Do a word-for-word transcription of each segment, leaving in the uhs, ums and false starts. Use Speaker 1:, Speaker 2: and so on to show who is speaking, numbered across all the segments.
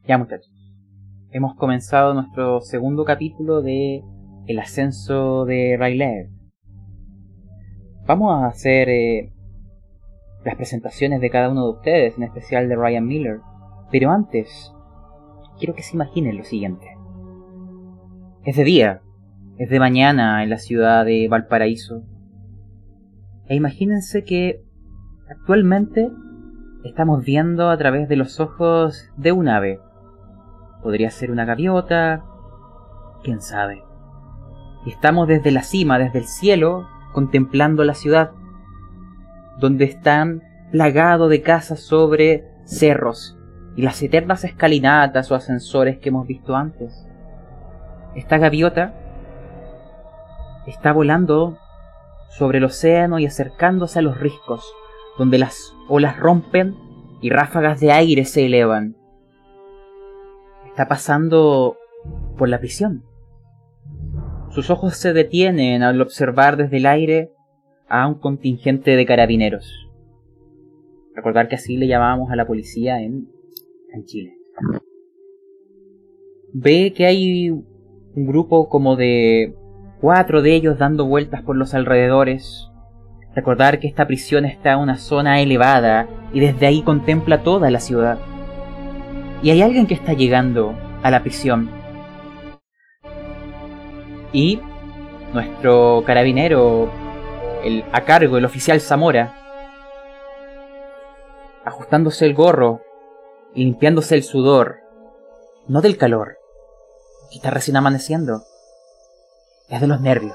Speaker 1: Ya, muchachos, hemos comenzado nuestro segundo capítulo de El ascenso de R'yllor. Vamos a hacer eh, las presentaciones de cada uno de ustedes, en especial de Ryan Miller. Pero antes, quiero que se imaginen lo siguiente. Es de día, es de mañana en la ciudad de Valparaíso. E imagínense que actualmente estamos viendo a través de los ojos de un ave. Podría ser una gaviota, quién sabe. Y estamos desde la cima, desde el cielo, contemplando la ciudad, donde están plagados de casas sobre cerros y las eternas escalinatas o ascensores que hemos visto antes. Esta gaviota está volando sobre el océano y acercándose a los riscos, donde las olas rompen y ráfagas de aire se elevan. Está pasando por la prisión. Sus ojos se detienen al observar desde el aire a un contingente de carabineros. Recordar que así le llamábamos a la policía en, en Chile. Ve que hay un grupo como de cuatro de ellos dando vueltas por los alrededores. Recordar que esta prisión está en una zona elevada y desde ahí contempla toda la ciudad. Y hay alguien que está llegando a la prisión. Y nuestro carabinero, el a cargo, el oficial Zamora, ajustándose el gorro y limpiándose el sudor, no del calor, que está recién amaneciendo, es de los nervios.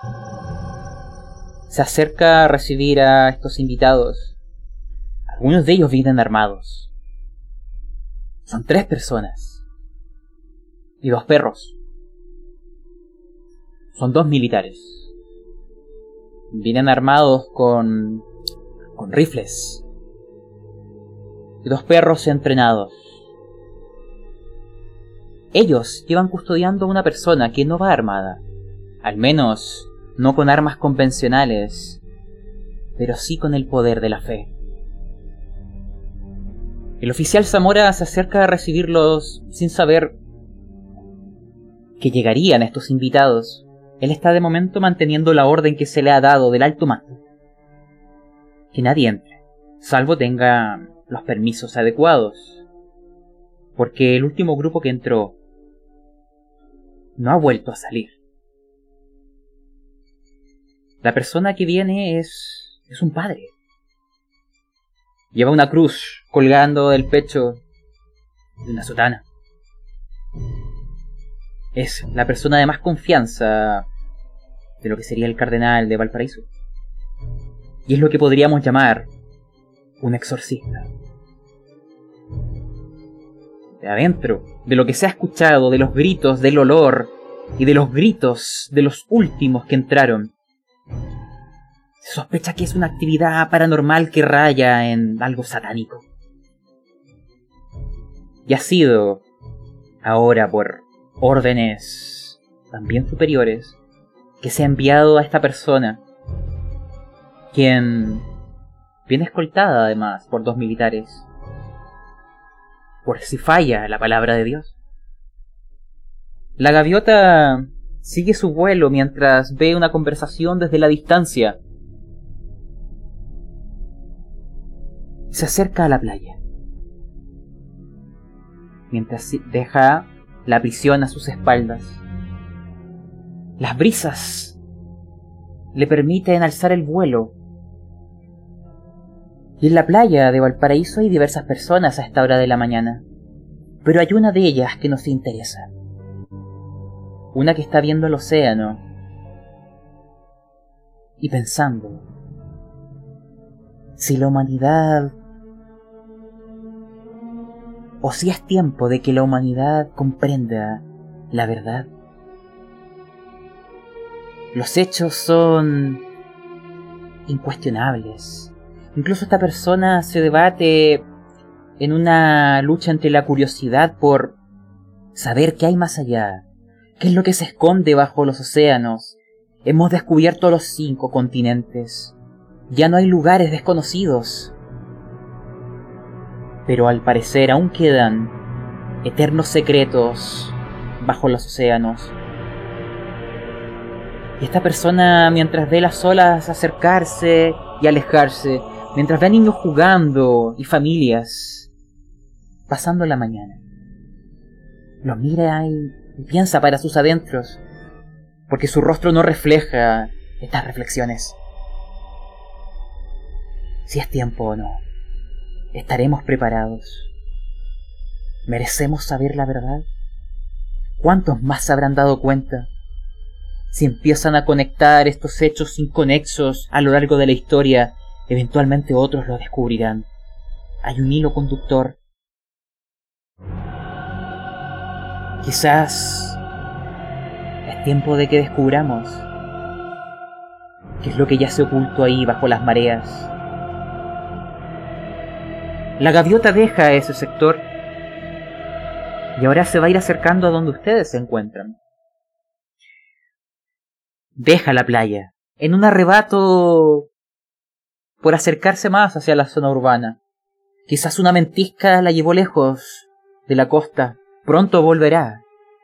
Speaker 1: Se acerca a recibir a estos invitados. Algunos de ellos vienen armados. Son tres personas. Y dos perros. Son dos militares. Vienen armados con... con rifles. Y dos perros entrenados. Ellos llevan custodiando a una persona que no va armada. Al menos no con armas convencionales, pero sí con el poder de la fe. El oficial Zamora se acerca a recibirlos sin saber que llegarían estos invitados. Él está de momento manteniendo la orden que se le ha dado del alto mando. Que nadie entre, salvo tenga los permisos adecuados. Porque el último grupo que entró no ha vuelto a salir. La persona que viene es... es un padre. Lleva una cruz colgando del pecho de una sotana. Es la persona de más confianza de lo que sería el cardenal de Valparaíso. Y es lo que podríamos llamar un exorcista. De adentro, de lo que se ha escuchado, de los gritos, del olor y de los gritos de los últimos que entraron, se sospecha que es una actividad paranormal que raya en algo satánico. Y ha sido, ahora por órdenes también superiores, que se ha enviado a esta persona, quien viene escoltada además por dos militares, por si falla la palabra de Dios. La gaviota sigue su vuelo mientras ve una conversación desde la distancia. Se acerca a la playa, mientras deja la prisión a sus espaldas. Las brisas le permiten alzar el vuelo. Y en la playa de Valparaíso hay diversas personas a esta hora de la mañana, pero hay una de ellas que nos interesa. Una que está viendo el océano y pensando si la humanidad... o si es tiempo de que la humanidad comprenda la verdad. Los hechos son incuestionables. Incluso esta persona se debate en una lucha entre la curiosidad por saber qué hay más allá, qué es lo que se esconde bajo los océanos. Hemos descubierto los cinco continentes. Ya no hay lugares desconocidos. Pero al parecer aún quedan eternos secretos bajo los océanos. Y esta persona, mientras ve las olas acercarse y alejarse, mientras ve a niños jugando y familias pasando la mañana, los mira y piensa para sus adentros, porque su rostro no refleja estas reflexiones. Si es tiempo o no, ¿estaremos preparados? ¿Merecemos saber la verdad? ¿Cuántos más se habrán dado cuenta? Si empiezan a conectar estos hechos inconexos a lo largo de la historia, eventualmente otros lo descubrirán. Hay un hilo conductor. Quizás es tiempo de que descubramos qué es lo que yace oculto ahí bajo las mareas. La gaviota deja ese sector y ahora se va a ir acercando a donde ustedes se encuentran. Deja la playa, en un arrebato por acercarse más hacia la zona urbana. Quizás una ventisca la llevó lejos de la costa, pronto volverá.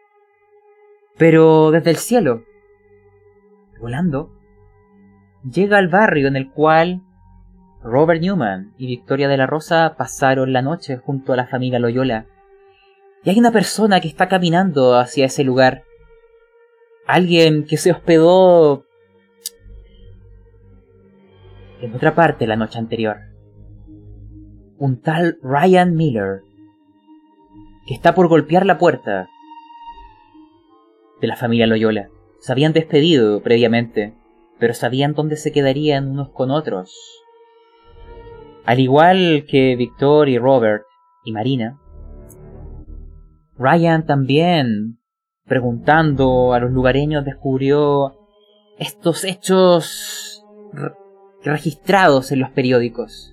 Speaker 1: Pero desde el cielo, volando, llega al barrio en el cual Robert Newman y Victoria de la Rosa pasaron la noche junto a la familia Loyola. Y hay una persona que está caminando hacia ese lugar. Alguien que se hospedó en otra parte la noche anterior. Un tal Ryan Miller, que está por golpear la puerta de la familia Loyola. Se habían despedido previamente, pero sabían dónde se quedarían unos con otros. Al igual que Victor y Robert y Marina, Ryan también, preguntando a los lugareños, descubrió estos hechos re- registrados en los periódicos.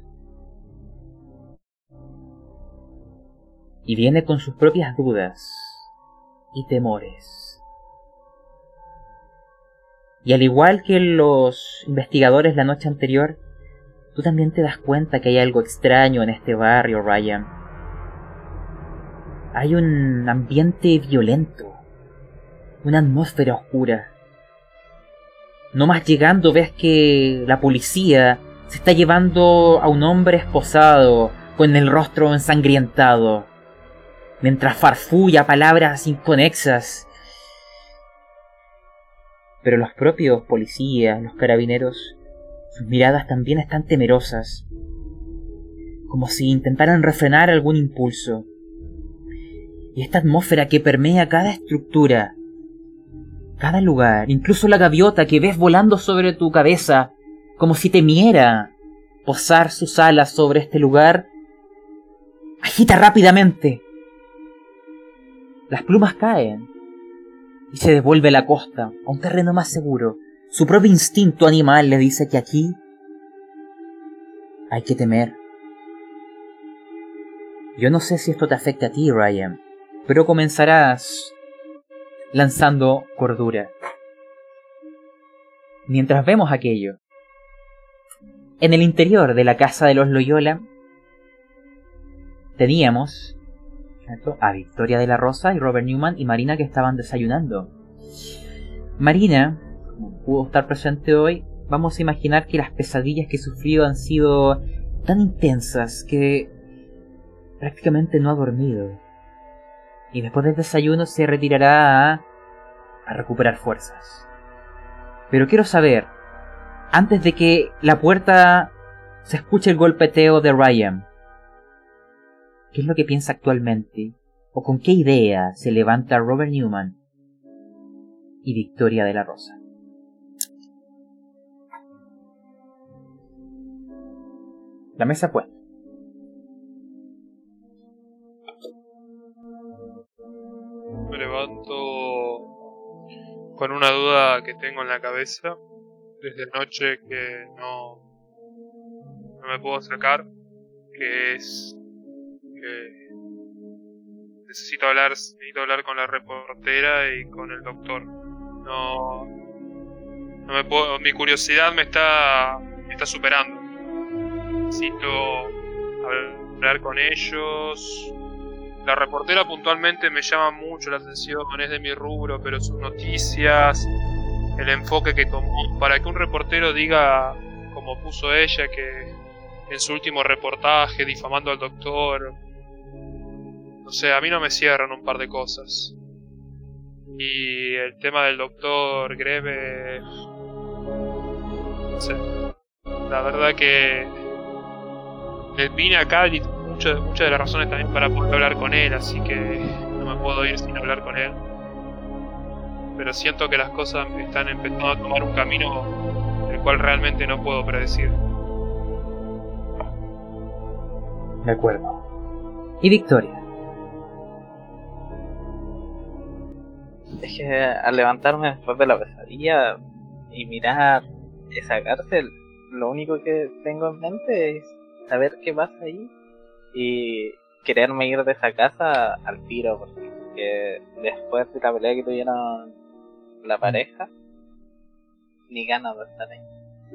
Speaker 1: Y viene con sus propias dudas y temores. Y al igual que los investigadores la noche anterior, tú también te das cuenta que hay algo extraño en este barrio, Ryan. Hay un ambiente violento, una atmósfera oscura. No más llegando ves que la policía se está llevando a un hombre esposado con el rostro ensangrientado, mientras farfulla palabras inconexas. Pero los propios policías, los carabineros, sus miradas también están temerosas, como si intentaran refrenar algún impulso. Y esta atmósfera que permea cada estructura, cada lugar, incluso la gaviota que ves volando sobre tu cabeza, como si temiera posar sus alas sobre este lugar, agita rápidamente. Las plumas caen y se devuelve a la costa, a un terreno más seguro. Su propio instinto animal le dice que aquí hay que temer. Yo no sé si esto te afecta a ti, Ryan, pero comenzarás lanzando cordura. Mientras vemos aquello, en el interior de la casa de los Loyola teníamos, ¿cierto?, a Victoria de la Rosa y Robert Newman y Marina, que estaban desayunando. Marina, como pudo estar presente hoy, vamos a imaginar que las pesadillas que sufrió han sido tan intensas que prácticamente no ha dormido. Y después del desayuno se retirará a, a recuperar fuerzas. Pero quiero saber, antes de que la puerta se escuche el golpeteo de Ryan, ¿qué es lo que piensa actualmente? ¿O con qué idea se levanta Robert Newman y Victoria de la Rosa? La mesa puesta.
Speaker 2: Me levanto con una duda que tengo en la cabeza desde anoche que no, no me puedo sacar, que es que necesito hablar, necesito hablar con la reportera y con el doctor. No, no me puedo, mi curiosidad me está, me está superando. Necesito hablar con ellos, La reportera puntualmente me llama mucho la atención, es de mi rubro, pero sus noticias, el enfoque que tomó, para que un reportero diga, como puso ella, que en su último reportaje difamando al doctor, no sé, a mí no me cierran un par de cosas. Y el tema del doctor Greve, no sé, la verdad que vine acá y muchas muchas de las razones también para poder hablar con él, así que no me puedo ir sin hablar con él. Pero siento que las cosas están empezando a tomar un camino el cual realmente no puedo predecir.
Speaker 1: De acuerdo. ¿Y Victoria?
Speaker 3: Es que al levantarme después de la pesadilla y mirar esa cárcel, lo único que tengo en mente es saber qué pasa ahí y quererme ir de esa casa al tiro, porque después de la pelea que tuvieron la pareja, ni ganas de estar ahí.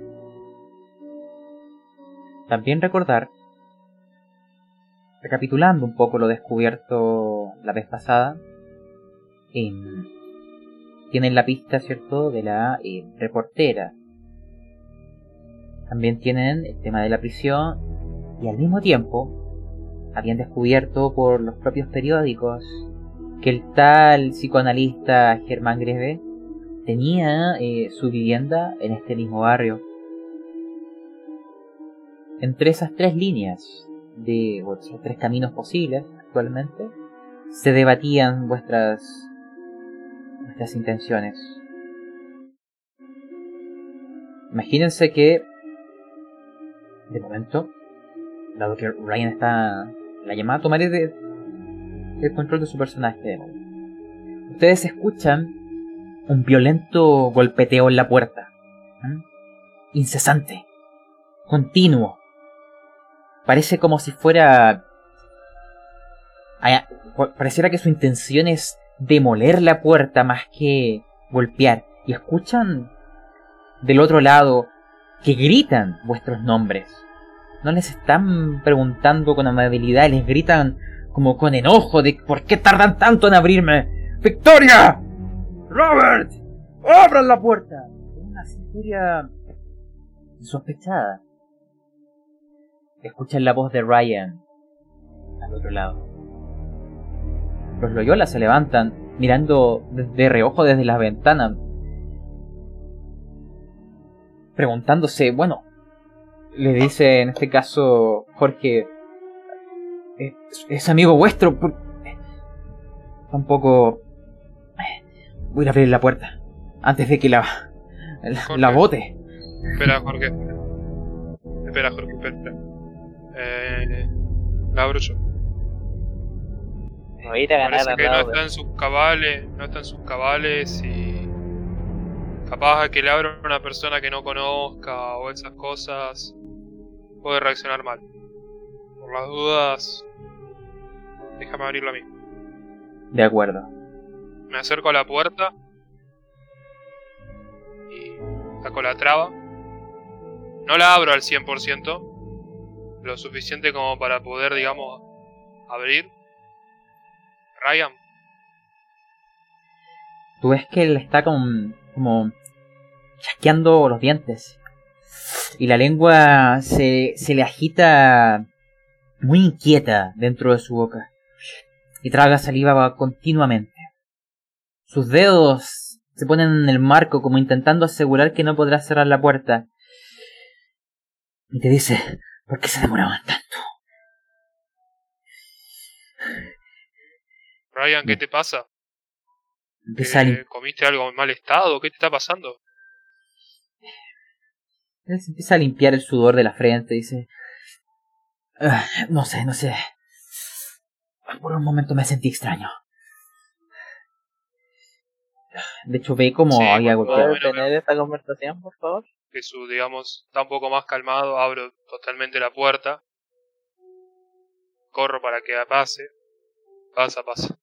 Speaker 1: También recordar, recapitulando un poco lo descubierto la vez pasada, eh, tienen la pista, ¿cierto?, de la eh, reportera. También tienen el tema de la prisión y al mismo tiempo habían descubierto por los propios periódicos que el tal psicoanalista Germán Greve tenía eh, su vivienda en este mismo barrio. Entre esas tres líneas de o esos tres caminos posibles actualmente se debatían vuestras vuestras intenciones. Imagínense que de momento, dado que Ryan está la llamada, tomaré de, el control de su personaje. Ustedes escuchan un violento golpeteo en la puerta, ¿eh? Incesante, continuo. Parece como si fuera... Pareciera que su intención es demoler la puerta más que golpear. Y escuchan del otro lado que gritan vuestros nombres. No les están preguntando con amabilidad, les gritan como con enojo de ¿por qué tardan tanto en abrirme? ¡Victoria! ¡Robert! ¡Abran la puerta! Una furia sospechada. Escuchan la voz de Ryan al otro lado. Los Loyola se levantan, mirando de reojo desde las ventanas, preguntándose, bueno, le dice en este caso Jorge, ¿es, es amigo vuestro? Tampoco... Voy a abrir la puerta antes de que la, la, la bote.
Speaker 2: Espera, Jorge. Espera, Jorge, espera. Eh, la abro yo.
Speaker 3: Me voy a ir a ganar.
Speaker 2: Parece que no está en sus cabales, no está en sus cabales y capaz que le abra a una persona que no conozca o esas cosas puede reaccionar mal. Por las dudas, déjame abrirla a mí.
Speaker 1: De acuerdo.
Speaker 2: Me acerco a la puerta y saco la traba. No la abro al cien por ciento, lo suficiente como para poder, digamos, abrir. Ryan.
Speaker 1: Tú ves que él está con, como chasqueando los dientes y la lengua se, se le agita muy inquieta dentro de su boca y traga saliva continuamente. Sus dedos se ponen en el marco como intentando asegurar que no podrá cerrar la puerta y te dice, ¿por qué se demoraban tanto?
Speaker 2: Ryan, ¿qué te pasa?
Speaker 1: Eh,
Speaker 2: ¿Comiste algo en mal estado? ¿Qué te está pasando?
Speaker 1: Él se empieza a limpiar el sudor de la frente y dice, uh, no sé, no sé. Por un momento me sentí extraño. De hecho ve como
Speaker 2: sí,
Speaker 1: había golpeado.
Speaker 3: ¿Puedo tener esta conversación, por favor?
Speaker 2: Que su, digamos, está un poco más calmado, abro totalmente la puerta. Corro para que pase. Pasa, pasa.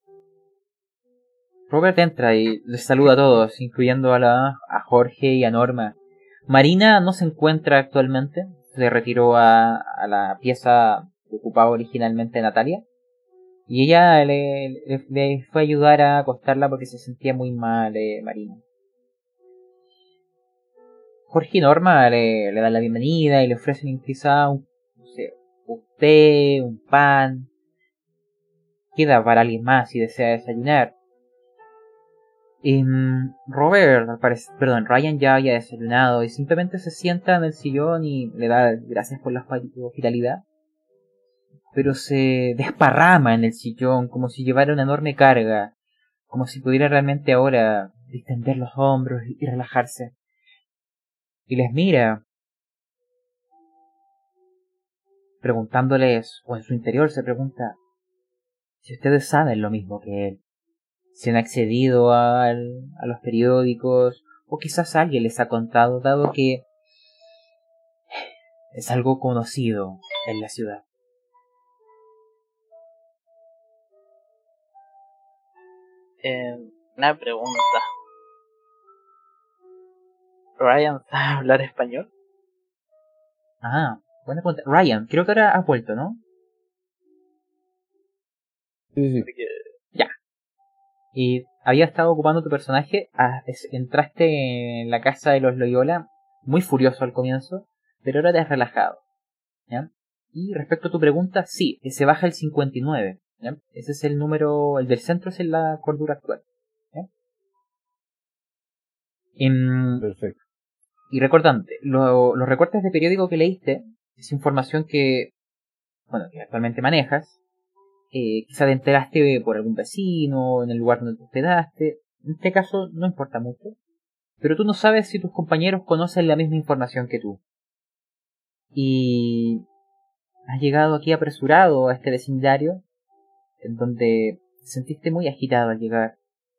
Speaker 1: Robert entra y les saluda a todos, incluyendo a, la, a Jorge y a Norma. Marina no se encuentra actualmente, se retiró a, a la pieza que ocupaba originalmente Natalia. Y ella le, le, le fue a ayudar a acostarla porque se sentía muy mal, eh, Marina. Jorge y Norma le, le dan la bienvenida y le ofrecen quizá un, no sé, un té, un pan. Queda para alguien más si desea desayunar. Y Robert, al parecer, perdón, Ryan ya había desayunado y simplemente se sienta en el sillón y le da gracias por la hospitalidad. Pero se desparrama en el sillón como si llevara una enorme carga, como si pudiera realmente ahora distender los hombros y relajarse. Y les mira, preguntándoles, o en su interior se pregunta, si ustedes saben lo mismo que él, si han accedido al, a los periódicos, o quizás alguien les ha contado, dado que es algo conocido en la ciudad.
Speaker 3: Eh, una pregunta. ¿Ryan sabe hablar español?
Speaker 1: Ah, buena pregunta. Ryan, creo que ahora has vuelto, ¿no?
Speaker 4: Sí, sí.
Speaker 3: Porque
Speaker 1: Ya. Y había estado ocupando tu personaje, ah, es- entraste en la casa de los Loyola muy furioso al comienzo, pero ahora te has relajado. ¿Ya? Y respecto a tu pregunta, sí, se baja el cincuenta y nueve. ¿Ya? Ese es el número, el del centro es en la cordura actual. ¿Ya? Em,
Speaker 4: Perfecto.
Speaker 1: y recordante, lo- los recortes de periódico que leíste es información que, bueno, que actualmente manejas. Eh, quizá te enteraste por algún vecino, en el lugar donde te hospedaste. En este caso no importa mucho. Pero tú no sabes si tus compañeros conocen la misma información que tú. Y has llegado aquí apresurado a este vecindario, en donde te sentiste muy agitado al llegar.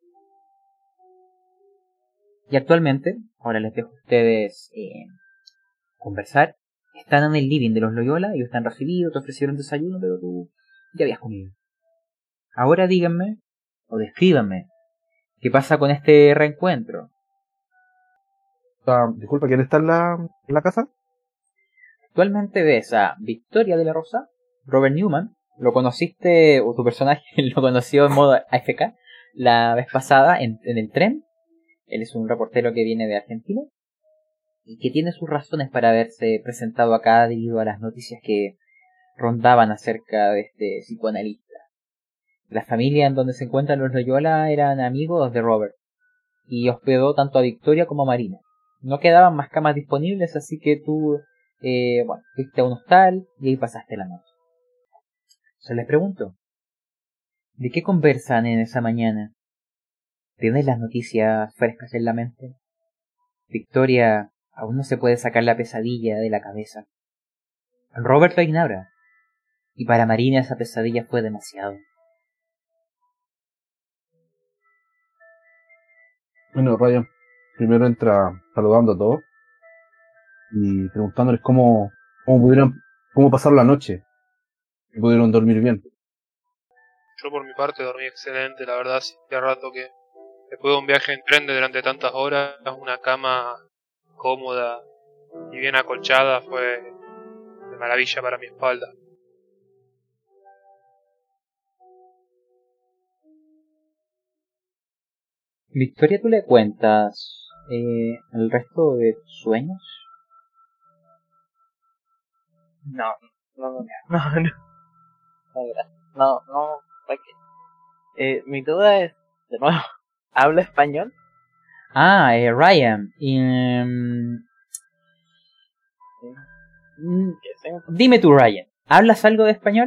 Speaker 1: Y actualmente, ahora les dejo a ustedes eh, conversar. Están en el living de los Loyola, ellos están recibidos, te ofrecieron desayuno, pero tú ya habías comido. Ahora díganme, o descríbanme, ¿qué pasa con este reencuentro?
Speaker 4: Ah, disculpa, ¿quién está en la, en la casa?
Speaker 1: Actualmente ves a Victoria de la Rosa, Robert Newman, lo conociste, o tu personaje lo conoció en modo A F K la vez pasada en, en el tren. Él es un reportero que viene de Argentina y que tiene sus razones para haberse presentado acá debido a las noticias que rondaban acerca de este psicoanalista. La familia en donde se encuentran los Loyola eran amigos de Robert y hospedó tanto a Victoria como a Marina. No quedaban más camas disponibles, así que tú, eh, bueno, fuiste a un hostal y ahí pasaste la noche. Se les pregunto, ¿de qué conversan en esa mañana? ¿Tienes las noticias frescas en la mente? Victoria aún no se puede sacar la pesadilla de la cabeza. Robert lo ignora, y para Marina esa pesadilla fue demasiado.
Speaker 4: Bueno, Ryan primero entra saludando a todos y preguntándoles cómo, cómo pudieron, cómo pasaron la noche, si pudieron dormir bien.
Speaker 2: Yo por mi parte dormí excelente, la verdad, hacía rato que después de un viaje en tren de durante tantas horas, una cama cómoda y bien acolchada fue de maravilla para mi espalda.
Speaker 1: Victoria, ¿tú le cuentas eh, el resto de tus sueños?
Speaker 3: no, no, no, no, no, no, gracias. no, no, ¿para qué? Eh, mi duda es, de nuevo, ¿habla español?
Speaker 1: Ah, eh, Ryan. em,
Speaker 3: Sí,
Speaker 1: mm,
Speaker 3: que sí.
Speaker 1: dime tú, Ryan, ¿hablas algo de español?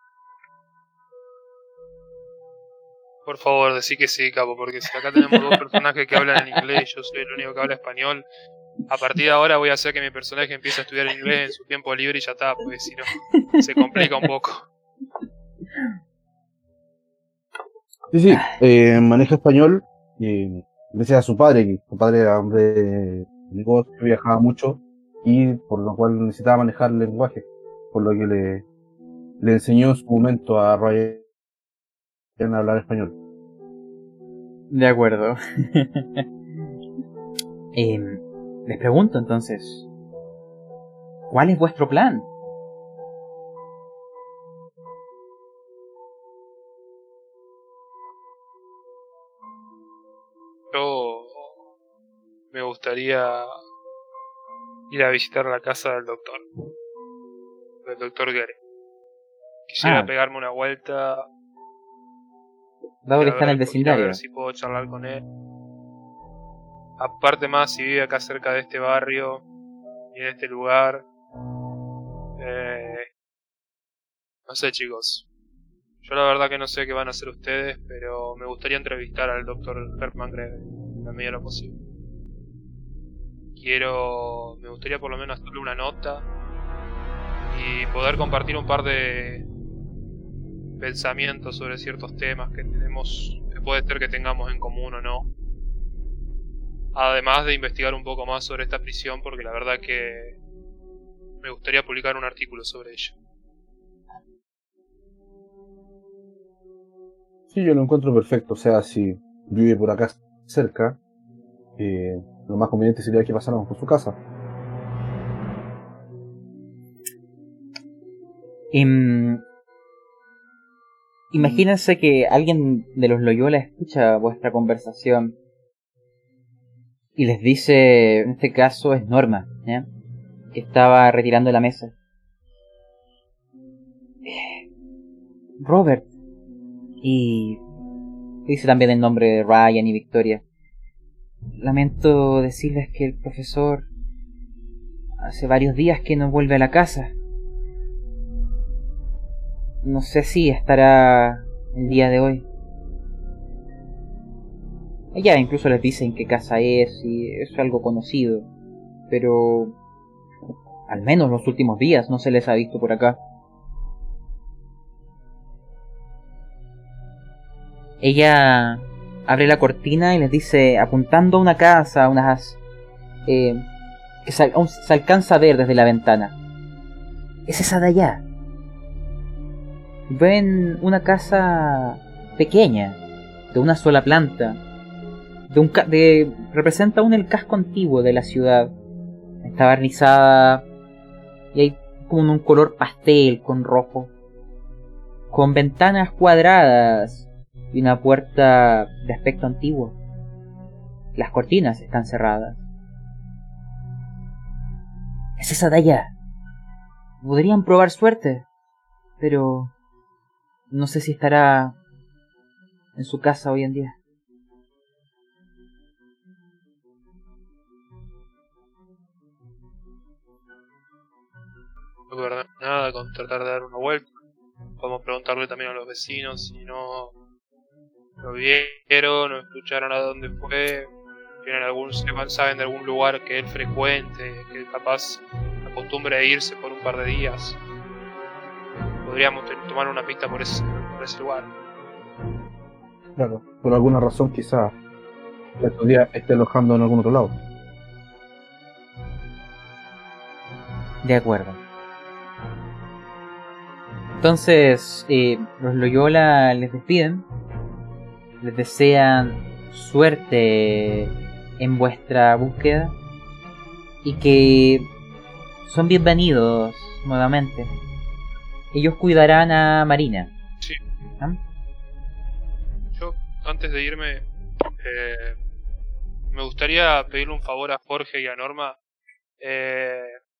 Speaker 2: Por favor, decí que sí, capo, porque si acá tenemos dos personajes que hablan en inglés y yo soy el único que habla español, a partir de ahora voy a hacer que mi personaje empiece a estudiar inglés en su tiempo libre y ya está, porque si no, se complica un poco.
Speaker 4: Sí, sí, eh, maneja español y gracias a su padre, que su padre era hombre de negocio, viajaba mucho y por lo cual necesitaba manejar el lenguaje, por lo que le, le enseñó en su momento a Ryan a hablar español.
Speaker 1: De acuerdo. Em, les pregunto entonces, ¿cuál es vuestro plan?
Speaker 2: Yo me gustaría ir a visitar la casa del doctor, del doctor Gere. Quisiera
Speaker 1: Ah.
Speaker 2: pegarme una vuelta,
Speaker 1: Dado
Speaker 2: ir
Speaker 1: que
Speaker 2: a
Speaker 1: está en el
Speaker 2: ver, ir a
Speaker 1: vecindario.
Speaker 2: ver si puedo charlar con él. Aparte más, si vive acá cerca de este barrio y en este lugar. Eh, no sé, chicos. Yo la verdad que no sé qué van a hacer ustedes, pero me gustaría entrevistar al doctor Herman Greve, en la medida de lo posible. Quiero... me gustaría por lo menos hacerle una nota y poder compartir un par de pensamientos sobre ciertos temas que tenemos, que puede ser que tengamos en común o no. Además de investigar un poco más sobre esta prisión, porque la verdad que me gustaría publicar un artículo sobre ella.
Speaker 4: Sí, yo lo encuentro perfecto. O sea, si vive por acá cerca, eh, lo más conveniente sería que pasáramos por su casa.
Speaker 1: Im- Imagínense que alguien de los Loyola escucha vuestra conversación y les dice, en este caso es Norma, ¿ya? Que estaba retirando la mesa. Robert. Y dice también el nombre de Ryan y Victoria. Lamento decirles que el profesor hace varios días que no vuelve a la casa. No sé si estará el día de hoy. Ella incluso les dice en qué casa es y es algo conocido, pero al menos los últimos días no se les ha visto por acá. Ella abre la cortina y les dice, apuntando a una casa, unas eh, que se, aún se alcanza a ver desde la ventana. Es esa de allá. Ven una casa pequeña, de una sola planta, de un ca de representa aún el casco antiguo de la ciudad. Está barnizada y hay como un color pastel con rojo, con ventanas cuadradas y una puerta de aspecto antiguo. Las cortinas están cerradas. Es esa de allá. Podrían probar suerte, pero no sé si estará en su casa hoy en día.
Speaker 2: No perdemos nada con tratar de dar una vuelta. Podemos preguntarle también a los vecinos si no lo vieron o escucharon a dónde fue. Tienen algún, saben de algún lugar que él frecuente, que él capaz acostumbre a irse por un par de días. Podríamos tomar una pista por ese, por ese lugar.
Speaker 4: Claro, por alguna razón quizá estos días esté alojando en algún otro lado.
Speaker 1: De acuerdo. Entonces, eh, los Loyola les despiden. Les desean suerte en vuestra búsqueda. Y que son bienvenidos nuevamente. Ellos cuidarán a Marina.
Speaker 2: Sí.
Speaker 1: ¿Ah?
Speaker 2: Yo, antes de irme, eh, me gustaría pedirle un favor a Jorge y a Norma. Eh,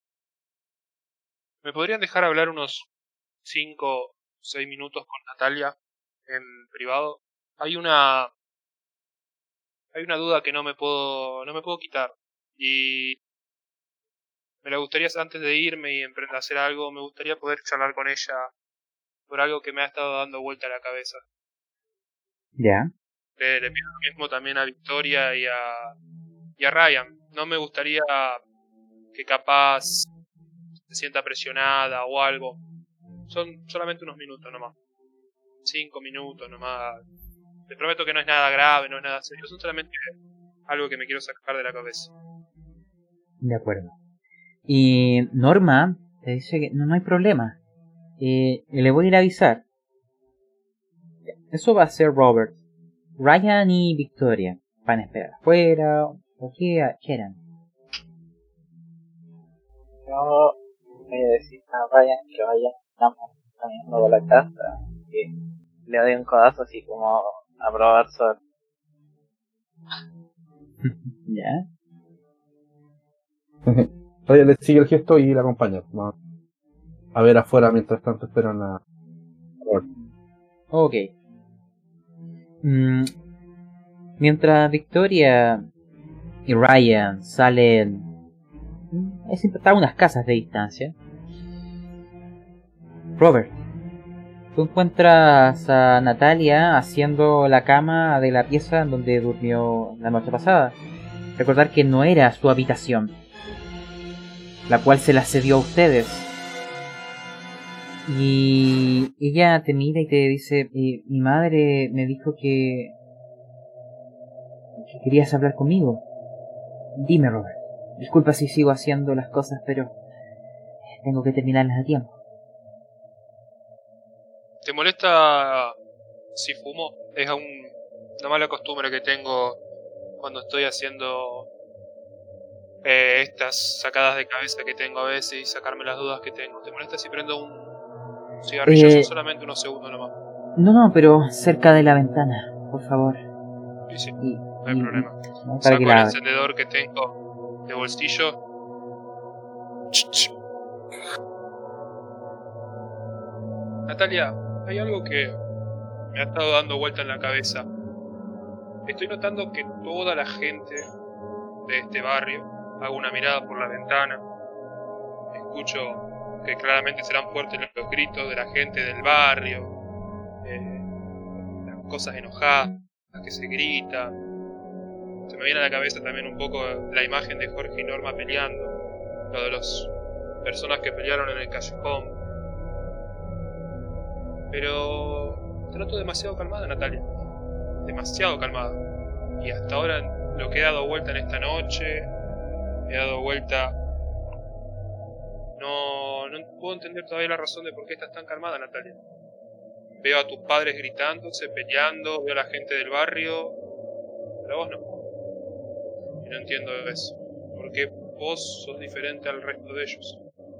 Speaker 2: ¿Me podrían dejar hablar unos cinco o seis minutos con Natalia en privado? Hay una hay una duda que no me puedo no me puedo quitar y me la gustaría, antes de irme y emprender a hacer algo, me gustaría poder charlar con ella por algo que me ha estado dando vuelta a la cabeza.
Speaker 1: Ya.
Speaker 2: Le, le pido lo mismo también a Victoria y a y a Ryan. No me gustaría que capaz se sienta presionada o algo. Son solamente unos minutos nomás. Cinco minutos nomás. Te prometo que no es nada grave, no es nada serio. Son solamente algo que me quiero sacar de la cabeza.
Speaker 1: De acuerdo. Y Norma te dice que no, no hay problema. Eh, le voy a ir a avisar. Eso va a ser Robert. Ryan y Victoria van a esperar afuera o qué quieran.
Speaker 3: Yo voy a decir a Ryan que vaya, estamos caminando por la casa, que le doy un codazo así como a probar suerte.
Speaker 1: ¿Ya?
Speaker 4: Raya le sigue el gesto y la acompaña. Vamos a ver afuera mientras tanto esperan a...
Speaker 1: Ok. Mm, mientras Victoria y Ryan salen... Es siempre está a unas casas de distancia. Robert, tú encuentras a Natalia haciendo la cama de la pieza en donde durmió la noche pasada. Recordar que no era su habitación, la cual se la cedió a ustedes. Y ella te mira y te dice, eh, mi madre me dijo que, que querías hablar conmigo. Dime, Robert. Disculpa si sigo haciendo las cosas, pero tengo que terminarlas a tiempo.
Speaker 2: ¿Te molesta si fumo? Es un, una mala costumbre que tengo cuando estoy haciendo eh, estas sacadas de cabeza que tengo a veces y sacarme las dudas que tengo. ¿Te molesta si prendo un cigarrillo?
Speaker 1: Eh,
Speaker 2: Son solamente unos segundos nomás.
Speaker 1: No, no, pero cerca de la ventana, por favor.
Speaker 2: Sí, sí,
Speaker 1: Y,
Speaker 2: no hay
Speaker 1: y-
Speaker 2: problema.
Speaker 1: no, para
Speaker 2: Saco
Speaker 1: que
Speaker 2: el
Speaker 1: la abra.
Speaker 2: encendedor que tengo de bolsillo. Ch, ch. Natalia, hay algo que me ha estado dando vuelta en la cabeza. Estoy notando que toda la gente de este barrio, hago una mirada por la ventana, escucho que claramente serán fuertes los gritos de la gente del barrio, eh, las cosas enojadas que se gritan. Se me viene a la cabeza también un poco la imagen de Jorge y Norma peleando, lo de las personas que pelearon en el callejón. Pero trato demasiado calmada, Natalia, demasiado calmada. Y hasta ahora lo que he dado vuelta en esta noche, he dado vuelta... No, no puedo entender todavía la razón de por qué estás tan calmada, Natalia. Veo a tus padres gritándose, peleando, veo a la gente del barrio, pero vos no. Y no entiendo eso. ¿Por qué vos sos diferente al resto de ellos?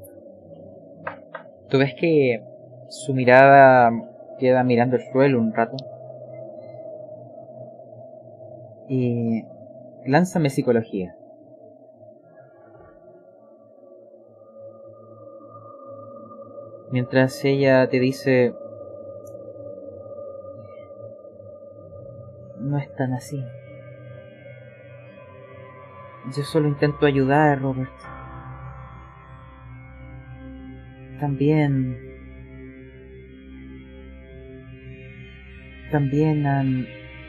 Speaker 1: Tú ves que su mirada queda mirando el suelo un rato. Y lánzame psicología. Mientras ella te dice, no es tan así. Yo solo intento ayudar, Robert. También... También han...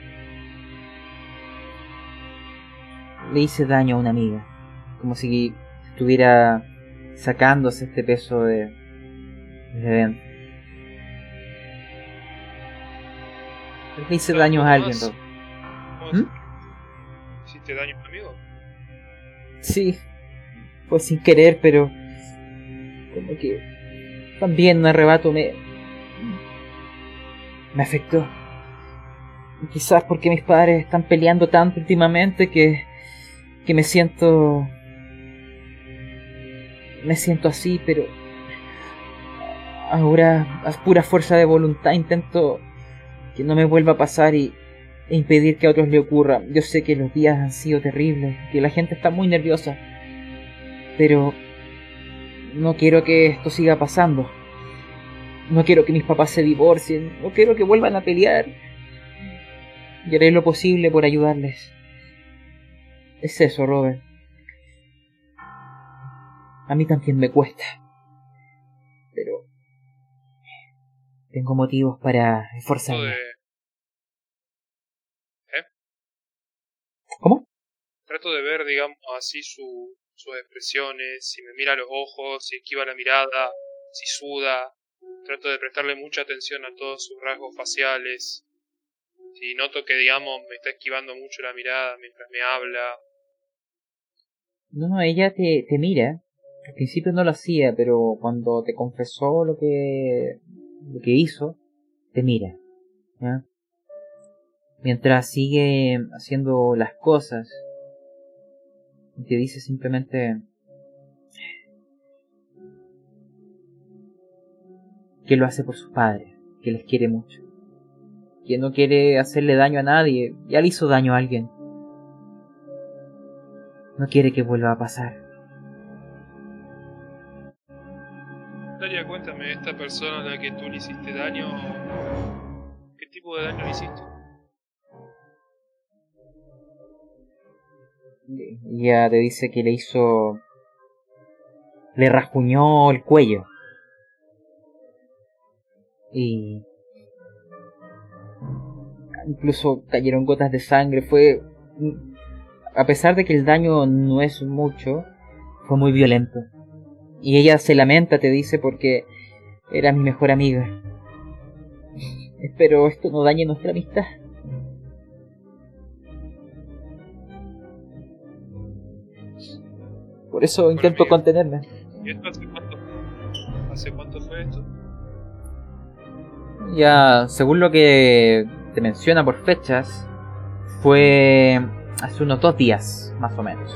Speaker 1: le hice daño a una amiga. Como si estuviera sacándose este peso de... de dentro. Le hice daño a alguien, Robert.
Speaker 2: ¿Cómo
Speaker 1: ¿Mm?
Speaker 2: ¿Hiciste daño a tu amigo?
Speaker 1: Sí, fue sin querer, pero como que también un arrebato me me afectó. Quizás porque mis padres están peleando tanto últimamente que que me siento me siento así, pero ahora a pura fuerza de voluntad intento que no me vuelva a pasar y e impedir que a otros le ocurra. Yo sé que los días han sido terribles, que la gente está muy nerviosa, pero no quiero que esto siga pasando. No quiero que mis papás se divorcien, no quiero que vuelvan a pelear. Y haré lo posible por ayudarles. Es eso, Robert. A mí también me cuesta, pero tengo motivos para
Speaker 2: Trato
Speaker 1: esforzarme.
Speaker 2: de... ¿Eh?
Speaker 1: ¿Cómo?
Speaker 2: Trato de ver, digamos, así su, sus expresiones, si me mira a los ojos, si esquiva la mirada, si suda. Trato de prestarle mucha atención a todos sus rasgos faciales. Si noto que, digamos, me está esquivando mucho la mirada mientras me habla.
Speaker 1: No, no, ella te, te mira. Al principio no lo hacía, pero cuando te confesó lo que lo que hizo, te mira, ¿ya? Mientras sigue haciendo las cosas, y te dice simplemente que lo hace por sus padres, que les quiere mucho, que no quiere hacerle daño a nadie. Ya le hizo daño a alguien, no quiere que vuelva a pasar.
Speaker 2: Daria, cuéntame, esta persona a la que tú le hiciste daño, ¿qué tipo de daño le hiciste?
Speaker 1: Y ella te dice que le hizo... le rasguñó el cuello. Y... incluso cayeron gotas de sangre. Fue... a pesar de que el daño no es mucho, fue muy violento. Y ella se lamenta, te dice, porque era mi mejor amiga. Espero esto no dañe nuestra amistad. Por eso
Speaker 2: Bueno,
Speaker 1: intento
Speaker 2: amigo,
Speaker 1: contenerme.
Speaker 2: ¿y esto hace cuánto? ¿Hace cuánto fue esto?
Speaker 1: Ya, según lo que te menciona por fechas, fue hace unos dos días, más o menos.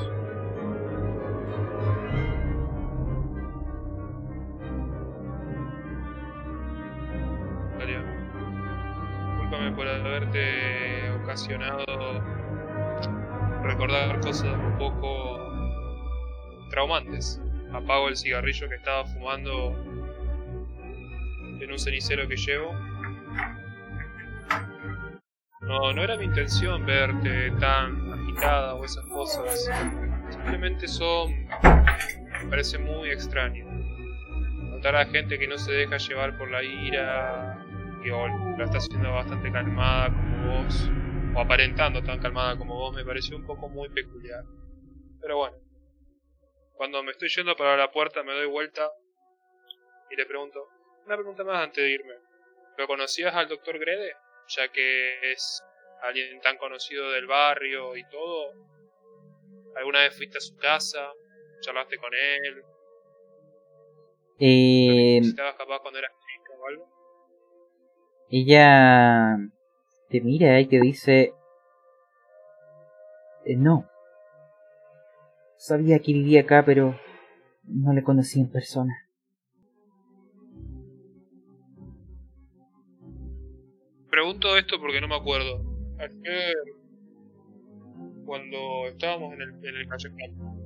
Speaker 2: Daria, discúlpame por haberte ocasionado recordar cosas un poco traumantes. Apago el cigarrillo que estaba fumando en un cenicero que llevo. No, no era mi intención verte tan agitada o esas cosas. Simplemente son... me parece muy extraño. Notar a gente que no se deja llevar por la ira, que o la está haciendo bastante calmada como vos, o aparentando tan calmada como vos, me pareció un poco muy peculiar. Pero bueno. Cuando me estoy yendo para la puerta me doy vuelta y le pregunto, una pregunta más antes de irme. ¿Lo conocías al doctor Grede? Ya que es alguien tan conocido del barrio y todo. ¿Alguna vez fuiste a su casa? ¿Charlaste con él?
Speaker 1: Eh,
Speaker 2: ¿Visitabas capaz cuando eras chica o algo?
Speaker 1: ella te mira y te dice... eh, no. Sabía que vivía acá, pero no le conocí en persona.
Speaker 2: Pregunto esto porque no me acuerdo. Ayer, cuando estábamos en el, en el callejón,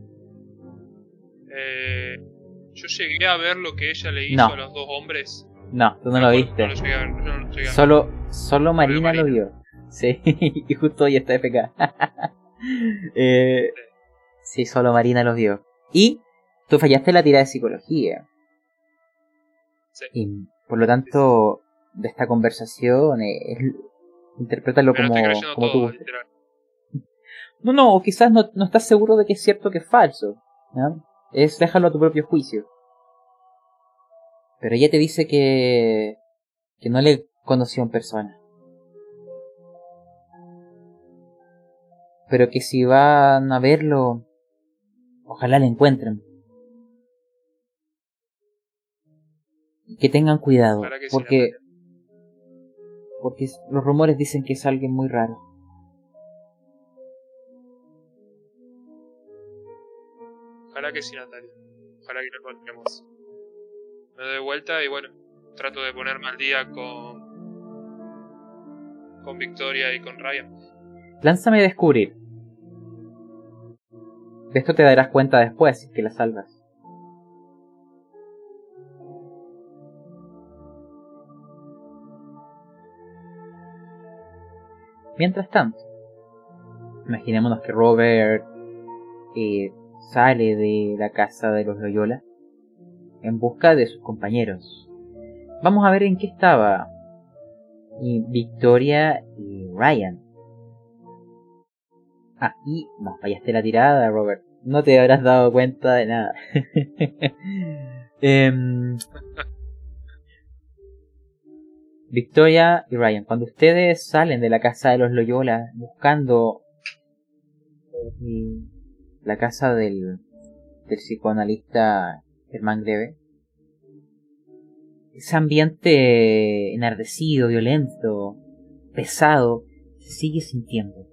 Speaker 2: eh, yo llegué a ver lo que ella le hizo
Speaker 1: No.
Speaker 2: a los dos hombres.
Speaker 1: No, tú no lo viste.
Speaker 2: No lo llegué a ver, yo no lo llegué a ver.
Speaker 1: Solo, solo Marina
Speaker 2: Marina.
Speaker 1: lo vio. Sí, y justo hoy está F K. eh, sí, solo Marina lo vio. Y tú fallaste la tirada de psicología.
Speaker 2: Sí.
Speaker 1: Y por lo tanto, de esta conversación, eh, es, interprétalo
Speaker 2: Me lo
Speaker 1: como,
Speaker 2: estoy creyendo
Speaker 1: como tú
Speaker 2: todo,
Speaker 1: gustes.
Speaker 2: literal.
Speaker 1: No, no, o quizás no, no estás seguro de que es cierto o que es falso. ¿No? Es déjalo a tu propio juicio. Pero ella te dice que, que no le conoció en persona. Pero que si van a verlo, ojalá le encuentren. Y que tengan cuidado,
Speaker 2: Ojalá que sí,
Speaker 1: porque,
Speaker 2: Natalia.
Speaker 1: porque los rumores dicen que es alguien muy raro.
Speaker 2: Ojalá que sí, Natalia. Ojalá que lo encontremos. Me doy vuelta y bueno, trato de ponerme al día con con Victoria y con Ryan.
Speaker 1: Lánzame a descubrir. De esto te darás cuenta después, si es que la salvas. Mientras tanto, imaginémonos que Robert eh, sale de la casa de los Loyola en busca de sus compañeros. Vamos a ver en qué estaba y Victoria y Ryan. Ah, y no fallaste la tirada, Robert. No te habrás dado cuenta de nada. em, Victoria y Ryan, cuando ustedes salen de la casa de los Loyola buscando eh, la casa del, del psicoanalista Germán Greve, ese ambiente enardecido, violento, pesado, se sigue sintiendo.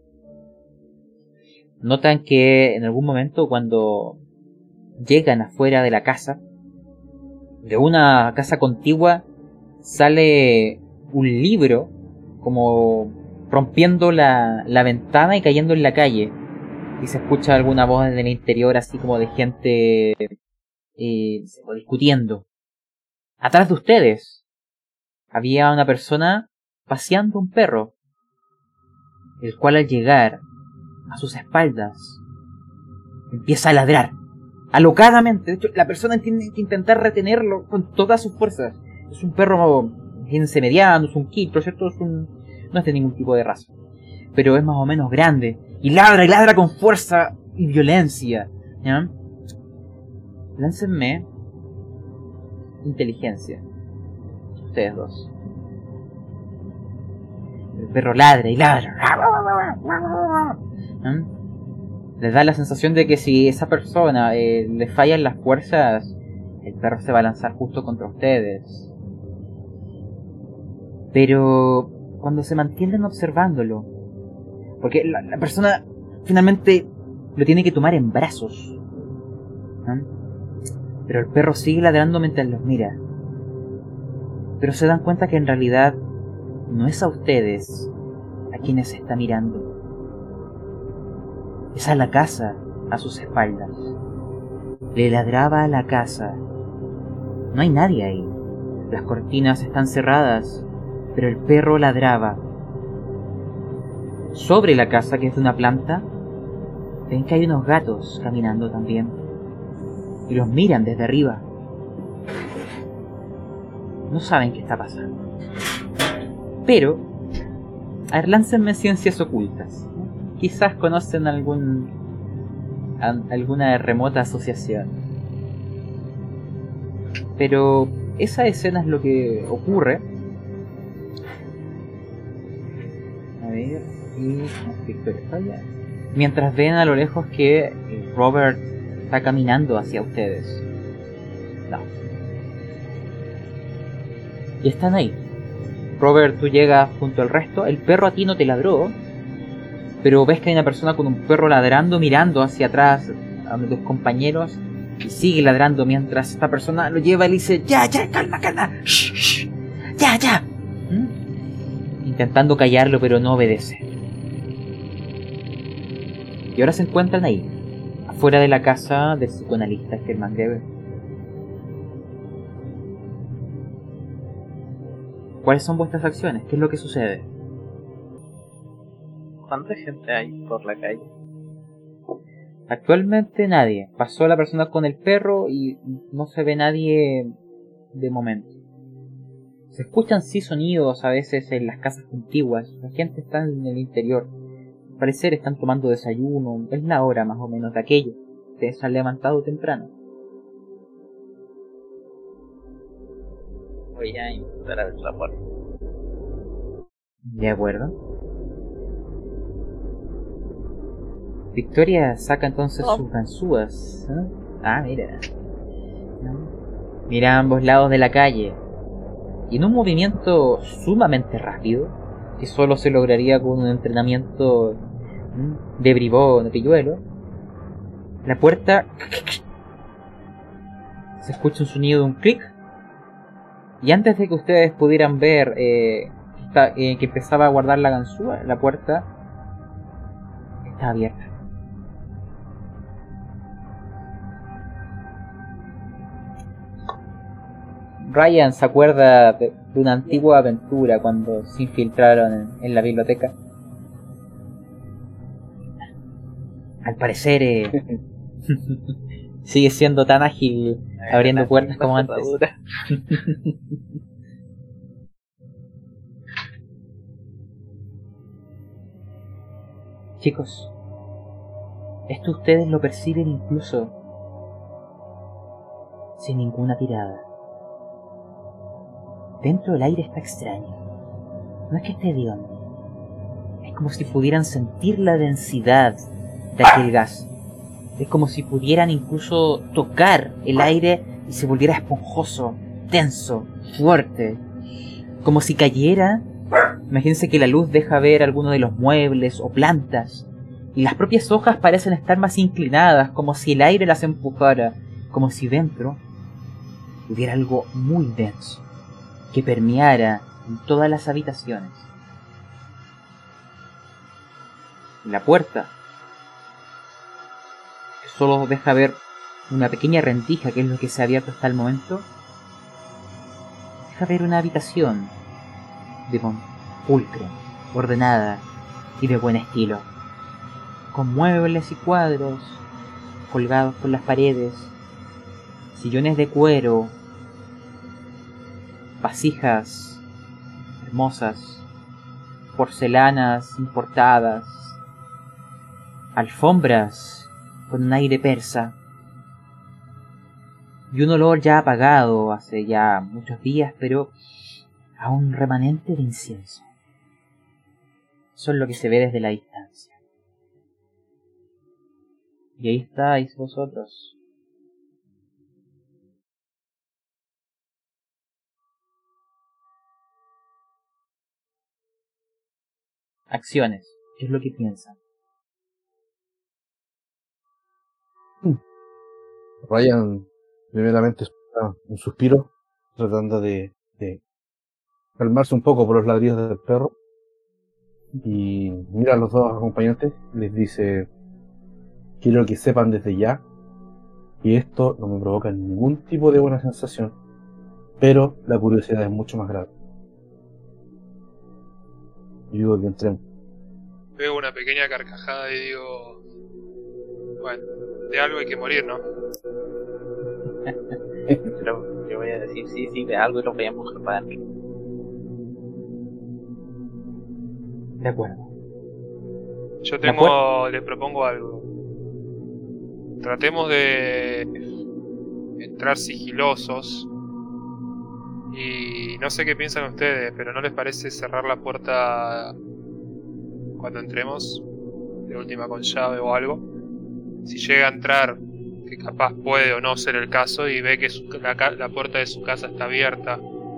Speaker 1: Notan que en algún momento cuando llegan afuera de la casa, de una casa contigua, sale un libro como rompiendo la, la ventana y cayendo en la calle. y se escucha alguna voz en el interior, así como de gente eh, discutiendo. Atrás de ustedes había una persona paseando un perro, el cual al llegar a sus espaldas empieza a ladrar alocadamente. De hecho, la persona tiene que intentar retenerlo con todas sus fuerzas. Es un perro, fíjense, mediano, es un quiltro, ¿cierto? Es un, no es de ningún tipo de raza, pero es más o menos grande y ladra y ladra con fuerza y violencia, ¿ya? Láncenme inteligencia, ustedes dos. El perro ladra y ladra. ¿Mm? Les da la sensación de que si esa persona eh, le fallan las fuerzas, el perro se va a lanzar justo contra ustedes. Pero cuando se mantienen observándolo, porque la, la persona finalmente lo tiene que tomar en brazos, ¿no? Pero el perro sigue ladrando mientras los mira. Pero se dan cuenta que en realidad no es a ustedes a quienes se está mirando. Es a la casa a sus espaldas. Le ladraba a la casa. No hay nadie ahí. Las cortinas están cerradas, pero el perro ladraba. Sobre la casa, que es de una planta, ven que hay unos gatos caminando también. Y los miran desde arriba. No saben qué está pasando. Pero, a ver, láncenme ciencias ocultas. Quizás conocen algún a, alguna remota asociación. Pero esa escena es lo que ocurre. A ver, y Victoria falla. Mientras ven a lo lejos que Robert está caminando hacia ustedes. No. Y están ahí. Robert, tú llegas junto al resto. El perro a ti no te ladró, pero ves que hay una persona con un perro ladrando, mirando hacia atrás a tus compañeros, y sigue ladrando mientras esta persona lo lleva y le dice: ya, ya, calma, calma, shh, shh, ya, ya, ¿Mm? intentando callarlo, pero no obedece. Y ahora se encuentran ahí, afuera de la casa del psicoanalista Hermann Greber. ¿Cuáles son vuestras acciones? ¿Qué es lo que sucede?
Speaker 3: ¿Cuánta gente hay por la calle?
Speaker 1: Actualmente nadie. Pasó la persona con el perro y no se ve nadie de momento. Se escuchan sí sonidos a veces en las casas contiguas. La gente está en el interior. Al parecer están tomando desayuno. Es la hora más o menos de aquello. Ustedes se han levantado temprano.
Speaker 3: Voy a intentar abrir la puerta.
Speaker 1: De acuerdo. Victoria saca entonces oh. sus ganzúas. ¿Eh? Ah, mira. Mira a ambos lados de la calle. Y en un movimiento sumamente rápido, que solo se lograría con un entrenamiento de bribón, de pilluelo, la puerta... Se escucha un sonido de un clic. Y antes de que ustedes pudieran ver eh, esta, eh, que empezaba a guardar la ganzúa, la puerta está abierta. Ryan se acuerda de, de una antigua aventura cuando se infiltraron en, en la biblioteca. Al parecer eh, sigue siendo tan ágil abriendo puertas como antes. Chicos, esto ustedes lo perciben incluso sin ninguna tirada. Dentro el aire está extraño. No es que esté hediondo. Es como si pudieran sentir la densidad de aquel gas. Es como si pudieran incluso tocar el aire y se volviera esponjoso, denso, fuerte. Como si cayera. Imagínense que la luz deja ver alguno de los muebles o plantas. Y las propias hojas parecen estar más inclinadas, como si el aire las empujara. Como si dentro hubiera algo muy denso que permeara en todas las habitaciones. La puerta solo deja ver una pequeña rendija, que es lo que se ha abierto hasta el momento. Deja ver una habitación de pulcro, ordenada y de buen estilo, con muebles y cuadros colgados por las paredes, sillones de cuero, vasijas hermosas, porcelanas importadas, alfombras con un aire persa y un olor ya apagado hace ya muchos días, pero aún remanente de incienso. Eso es lo que se ve desde la distancia. Y ahí estáis vosotros. Acciones. ¿Qué es lo que piensan?
Speaker 4: Ryan primeramente suelta un suspiro, tratando de, de calmarse un poco por los ladridos del perro, y mira a los dos acompañantes y les dice: quiero que sepan desde ya que esto no me provoca ningún tipo de buena sensación, pero la curiosidad es mucho más grave. Yo digo que entremos.
Speaker 2: Veo una pequeña carcajada y digo, bueno, de algo hay que morir, ¿no?
Speaker 3: Pero yo voy a decir sí, sí, de algo y lo voy a empujar para adentro.
Speaker 1: De acuerdo.
Speaker 2: Yo tengo, le propongo algo. Tratemos de entrar sigilosos. Y no sé qué piensan ustedes, pero ¿no les parece cerrar la puerta cuando entremos? De última con llave o algo. Si llega a entrar, que capaz puede o no ser el caso, y ve que su, la, la puerta de su casa está abierta,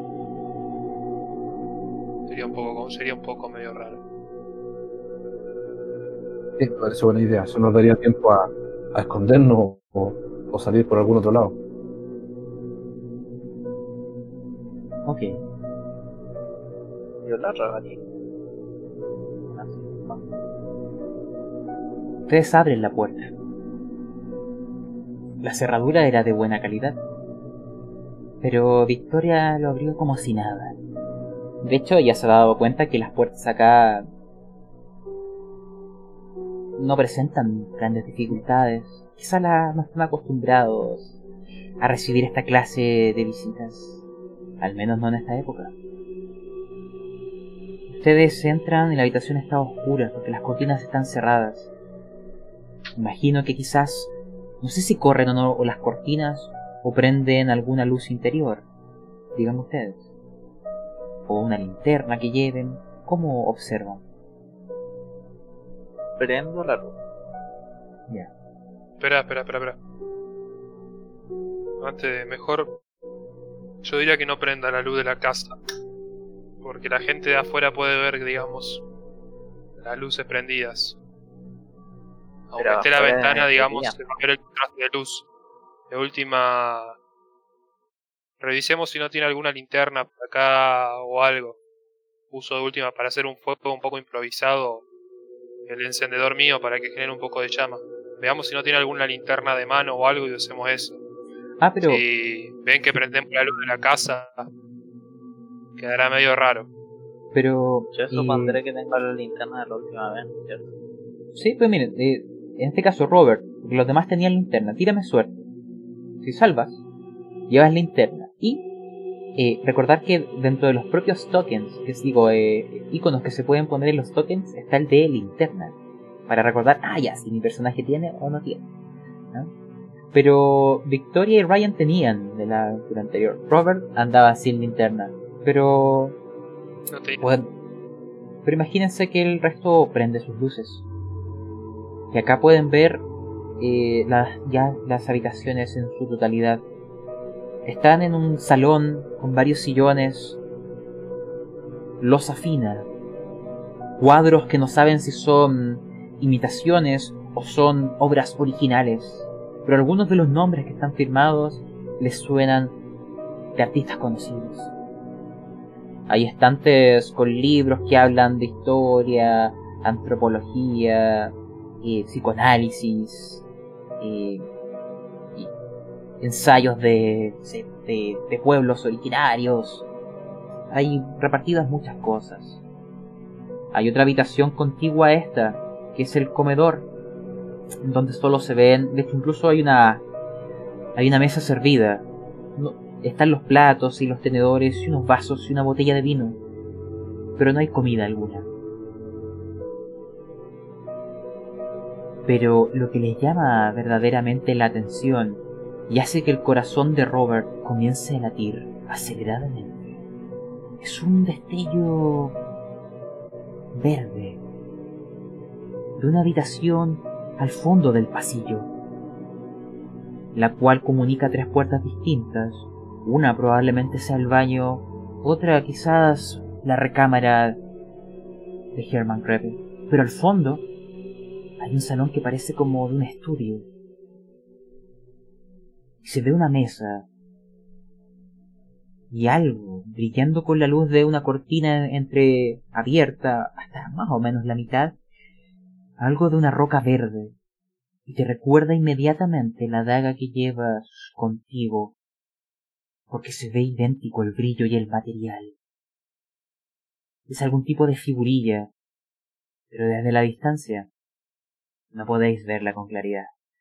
Speaker 2: sería un poco, sería un poco medio raro.
Speaker 4: Sí, me parece buena idea. Eso nos daría tiempo a, a escondernos o, o salir por algún otro lado.
Speaker 1: Ok.
Speaker 3: Yo la robaría. Así, ¿no?
Speaker 1: Ustedes abren la puerta. La cerradura era de buena calidad, pero Victoria lo abrió como si nada. De hecho, ya se ha dado cuenta que las puertas acá no presentan grandes dificultades. Quizá la, no están acostumbrados a recibir esta clase de visitas, al menos no en esta época. Ustedes entran y la habitación está oscura porque las cortinas están cerradas. Imagino que quizás, no sé si corren o no o las cortinas o prenden alguna luz interior, digan ustedes, o una linterna que lleven. ¿Cómo observan?
Speaker 3: Prendo la luz.
Speaker 1: Ya.
Speaker 2: Espera, espera, espera, espera. Antes, mejor, yo diría que no prenda la luz de la casa, porque la gente de afuera puede ver, digamos, las luces prendidas. Aunque esté la ventana, digamos, se va a ver el contraste de luz. De última, revisemos si no tiene alguna linterna por acá o algo. Uso de última para hacer un fuego un poco improvisado el encendedor mío para que genere un poco de llama. Veamos si no tiene alguna linterna de mano o algo y hacemos eso.
Speaker 1: Ah, pero...
Speaker 2: Si ven que prendemos la luz de la casa, quedará medio raro.
Speaker 1: Pero...
Speaker 3: Yo
Speaker 1: eh,
Speaker 3: supondré que tengo la linterna de la última vez, ¿cierto?
Speaker 1: Sí, pues miren, eh, en este caso Robert, porque los demás tenían linterna, tírame suerte. Si salvas, llevas linterna. Y eh, recordar que dentro de los propios tokens, que es, digo, eh, iconos que se pueden poner en los tokens, está el de linterna. Para recordar, ah ya, si mi personaje tiene o no tiene, ¿no? Pero Victoria y Ryan tenían de la aventura anterior. Robert andaba sin linterna, pero...
Speaker 2: No te...
Speaker 1: Bueno, pero imagínense que el resto prende sus luces. Y acá pueden ver eh, las, ya las habitaciones en su totalidad. Están en un salón con varios sillones, loza fina, cuadros que no saben si son imitaciones o son obras originales, pero algunos de los nombres que están firmados les suenan de artistas conocidos. Hay estantes con libros que hablan de historia, antropología, eh, psicoanálisis, y, y ensayos de, de, de pueblos originarios. Hay repartidas muchas cosas. Hay otra habitación contigua a esta, que es el comedor, donde solo se ven, de hecho incluso hay una hay una mesa servida. No, están los platos y los tenedores y unos vasos y una botella de vino, pero no hay comida alguna. Pero lo que les llama verdaderamente la atención y hace que el corazón de Robert comience a latir aceleradamente es un destello verde de una habitación al fondo del pasillo, la cual comunica tres puertas distintas. Una probablemente sea el baño, otra quizás la recámara de Herman Krebe, pero al fondo hay un salón que parece como de un estudio. Se ve una mesa y algo brillando con la luz de una cortina entre abierta hasta más o menos la mitad, algo de una roca verde, y te recuerda inmediatamente la daga que llevas contigo, porque se ve idéntico el brillo y el material. Es algún tipo de figurilla, pero desde la distancia no podéis verla con claridad.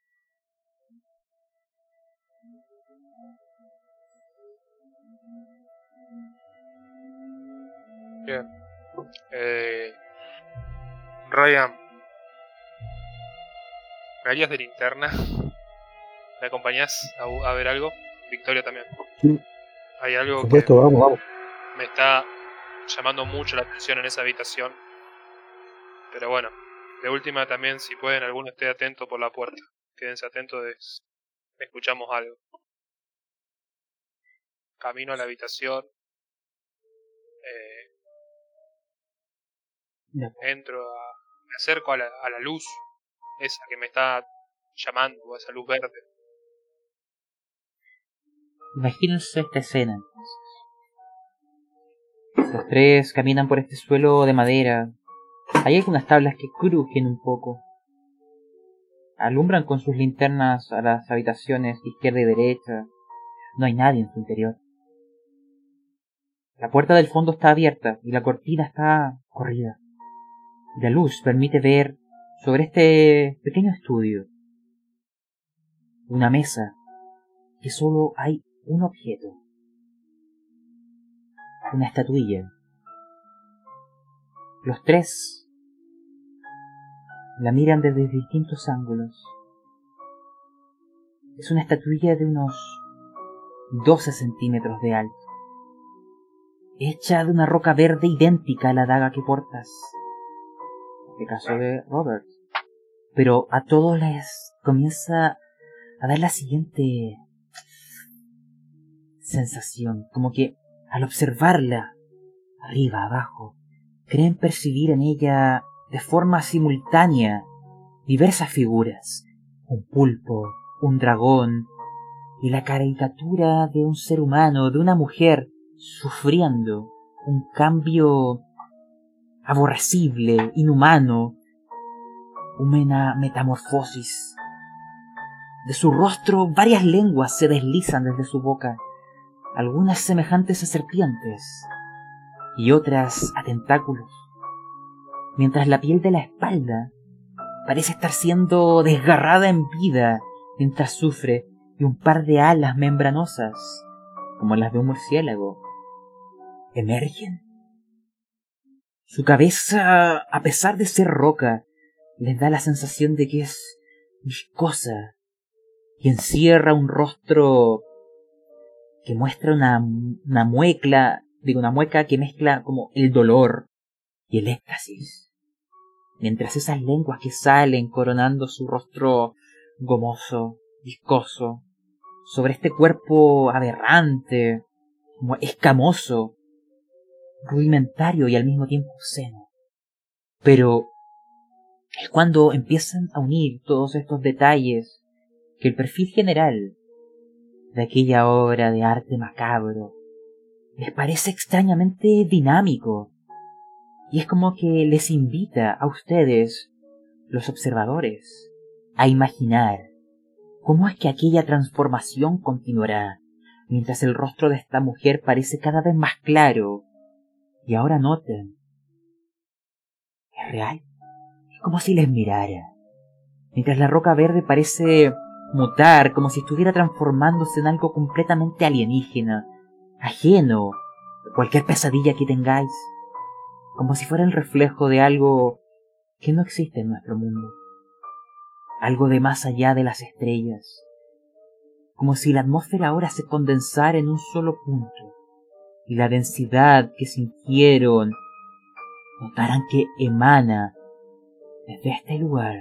Speaker 2: Bien. Eh, Ryan, ¿me harías de linterna? ¿Me acompañás a, a ver algo? Victoria también.
Speaker 4: Sí.
Speaker 2: Hay algo
Speaker 4: Por supuesto,
Speaker 2: que
Speaker 4: vamos, vamos.
Speaker 2: me está llamando mucho la atención en esa habitación. Pero bueno, de última también, si pueden, alguno esté atento por la puerta. Quédense atentos de si escuchamos algo. Camino a la habitación. Eh,
Speaker 1: No.
Speaker 2: entro a... Me acerco a la, a la luz. Esa que me está llamando, o esa luz verde.
Speaker 1: Imagínense esta escena. Los tres caminan por este suelo de madera. Hay algunas tablas que crujen un poco. Alumbran con sus linternas a las habitaciones de izquierda y derecha. No hay nadie en su interior. La puerta del fondo está abierta y la cortina está corrida. La luz permite ver sobre este pequeño estudio una mesa que solo hay un objeto. Una estatuilla. Los tres la miran desde distintos ángulos. Es una estatuilla de unos doce centímetros de alto, hecha de una roca verde idéntica a la daga que portas, en este caso de Robert. Pero a todos les comienza a dar la siguiente sensación, como que al observarla, arriba, abajo, creen percibir en ella de forma simultánea diversas figuras, un pulpo, un dragón y la caricatura de un ser humano, de una mujer sufriendo un cambio aborrecible, inhumano, una metamorfosis. De su rostro varias lenguas se deslizan desde su boca, algunas semejantes a serpientes y otras a tentáculos, mientras la piel de la espalda parece estar siendo desgarrada en vida mientras sufre, y un par de alas membranosas, como las de un murciélago, emergen. Su cabeza, a pesar de ser roca, les da la sensación de que es viscosa y encierra un rostro que muestra una, una mueca, digo una mueca que mezcla como el dolor y el éxtasis, mientras esas lenguas que salen coronando su rostro gomoso, viscoso, sobre este cuerpo aberrante, como escamoso, rudimentario y al mismo tiempo obsceno. Pero es cuando empiezan a unir todos estos detalles que el perfil general de aquella obra de arte macabro les parece extrañamente dinámico, y es como que les invita a ustedes, los observadores, a imaginar ¿Cómo es que aquella transformación continuará, mientras el rostro de esta mujer parece cada vez más claro? Y ahora noten, es real, es como si les mirara, mientras la roca verde parece mutar, como si estuviera transformándose en algo completamente alienígena, ajeno a cualquier pesadilla que tengáis, como si fuera el reflejo de algo que no existe en nuestro mundo, algo de más allá de las estrellas, como si la atmósfera ahora se condensara en un solo punto, y la densidad que sintieron notaran que emana desde este lugar.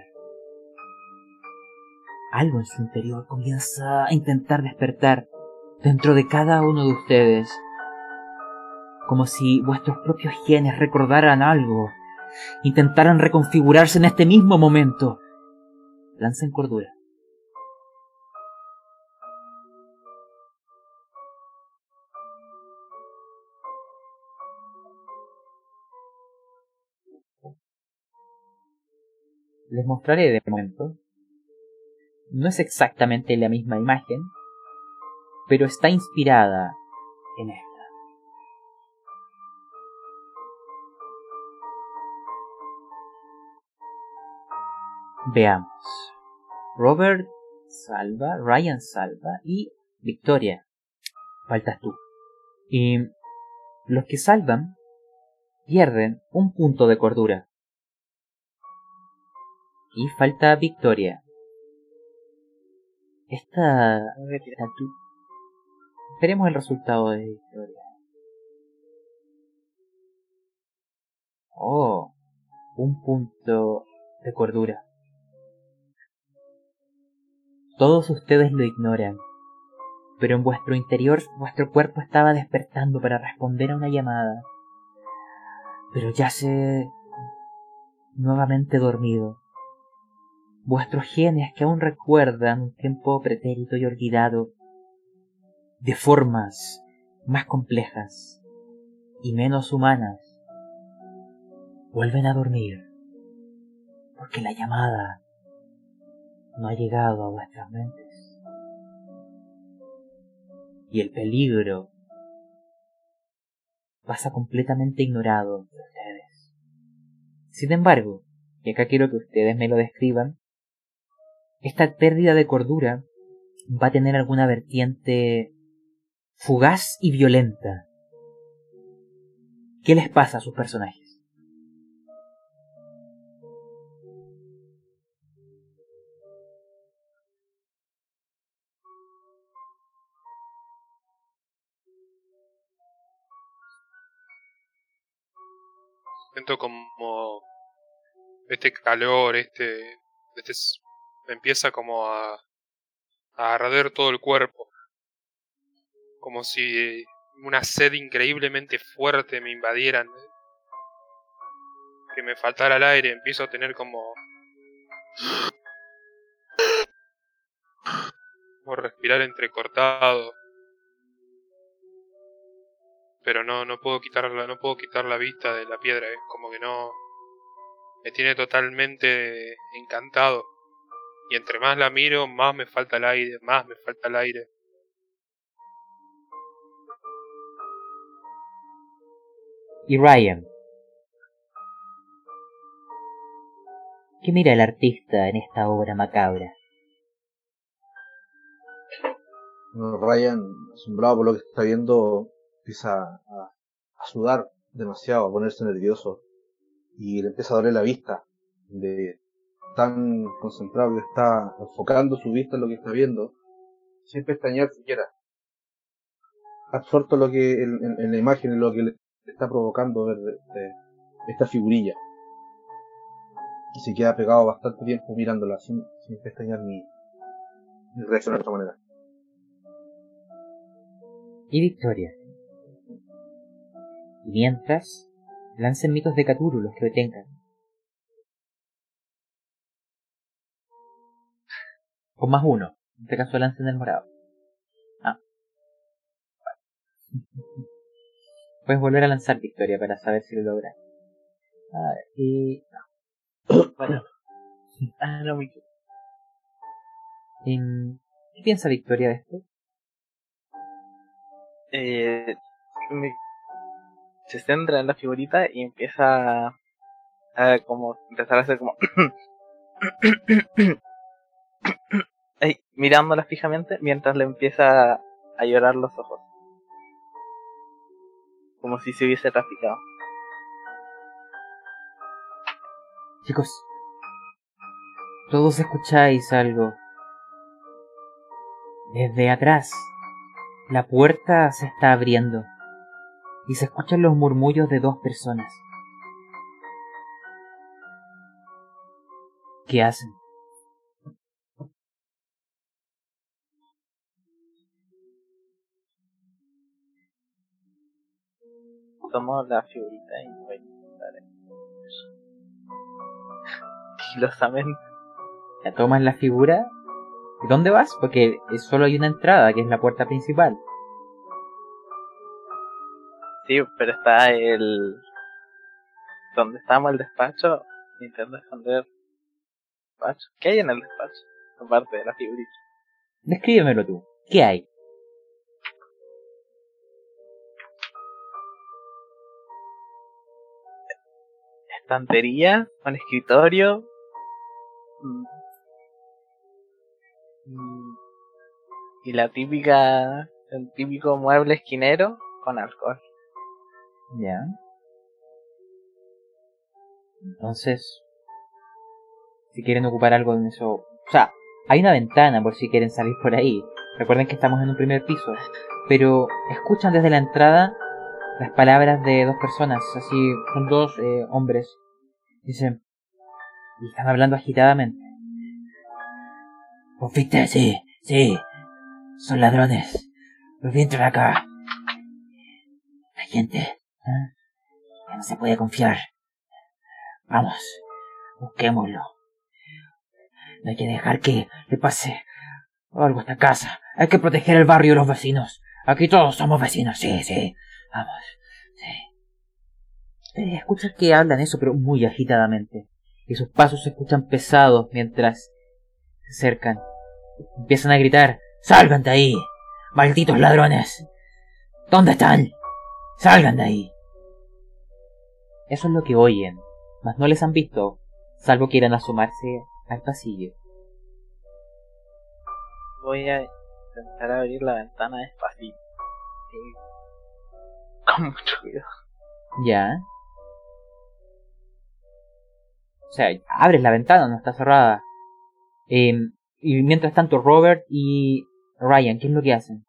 Speaker 1: Algo en su interior comienza a intentar despertar dentro de cada uno de ustedes, como si vuestros propios genes recordaran algo, intentaran reconfigurarse en este mismo momento. Lancen cordura. Les mostraré de momento. No es exactamente la misma imagen, pero está inspirada en esta. Veamos. Robert salva, Ryan salva y Victoria. Faltas tú. Y los que salvan pierden un punto de cordura. Y falta Victoria. Esta... esta tú. Veremos el resultado de Victoria. Oh, un punto de cordura. Todos ustedes lo ignoran, pero en vuestro interior vuestro cuerpo estaba despertando para responder a una llamada, pero yace nuevamente dormido. Vuestros genes que aún recuerdan un tiempo pretérito y olvidado, de formas más complejas y menos humanas, vuelven a dormir, porque la llamada no ha llegado a vuestras mentes. Y el peligro pasa completamente ignorado de ustedes. Sin embargo, y acá quiero que ustedes me lo describan, esta pérdida de cordura va a tener alguna vertiente fugaz y violenta. ¿Qué les pasa a sus personajes?
Speaker 2: Siento como este calor, este, este s- me empieza como a, a arder todo el cuerpo, como si una sed increíblemente fuerte me invadiera, que me faltara el aire, empiezo a tener como, como respirar entrecortado, pero no no puedo quitar la, no puedo quitar la vista de la piedra, es como que no me tiene totalmente encantado. Y entre más la miro, más me falta el aire, más me falta el aire.
Speaker 1: Y Ryan, ¿qué mira el artista en esta obra macabra?
Speaker 4: Bueno, Ryan, asombrado por lo que está viendo, empieza a, a sudar demasiado, a ponerse nervioso y le empieza a doler la vista, de tan concentrado que está enfocando su vista en lo que está viendo, sin pestañear siquiera, absorto lo que en, en- en la imagen, en lo que le está provocando ver de, de esta figurilla, y se queda pegado bastante tiempo mirándola sin, sin pestañear ni, ni reaccionar de otra manera.
Speaker 1: Y Victoria. Y mientras, lancen mitos de Cthulhu los que tengan. Con más uno. En este caso lancen el morado. Ah. Puedes volver a lanzar, Victoria, para saber si lo logras. A ver, y...
Speaker 3: Bueno, ah, no me equivoco.
Speaker 1: Em, ¿Qué piensa Victoria de esto?
Speaker 3: Eh, me- se centra en la figurita y empieza a, a como empezar a hacer como ay, mirándola fijamente mientras le empieza a llorar los ojos, como si se hubiese traficado.
Speaker 1: Chicos, todos escucháis algo. Desde atrás, la puerta se está abriendo y se escuchan los murmullos de dos personas. ¿Qué hacen?
Speaker 3: Tomo la figurita y voy a intentar sigilosamente.
Speaker 1: Ya tomas la figura. ¿Y dónde vas? Porque solo hay una entrada, que es la puerta principal.
Speaker 3: Sí, pero está el... donde estamos el despacho, intento esconder el despacho. ¿Qué hay en el despacho? Aparte de la figurita.
Speaker 1: Descríbemelo tú. ¿Qué hay?
Speaker 3: Estantería, un escritorio, mm, mm, y la típica, el típico mueble esquinero con alcohol.
Speaker 1: Ya. Entonces, si quieren ocupar algo en eso... O sea, hay una ventana por si quieren salir por ahí. Recuerden que estamos en un primer piso. Pero escuchan desde la entrada las palabras de dos personas. Así, son dos eh, hombres. Dicen... Y están hablando agitadamente. ¿Vos viste? Sí, sí. Son ladrones. Los vi entrar acá. La gente... ¿eh? Ya no se puede confiar. Vamos, busquémoslo. No hay que dejar que le pase algo a esta casa. Hay que proteger el barrio y los vecinos. Aquí todos somos vecinos, sí, sí. Vamos, sí. Eh, escuchan que hablan eso, pero muy agitadamente. Y sus pasos se escuchan pesados mientras se acercan. Empiezan a gritar: ¡salgan de ahí! ¡Malditos ladrones! ¿Dónde están? ¡Salgan de ahí! Eso es lo que oyen, mas no les han visto, salvo que irán a asomarse al pasillo.
Speaker 3: Voy a intentar abrir la ventana despacito. Y con mucho cuidado.
Speaker 1: Ya. O sea, abres la ventana, no está cerrada. Eh, y mientras tanto, Robert y Ryan, ¿qué es lo que hacen?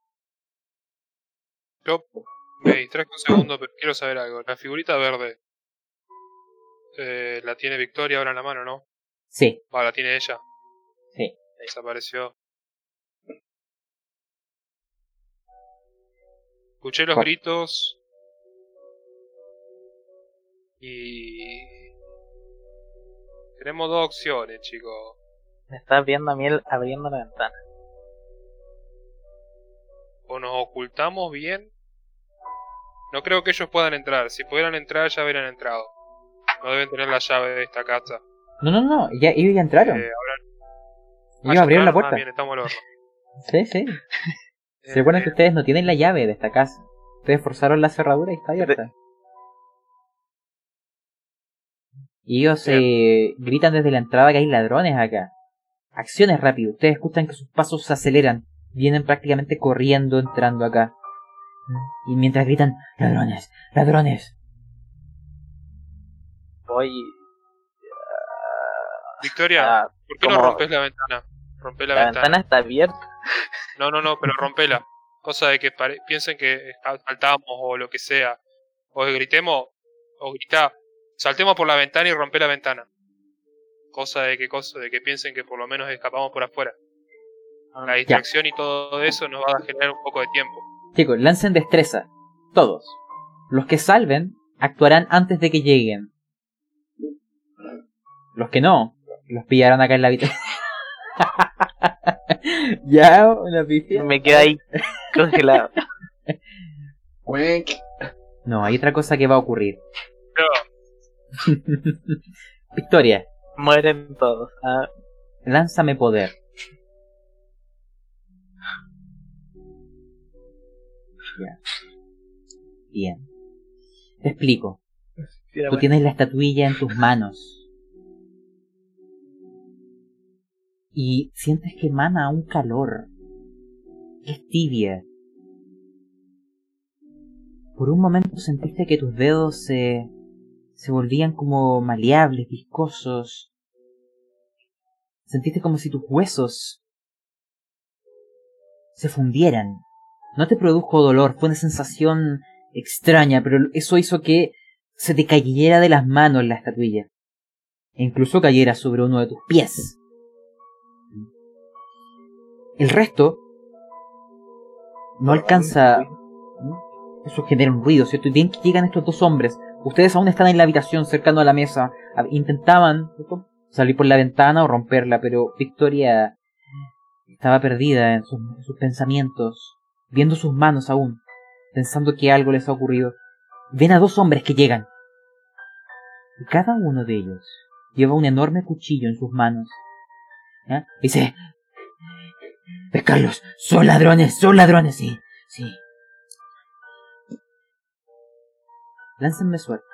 Speaker 2: Yo me distraigo un segundo, pero quiero saber algo. La figurita verde, eh, la tiene Victoria ahora en la mano, ¿no?
Speaker 1: Sí,
Speaker 2: Ah, la tiene ella.
Speaker 1: sí.
Speaker 2: Desapareció. Escuché los
Speaker 1: ¿Cuál?
Speaker 2: gritos. Y... tenemos dos opciones, chicos.
Speaker 3: Me estás viendo a mí el- abriendo la ventana.
Speaker 2: O nos ocultamos bien. No creo que ellos puedan entrar. Si pudieran entrar, ya hubieran entrado. No deben tener la llave de esta casa.
Speaker 1: No, no, no, ya, ellos ya entraron.
Speaker 2: Eh, ahora-
Speaker 1: ellos
Speaker 2: Ah,
Speaker 1: abrieron
Speaker 2: ya
Speaker 1: la
Speaker 2: entraron.
Speaker 1: puerta.
Speaker 2: Ah, bien, estamos al horno.
Speaker 1: Sí, sí. Se recuerdan que
Speaker 2: Eh,
Speaker 1: ustedes no tienen la llave de esta casa. Ustedes forzaron la cerradura y está abierta. Y ellos eh, gritan desde la entrada que hay ladrones acá. Acciones rápidas. Ustedes escuchan que sus pasos se aceleran. Vienen prácticamente corriendo entrando acá. Y mientras gritan: ladrones, ladrones.
Speaker 3: Voy...
Speaker 2: Victoria,
Speaker 3: ah,
Speaker 2: ¿por qué no
Speaker 3: como-
Speaker 2: rompes la ventana? Rompé la,
Speaker 3: la
Speaker 2: ventana.
Speaker 3: ventana está abierta.
Speaker 2: No, no, no, pero rompela. Cosa de que pare- piensen que saltamos o lo que sea. O gritemos, o grita, saltemos por la ventana y rompe la ventana. Cosa de que cosa de que piensen que por lo menos escapamos por afuera. La distracción y todo eso nos va a generar un poco de tiempo.
Speaker 1: Chicos, lancen destreza. Todos. Los que salven actuarán antes de que lleguen. Los que no, los pillaron acá en la habitación. Ya, una pifia.
Speaker 3: Me quedo ahí congelado.
Speaker 4: Cuenc.
Speaker 1: No, hay otra cosa que va a ocurrir.
Speaker 2: Pero,
Speaker 1: Victoria,
Speaker 3: Mueren todos. Ah,
Speaker 1: lánzame poder. Ya. Bien. Te explico. Tú tienes la estatuilla en tus manos. Y sientes que emana un calor. Que es tibia. Por un momento sentiste que tus dedos se, se volvían como maleables, viscosos. Sentiste como si tus huesos se fundieran. No te produjo dolor, fue una sensación extraña, pero eso hizo que se te cayera de las manos la estatuilla. E incluso cayera sobre uno de tus pies. El resto no alcanza... Eso genera un ruido, ¿cierto? Y bien que llegan estos dos hombres. Ustedes aún están en la habitación, cercano a la mesa. Intentaban, ¿cierto?, salir por la ventana o romperla, pero Victoria estaba perdida en sus, en sus pensamientos, viendo sus manos aún, pensando que algo les ha ocurrido. Ven a dos hombres que llegan. Y cada uno de ellos lleva un enorme cuchillo en sus manos. ¿Ya? Dice... Pescarlos, son ladrones, son ladrones, sí, sí. Láncenme suerte.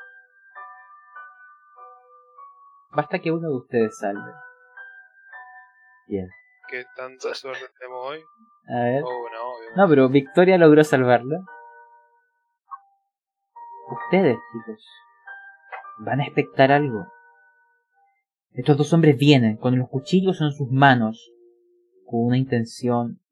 Speaker 1: Basta que uno de ustedes salve. Bien.
Speaker 2: ¿Qué tanta suerte tenemos hoy?
Speaker 1: A ver.
Speaker 2: Oh, no, obvio.
Speaker 1: No, pero Victoria logró salvarla. Ustedes, chicos, van a expectar algo. Estos dos hombres vienen con los cuchillos en sus manos, con una intención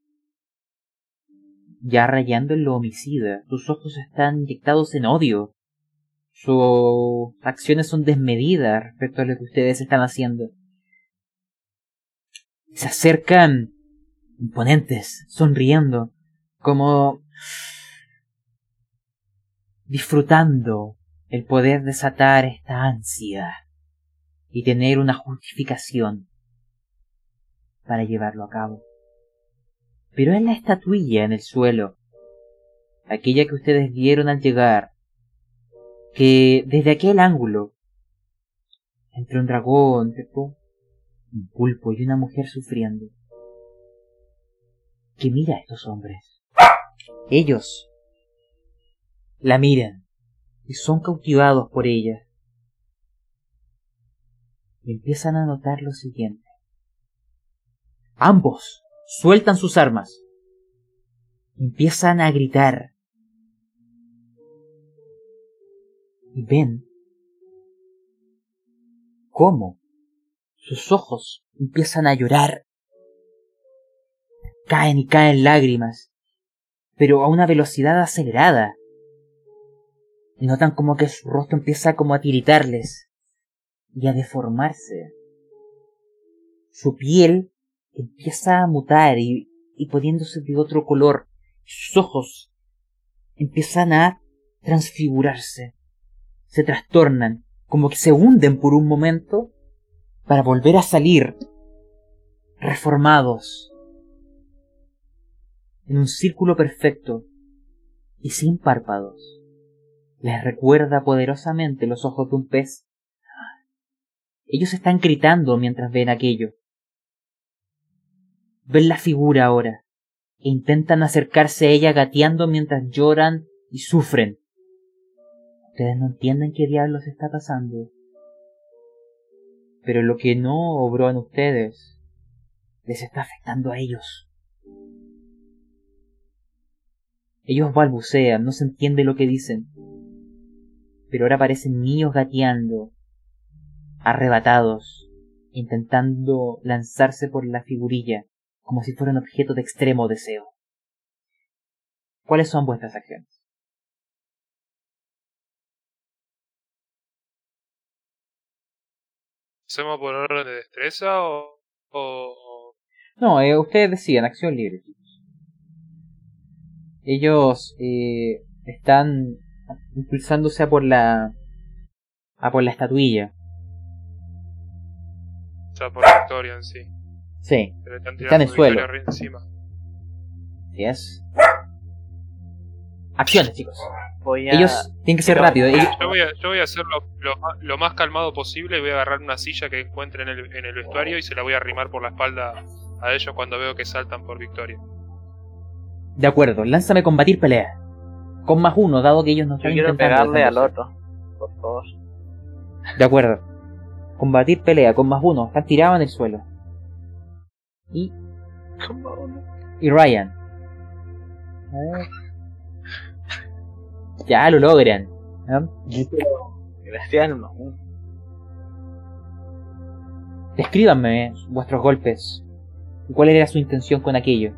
Speaker 1: ya rayando en lo homicida. Sus ojos están inyectados en odio. Sus acciones son desmedidas respecto a lo que ustedes están haciendo. Se acercan imponentes, sonriendo, como disfrutando el poder desatar esta ansia y tener una justificación para llevarlo a cabo. Pero es la estatuilla en el suelo, aquella que ustedes vieron al llegar, que desde aquel ángulo, entre un dragón, un pulpo y una mujer sufriendo, que mira a estos hombres. Ellos la miran y son cautivados por ella. Y empiezan a notar lo siguiente. Ambos sueltan sus armas. Empiezan a gritar. Y ven cómo sus ojos empiezan a llorar. Caen y caen lágrimas, pero a una velocidad acelerada. Y notan como que su rostro empieza como a tiritarles y a deformarse. Su piel empieza a mutar y, y poniéndose de otro color. Sus ojos empiezan a transfigurarse. Se trastornan, como que se hunden por un momento para volver a salir reformados en un círculo perfecto y sin párpados. Les recuerda poderosamente los ojos de un pez. Ellos están gritando mientras ven aquello. Ven la figura ahora e intentan acercarse a ella gateando mientras lloran y sufren. Ustedes no entienden qué diablos está pasando. Pero lo que no obró en ustedes les está afectando a ellos. Ellos balbucean, no se entiende lo que dicen. Pero ahora parecen niños gateando, arrebatados, intentando lanzarse por la figurilla, como si fuera un objeto de extremo deseo. ¿Cuáles son vuestras acciones?
Speaker 2: ¿Hacemos por orden de destreza o...? o...
Speaker 1: No, eh, ustedes decían, acción libre, chicos. Ellos eh, están impulsándose a por la... a por la estatuilla.
Speaker 2: O sea, por la Victoria en sí.
Speaker 1: Sí,
Speaker 2: Pero están
Speaker 1: está en
Speaker 2: tirando
Speaker 1: el suelo.
Speaker 2: Victoria arriba encima.
Speaker 1: Sí es. Acciones, chicos.
Speaker 3: Voy a...
Speaker 1: Ellos tienen que ser
Speaker 3: Yo-
Speaker 1: rápidos. Ellos...
Speaker 2: Yo voy a, yo voy a hacer lo, lo, ma- lo más calmado posible y voy a agarrar una silla que encuentre en el, en el vestuario y se la voy a arrimar por la espalda a ellos cuando veo que saltan por Victoria.
Speaker 1: De acuerdo, lánzame combatir pelea. Con más uno, dado que ellos no
Speaker 3: Yo
Speaker 1: están
Speaker 3: quiero
Speaker 1: intentando
Speaker 3: pegarle al
Speaker 1: defenderse.
Speaker 3: otro, por favor.
Speaker 1: De acuerdo. Combatir pelea con más uno. Están tirados en el suelo. Y... Y Ryan. A ver. Ya lo logran. ¿No?
Speaker 3: Gracias, no.
Speaker 1: Descríbanme vuestros golpes. ¿Cuál era su intención con aquello?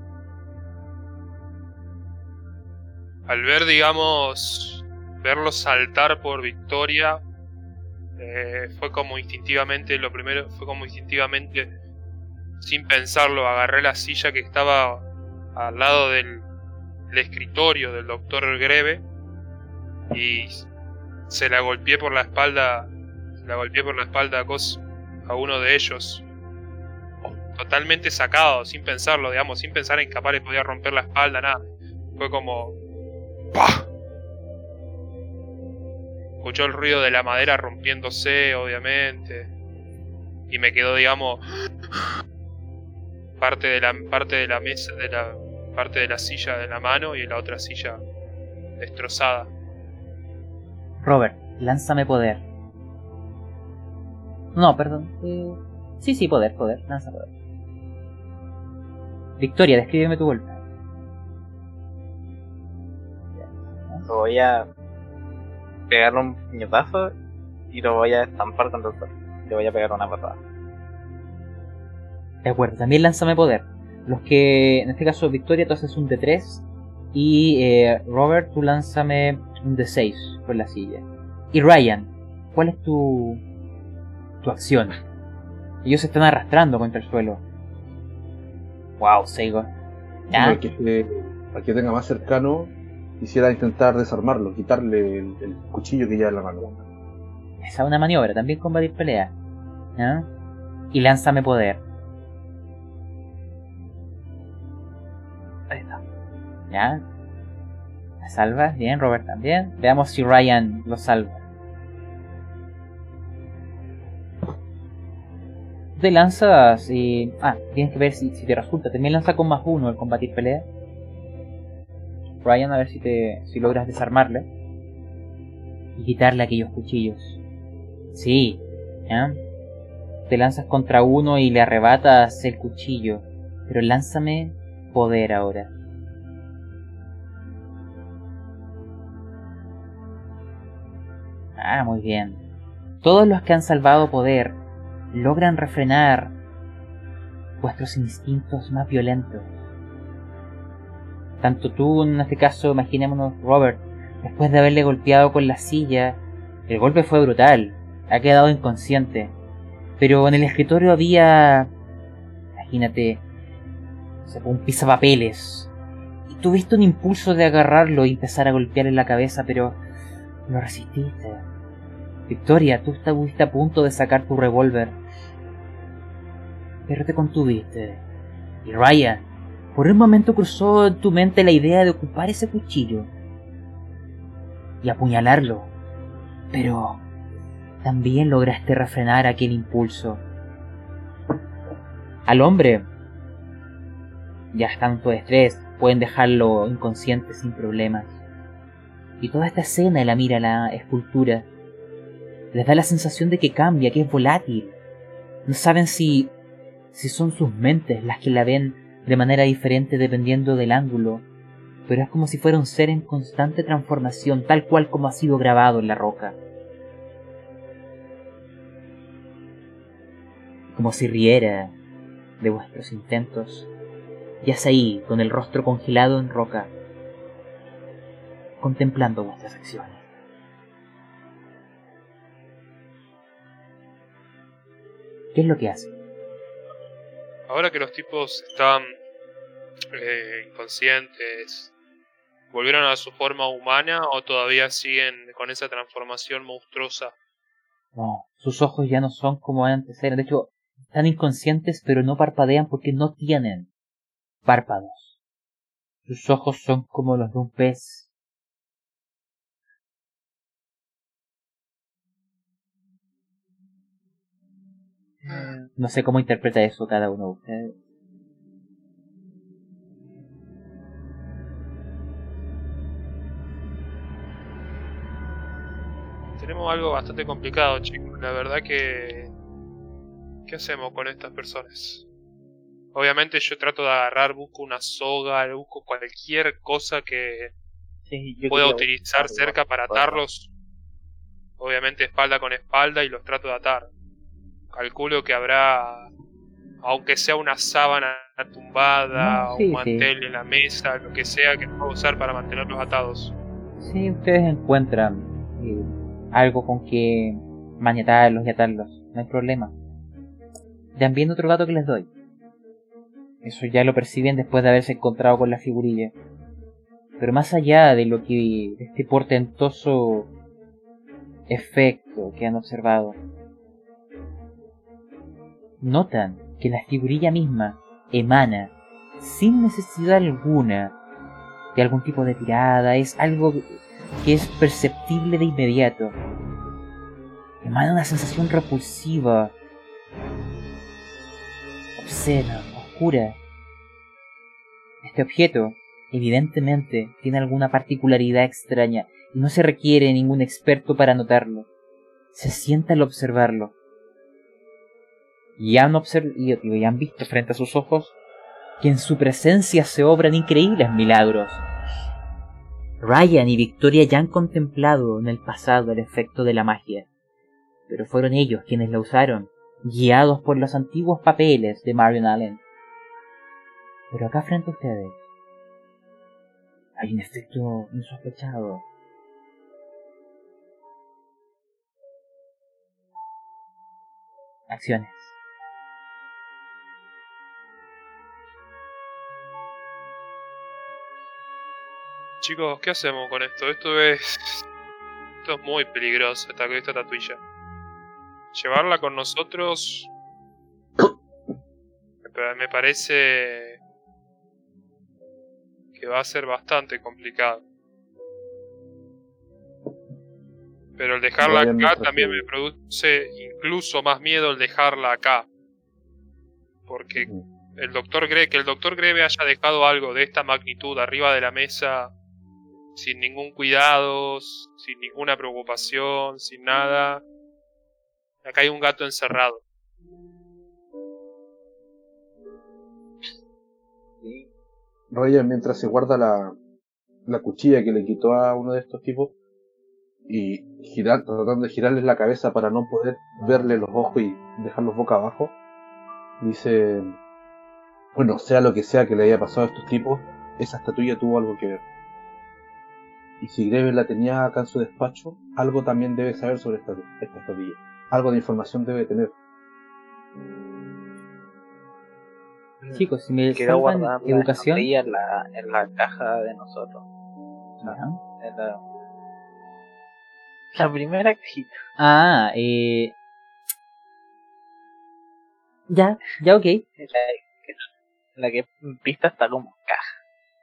Speaker 2: Al ver, digamos, verlo saltar por Victoria, eh, fue como instintivamente, lo primero fue como instintivamente, sin pensarlo, agarré la silla que estaba al lado del, del escritorio del doctor Greve y se la golpeé por la espalda, se la golpeé por la espalda a, cos, a uno de ellos, totalmente sacado, sin pensarlo, digamos, sin pensar en que capaz le podía romper la espalda, nada. Fue como ¡pah! Escuchó el ruido de la madera rompiéndose, obviamente, y me quedó, digamos, parte de la parte de la mesa, de la parte de la silla de la mano y la otra silla destrozada.
Speaker 1: Robert, lánzame poder. No, perdón. Eh... Sí, sí, poder, poder. Lanza poder. Victoria, descríbeme tu golpe.
Speaker 3: Voy a pegarle un puñetazo y lo voy a estampar contra el suelo. Le voy a pegar una patada.
Speaker 1: De acuerdo, también lánzame poder. Los que, en este caso Victoria, tú haces un D tres y eh, Robert, tú lánzame un D seis con la silla. Y Ryan, ¿cuál es tu tu acción? Ellos se están arrastrando contra el suelo. Wow, Seigo. ¿Ya?
Speaker 4: Al que, esté- al que tenga más cercano, quisiera intentar desarmarlo, quitarle el, el cuchillo que lleva en la mano.
Speaker 1: Esa es una maniobra, también combatir pelea. ¿Ya? Y lánzame poder.
Speaker 3: Ahí está.
Speaker 1: ¿Ya? ¿La salvas? Bien, Robert también. Veamos si Ryan lo salva. Tú te lanzas y... Ah, tienes que ver si, si te resulta. También lanza con más uno el combatir pelea. Ryan, a ver si te si logras desarmarle. Y quitarle aquellos cuchillos. Sí, ¿ya? Te lanzas contra uno y le arrebatas el cuchillo. Pero lánzame poder ahora. Ah, muy bien. Todos los que han salvado poder logran refrenar vuestros instintos más violentos. Tanto tú, en este caso, imaginémonos, Robert, después de haberle golpeado con la silla, el golpe fue brutal, ha quedado inconsciente. Pero en el escritorio había, imagínate, un pisapapeles. Y tuviste un impulso de agarrarlo y empezar a golpear en la cabeza, pero lo resististe. Victoria, tú estuviste a punto de sacar tu revólver, pero te contuviste. Y Ryan, por un momento cruzó en tu mente la idea de ocupar ese cuchillo y apuñalarlo, pero también lograste refrenar aquel impulso. Al hombre, ya tanto de estrés, pueden dejarlo inconsciente sin problemas. Y toda esta escena la mira la escultura. Les da la sensación de que cambia, que es volátil. No saben si, si son sus mentes las que la ven de manera diferente dependiendo del ángulo, pero es como si fuera un ser en constante transformación, tal cual como ha sido grabado en la roca. Como si riera de vuestros intentos, yace ahí con el rostro congelado en roca, contemplando vuestras acciones. ¿Qué es lo que hace?
Speaker 2: Ahora que los tipos están eh, inconscientes, ¿volvieron a su forma humana o todavía siguen con esa transformación monstruosa?
Speaker 1: No, sus ojos ya no son como antes eran. De hecho, están inconscientes, pero no parpadean porque no tienen párpados. Sus ojos son como los de un pez. No sé cómo interpreta eso cada uno de ustedes.
Speaker 2: tenemos algo bastante complicado, chicos. La verdad que... ¿Qué hacemos con estas personas? Obviamente yo trato de agarrar, busco una soga, busco cualquier cosa que
Speaker 3: Sí, yo
Speaker 2: pueda
Speaker 3: quería
Speaker 2: utilizar
Speaker 3: buscarlo,
Speaker 2: cerca para
Speaker 3: buscarlo.
Speaker 2: atarlos. Obviamente espalda con espalda y los trato de atar. Calculo que habrá, aunque sea una sábana tumbada,
Speaker 1: No, sí,
Speaker 2: un
Speaker 1: sí.
Speaker 2: mantel en la mesa, lo que sea que pueda usar para mantenerlos atados.
Speaker 1: Si ustedes encuentran eh, algo con que maniatarlos y atarlos, no hay problema. También otro dato que les doy. Eso ya lo perciben después de haberse encontrado con la figurilla. Pero más allá de lo que de este portentoso efecto que han observado, notan que la figurilla misma emana, sin necesidad alguna de algún tipo de tirada, es algo que es perceptible de inmediato. Emana una sensación repulsiva, obscena, oscura. Este objeto, evidentemente, tiene alguna particularidad extraña y no se requiere ningún experto para notarlo. Se siente al observarlo. Y han, observ- y, y han visto frente a sus ojos que en su presencia se obran increíbles milagros. Ryan y Victoria ya han contemplado en el pasado el efecto de la magia, pero fueron ellos quienes la usaron, guiados por los antiguos papeles de Marion Allen. Pero acá frente a ustedes hay un efecto insospechado. Acciones.
Speaker 2: Chicos, ¿qué hacemos con esto? Esto es... Esto es muy peligroso, esta, esta tatuilla. Llevarla con nosotros... me- Me parece... que va a ser bastante complicado. Pero el dejarla
Speaker 4: Ryan,
Speaker 2: acá
Speaker 4: mientras
Speaker 2: también
Speaker 4: que-
Speaker 2: me produce incluso más miedo el dejarla acá. Porque el doctor Greve, que el doctor Greve haya dejado algo de esta magnitud arriba de la mesa sin ningún cuidado, sin ninguna preocupación, sin nada. Acá hay un gato encerrado.
Speaker 3: Sí.
Speaker 4: Ryan, mientras se guarda la, la cuchilla que le quitó a uno de estos tipos y girar, tratando de girarles la cabeza para no poder verle los ojos y dejarlos boca abajo, dice: bueno, sea lo que sea que le haya pasado a estos tipos, esa estatuilla tuvo algo que ver. Y si Greve la tenía acá en su despacho, algo también debe saber sobre esta, esta estatuilla. Algo de información debe tener.
Speaker 1: Chicos, si me
Speaker 3: Quiero
Speaker 1: salvan
Speaker 3: guardar la
Speaker 1: educación...
Speaker 3: estatuilla en la, en la caja de nosotros.
Speaker 1: Ya.
Speaker 3: En la, la primera cajita.
Speaker 1: Ah, eh... Ya, ya, ok.
Speaker 3: En la, que- en la que en pista está como caja.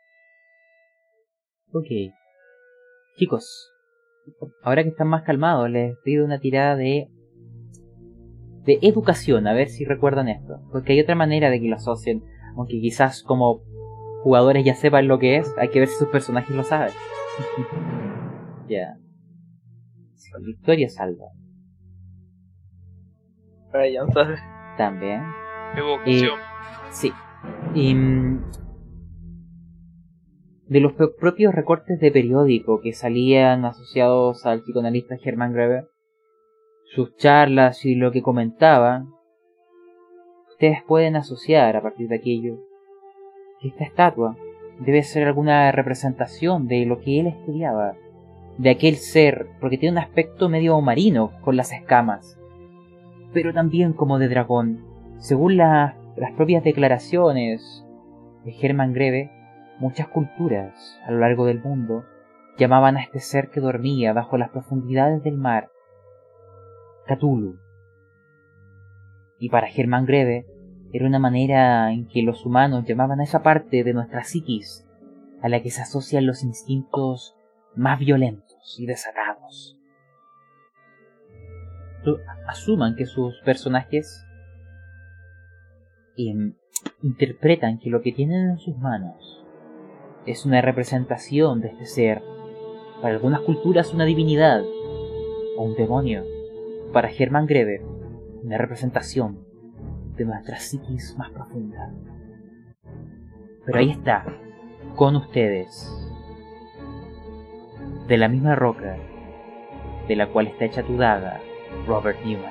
Speaker 1: Ok. Chicos, ahora que están más calmados, les pido una tirada de... de educación, a ver si recuerdan esto. Porque hay otra manera de que lo asocien, aunque quizás como jugadores ya sepan lo que es, hay que ver si sus personajes lo saben. Ya. Sí, Victoria salva.
Speaker 3: Ryan sabe.
Speaker 1: También.
Speaker 2: Evocación.
Speaker 1: Sí. Y, mm, de los pro- propios recortes de periódico que salían asociados al psicoanalista Hermann Greve, sus charlas y lo que comentaba, ustedes pueden asociar a partir de aquello que esta estatua debe ser alguna representación de lo que él estudiaba, de aquel ser, porque tiene un aspecto medio marino con las escamas, pero también como de dragón. Según la- las propias declaraciones de Hermann Greve, muchas culturas a lo largo del mundo llamaban a este ser que dormía bajo las profundidades del mar Cthulhu. Y para Hermann Greve era una manera en que los humanos llamaban a esa parte de nuestra psiquis a la que se asocian los instintos más violentos y desatados. Tú- Asuman que sus personajes em, interpretan que lo que tienen en sus manos es una representación de este ser, para algunas culturas una divinidad, o un demonio. Para Hermann Greve, una representación de nuestra psiquis más profunda. Pero ahí está, con ustedes, de la misma roca de la cual está hecha tu daga, Robert Newman.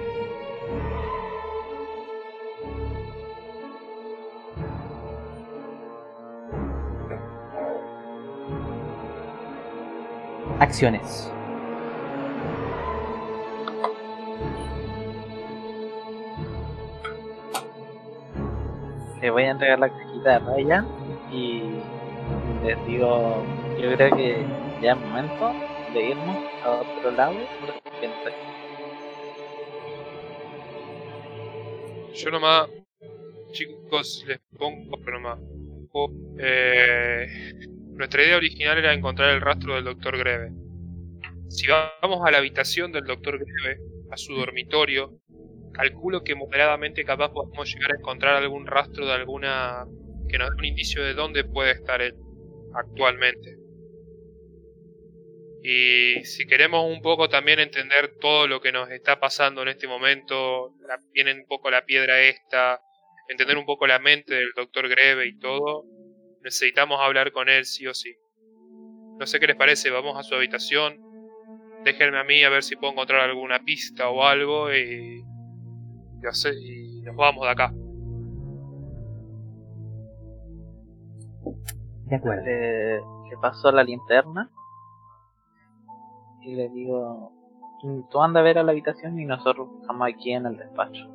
Speaker 1: Acciones.
Speaker 3: Le voy a entregar la cajita a Ryan y les digo, yo creo que ya es momento de irnos a otro lado porque no sé.
Speaker 2: Yo nomás, chicos, les pongo pero nomás. Eh, nuestra idea original era encontrar el rastro del doctor Greve. Si vamos a la habitación del doctor Greve, a su dormitorio, calculo que moderadamente capaz podemos llegar a encontrar algún rastro de alguna que nos dé un indicio de dónde puede estar él actualmente. Y si queremos un poco también entender todo lo que nos está pasando en este momento, la, viene un poco la piedra esta, entender un poco la mente del doctor Greve y todo, necesitamos hablar con él sí o sí. No sé qué les parece, vamos a su habitación, déjenme a mí a ver si puedo encontrar alguna pista o algo y, y, hacer, y nos vamos de acá.
Speaker 1: De acuerdo.
Speaker 3: Le, le paso la linterna y le digo, tú anda a ver a la habitación y nosotros estamos aquí en el despacho.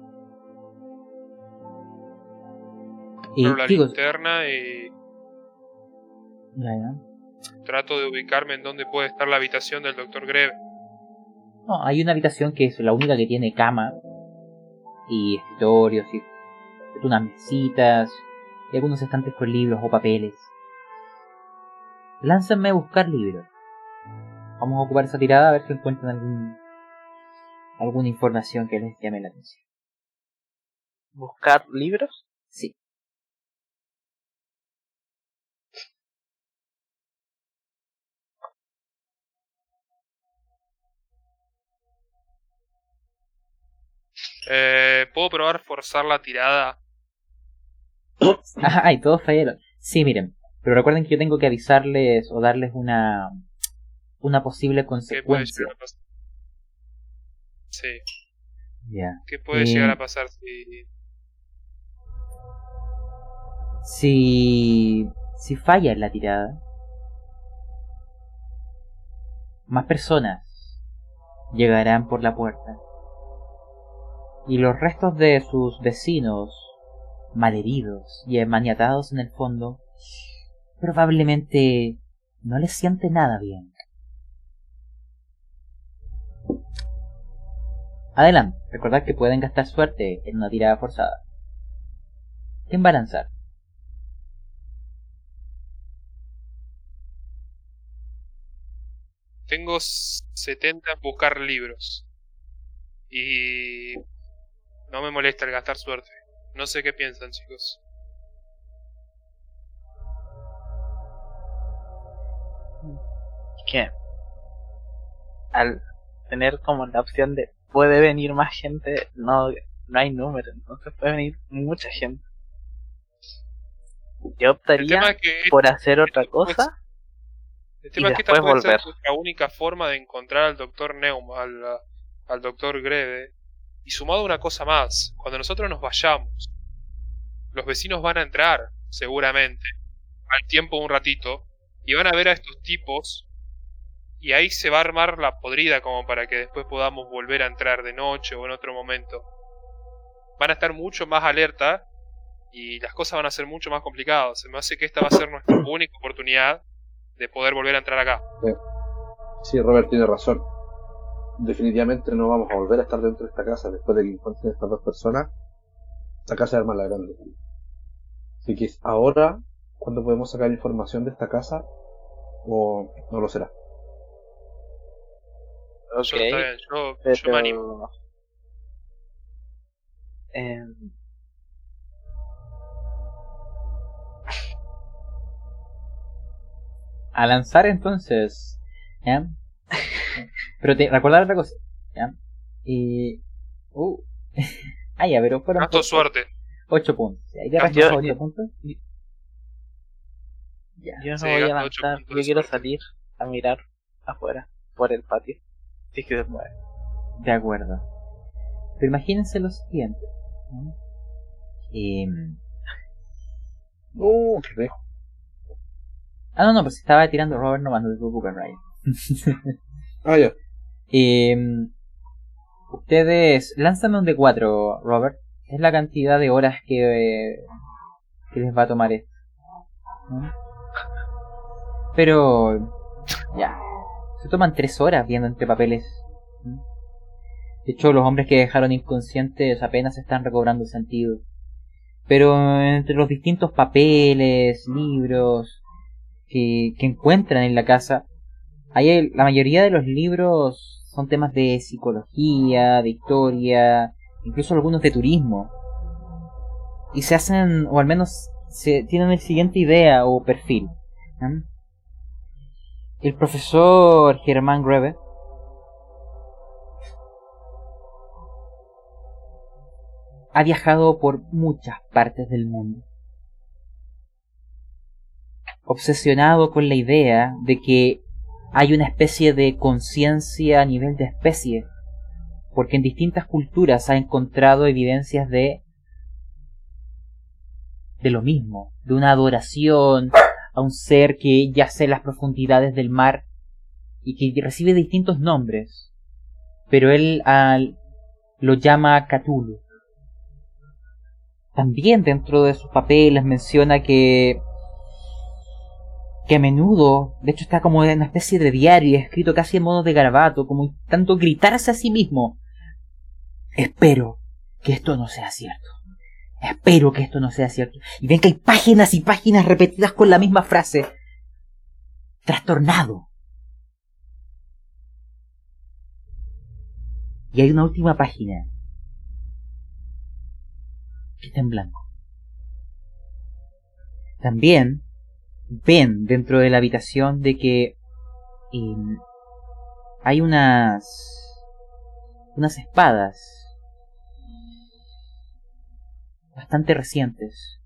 Speaker 1: Y
Speaker 2: Abro la
Speaker 1: digo,
Speaker 2: linterna y
Speaker 1: ya, ya.
Speaker 2: trato de ubicarme en dónde puede estar la habitación del doctor Greve.
Speaker 1: No, hay una habitación que es la única que tiene cama y escritorios y unas mesitas y algunos estantes con libros o papeles. Lánzanme a buscar libros. Vamos a ocupar esa tirada a ver si encuentran algún alguna información que les llame la atención.
Speaker 3: ¿Buscar libros?
Speaker 1: Sí.
Speaker 2: Eh, ¿Puedo probar forzar la tirada?
Speaker 1: Ay, todos fallaron. Sí, miren. Pero recuerden que yo tengo que avisarles o darles una una posible
Speaker 2: ¿Qué puede
Speaker 1: consecuencia.
Speaker 2: llegar a pasar? Sí.
Speaker 1: Ya.
Speaker 2: ¿Qué puede
Speaker 1: Eh,
Speaker 2: llegar a pasar si...
Speaker 1: Si si falla en la tirada, más personas llegarán por la puerta y los restos de sus vecinos malheridos y maniatados en el fondo probablemente no les siente nada bien. Adelante, recordad que pueden gastar suerte en una tirada forzada. ¿Quién va a lanzar?
Speaker 2: Tengo setenta en buscar libros. Y... no me molesta el gastar suerte. No sé qué piensan, chicos.
Speaker 3: Que al tener como la opción de puede venir más gente, no, no hay número, entonces puede venir mucha gente. Yo
Speaker 2: El
Speaker 3: optaría
Speaker 2: tema es que
Speaker 3: por hacer otra
Speaker 2: esto puede-
Speaker 3: cosa
Speaker 2: el
Speaker 3: y
Speaker 2: tema es que esta
Speaker 3: después
Speaker 2: puede
Speaker 3: volver.
Speaker 2: ser nuestra única forma de encontrar al doctor Neum, al, al doctor Greve. Y sumado a una cosa más, cuando nosotros nos vayamos, los vecinos van a entrar, seguramente, al tiempo un ratito, y van a ver a estos tipos, y ahí se va a armar la podrida como para que después podamos volver a entrar de noche o en otro momento. Van a estar mucho más alerta y las cosas van a ser mucho más complicadas. Se me hace que esta va a ser nuestra única oportunidad de poder volver a entrar acá.
Speaker 4: Sí, Robert tiene razón. Definitivamente no vamos a volver a estar dentro de esta casa después de que encuentren estas dos personas. Esta casa es más la grande. Así que es ahora cuando podemos sacar información de esta casa o no lo será.
Speaker 3: Ok,
Speaker 2: Yo, está bien, yo,
Speaker 3: pero...
Speaker 2: yo me animo.
Speaker 3: em,
Speaker 1: A lanzar entonces. ¿eh? Pero te recuerda otra cosa, ¿ya? Y... Uh. ah, ya, pero fueron...
Speaker 2: Gasto suerte.
Speaker 1: ocho puntos. ¿Y te
Speaker 2: Gasto
Speaker 1: restas
Speaker 3: suerte.
Speaker 1: ocho puntos? Ya.
Speaker 3: Yo no
Speaker 2: Sí,
Speaker 3: voy a
Speaker 2: gasto ocho
Speaker 3: avanzar,
Speaker 2: puntos
Speaker 3: yo
Speaker 2: de
Speaker 3: quiero
Speaker 2: suerte.
Speaker 3: salir a mirar afuera, por el patio. Si es que se puede.
Speaker 1: De acuerdo. Pero imagínense lo siguiente, ¿no? Eh...
Speaker 4: Uh, qué lejos.
Speaker 1: Ah, no, no, pues estaba tirando Robert nomás, no te preocupes, Ryan.
Speaker 4: Ah, ya.
Speaker 1: eh... Ustedes, lánzame un D cuatro, Robert. Es la cantidad de horas que, eh, que les va a tomar esto, ¿no? Pero... ya. Se toman tres horas viendo entre papeles. ¿no? De hecho, los hombres que dejaron inconscientes apenas están recobrando sentido. Pero entre los distintos papeles, libros que, que encuentran en la casa, hay, la mayoría de los libros son temas de psicología, de historia, incluso algunos de turismo. Y se hacen, o al menos se tienen el siguiente idea o perfil. ¿no? El profesor Germán Greve ha viajado por muchas partes del mundo, obsesionado con la idea de que hay una especie de conciencia a nivel de especie, porque en distintas culturas ha encontrado evidencias de de lo mismo, de una adoración a un ser que yace en las profundidades del mar y que recibe distintos nombres, pero él al, lo llama Cthulhu. También dentro de sus papeles menciona que que a menudo, de hecho está como en una especie de diario, escrito casi en modo de garabato, como tanto gritarse a sí mismo: espero que esto no sea cierto, espero que esto no sea cierto. Y ven que hay páginas y páginas repetidas con la misma frase: trastornado. Y hay una última página que está en blanco. También ven dentro de la habitación de que eh, hay unas unas espadas bastante recientes.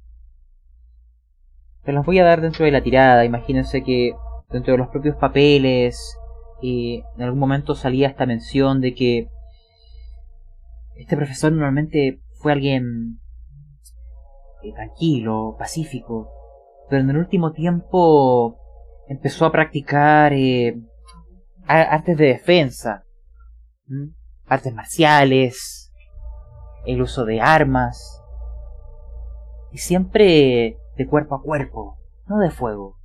Speaker 1: Se las voy a dar dentro de la tirada. Imagínense que dentro de los propios papeles eh, en algún momento salía esta mención de que este profesor normalmente fue alguien eh, tranquilo, pacífico, pero en el último tiempo empezó a practicar eh, artes de defensa, ¿m? artes marciales, el uso de armas, y siempre de cuerpo a cuerpo, no de fuego.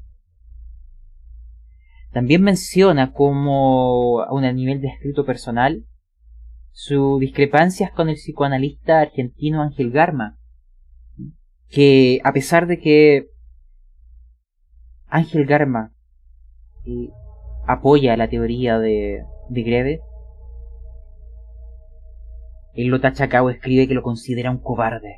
Speaker 1: También menciona como a un nivel de escrito personal sus discrepancias con el psicoanalista argentino Ángel Garma, que a pesar de que Ángel Garma eh, apoya la teoría de, de Greve, él lo tacha acá o escribe que lo considera un cobarde,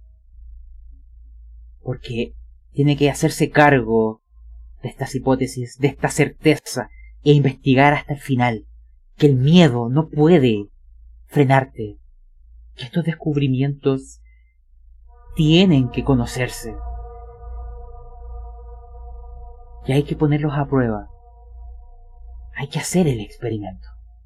Speaker 1: porque tiene que hacerse cargo de estas hipótesis, de esta certeza, e investigar hasta el final, que el miedo no puede frenarte, que estos descubrimientos tienen que conocerse, y hay que ponerlos a prueba, hay que hacer el experimento.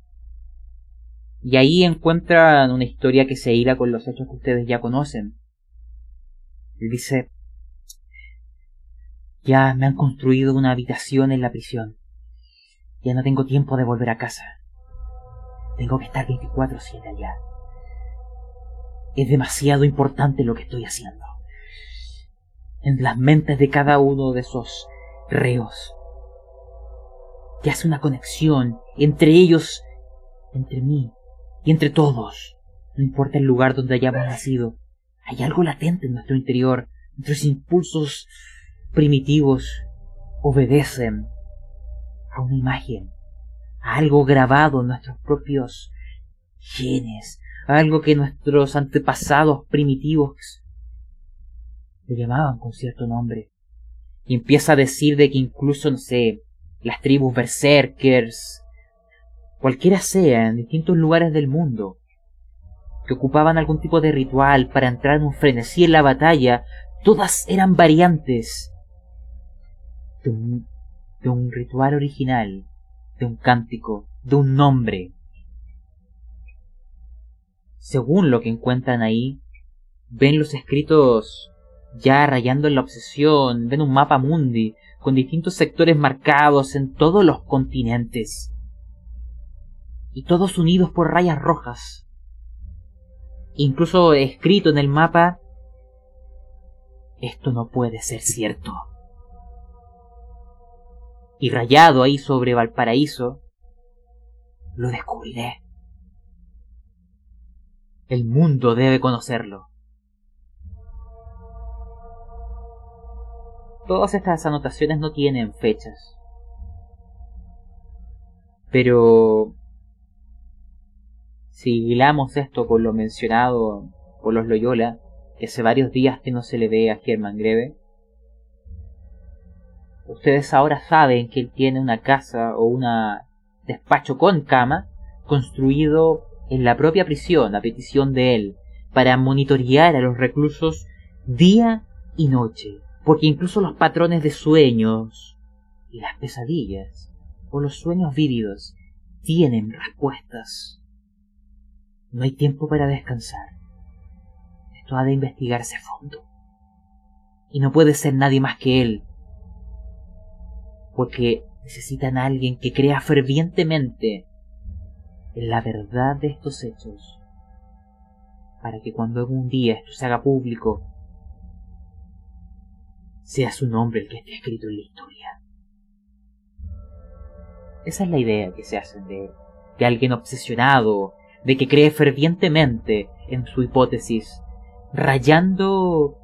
Speaker 1: Y ahí encuentran una historia que se hila con los hechos que ustedes ya conocen. Él dice: ya me han construido una habitación en la prisión, ya no tengo tiempo de volver a casa, tengo que estar veinticuatro siete allá. Es demasiado importante lo que estoy haciendo. En las mentes de cada uno de esos reos, que hace una conexión entre ellos, entre mí y entre todos. No importa el lugar donde hayamos nacido, hay algo latente en nuestro interior. Nuestros impulsos primitivos obedecen a una imagen, a algo grabado en nuestros propios genes, a algo que nuestros antepasados primitivos le llamaban con cierto nombre. Y empieza a decir de que incluso, no sé, las tribus berserkers cualquiera sea, en distintos lugares del mundo, que ocupaban algún tipo de ritual para entrar en un frenesí en la batalla, todas eran variantes de un, de un ritual original, de un cántico, de un nombre. Según lo que encuentran ahí, ven los escritos ya rayando en la obsesión, ven un mapa mundi con distintos sectores marcados en todos los continentes y todos unidos por rayas rojas. Incluso escrito en el mapa: esto no puede ser cierto. Y rayado ahí sobre Valparaíso: lo descubriré. El mundo debe conocerlo. Todas estas anotaciones no tienen fechas, pero si hilamos esto con lo mencionado por los Loyola, que hace varios días que no se le ve a Hermann Greve, ustedes ahora saben que él tiene una casa o un despacho con cama construido en la propia prisión a petición de él, para monitorear a los reclusos día y noche, porque incluso los patrones de sueños y las pesadillas o los sueños vívidos tienen respuestas. No hay tiempo para descansar. Esto ha de investigarse a fondo. Y no puede ser nadie más que él, porque necesitan a alguien que crea fervientemente en la verdad de estos hechos, para que cuando algún día esto se haga público, sea su nombre el que esté escrito en la historia. Esa es la idea que se hacen de él, de alguien obsesionado, de que cree fervientemente en su hipótesis, rayando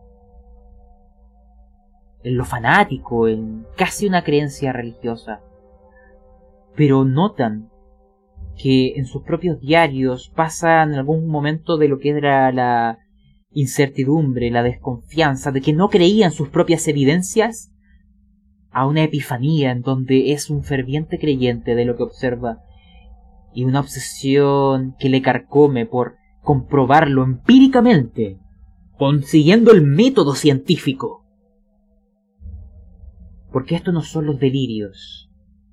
Speaker 1: en lo fanático, en casi una creencia religiosa. Pero notan que en sus propios diarios pasan en algún momento de lo que era la incertidumbre, la desconfianza, de que no creía en sus propias evidencias, a una epifanía en donde es un ferviente creyente de lo que observa y una obsesión que le carcome por comprobarlo empíricamente, consiguiendo el método científico. Porque esto no son los delirios,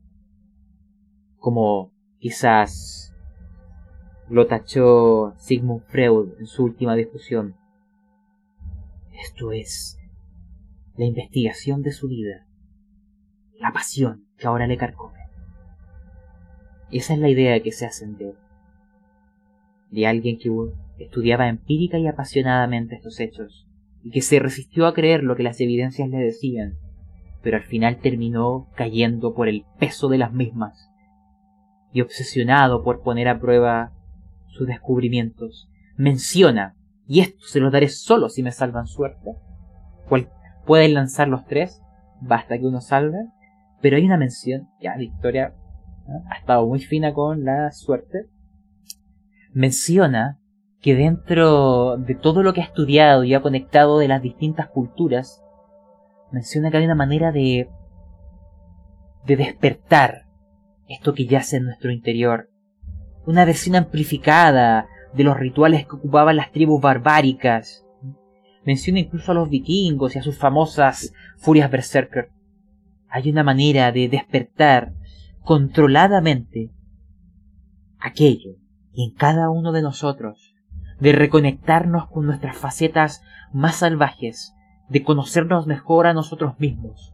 Speaker 1: como quizás lo tachó Sigmund Freud en su última discusión. Esto es la investigación de su vida, la pasión que ahora le carcome. Esa es la idea que se hacen de él, de alguien que estudiaba empírica y apasionadamente estos hechos, y que se resistió a creer lo que las evidencias le decían, pero al final terminó cayendo por el peso de las mismas, y obsesionado por poner a prueba sus descubrimientos. Menciona, y esto se los daré solo si me salvan suerte, cual, pueden lanzar los tres, basta que uno salve, pero hay una mención, ya Victoria ¿no? ha estado muy fina con la suerte, menciona que dentro de todo lo que ha estudiado y ha conectado de las distintas culturas, menciona que hay una manera de de despertar esto que yace en nuestro interior, una versión amplificada de los rituales que ocupaban las tribus barbáricas. Menciona incluso a los vikingos y a sus famosas furias berserker. Hay una manera de despertar controladamente aquello y en cada uno de nosotros, de reconectarnos con nuestras facetas más salvajes, de conocernos mejor a nosotros mismos.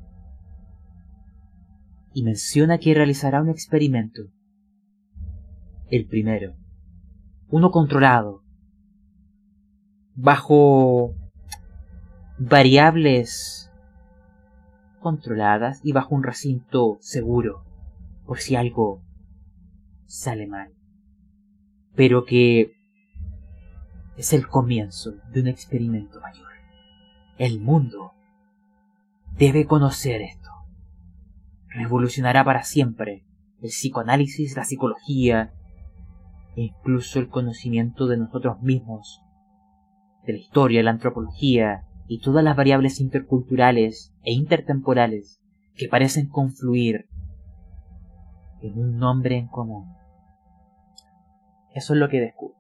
Speaker 1: Y menciona que realizará un experimento. El primero. Uno controlado. Bajo variables controladas y bajo un recinto seguro, por si algo sale mal. Pero que es el comienzo de un experimento mayor. El mundo debe conocer esto. Revolucionará para siempre el psicoanálisis, la psicología e incluso el conocimiento de nosotros mismos, de la historia, la antropología y todas las variables interculturales e intertemporales que parecen confluir en un nombre en común: Eso es lo que descubro.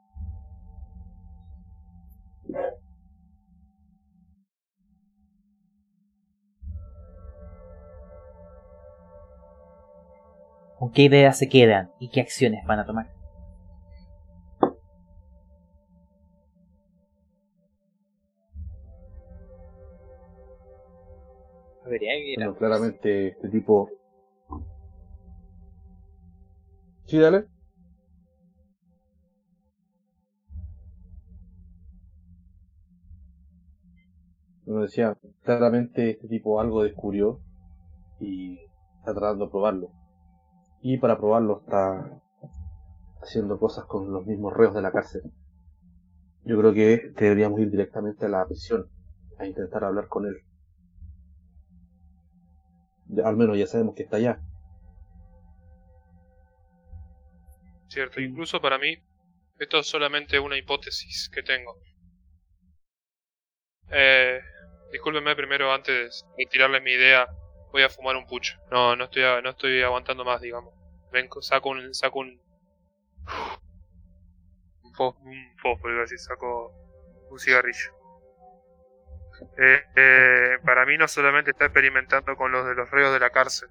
Speaker 1: ¿Con qué ideas se quedan y qué acciones van a tomar?
Speaker 3: Habría que ir a...
Speaker 4: Bueno, claramente este tipo... Sí, dale. Como decía, claramente este tipo algo descubrió y está tratando de probarlo. Y para probarlo está haciendo cosas con los mismos reos de la cárcel. Yo creo que deberíamos ir directamente a la prisión a intentar hablar con él. Ya, al menos ya sabemos que está allá.
Speaker 2: Cierto, incluso para mí, esto es solamente una hipótesis que tengo. Eh, discúlpenme primero, antes de tirarles mi idea, voy a fumar un pucho. No, no estoy, a- no estoy aguantando más, digamos. Vengo, saco un, saco un, un, fo- un fósforo, así, saco un cigarrillo. Eh, eh, para mí no solamente está experimentando con los de los reos de la cárcel.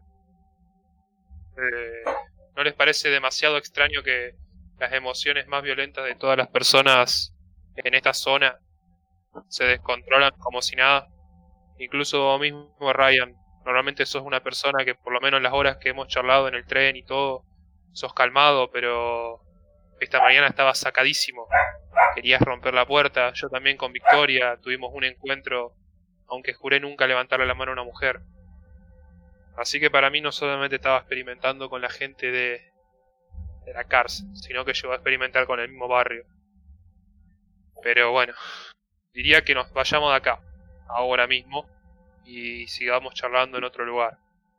Speaker 2: Eh, ¿no les parece demasiado extraño que las emociones más violentas de todas las personas en esta zona se descontrolan como si nada? Incluso vos mismo, Ryan, normalmente sos una persona que por lo menos en las horas que hemos charlado en el tren y todo, sos calmado, pero esta mañana estabas sacadísimo. Querías romper la puerta, yo también con Victoria tuvimos un encuentro, aunque juré nunca levantarle la mano a una mujer. Así que para mí no solamente estaba experimentando con la gente de, de la cárcel, sino que llegó a experimentar con el mismo barrio. Pero bueno, diría que nos vayamos de acá, ahora mismo, y sigamos charlando en otro lugar.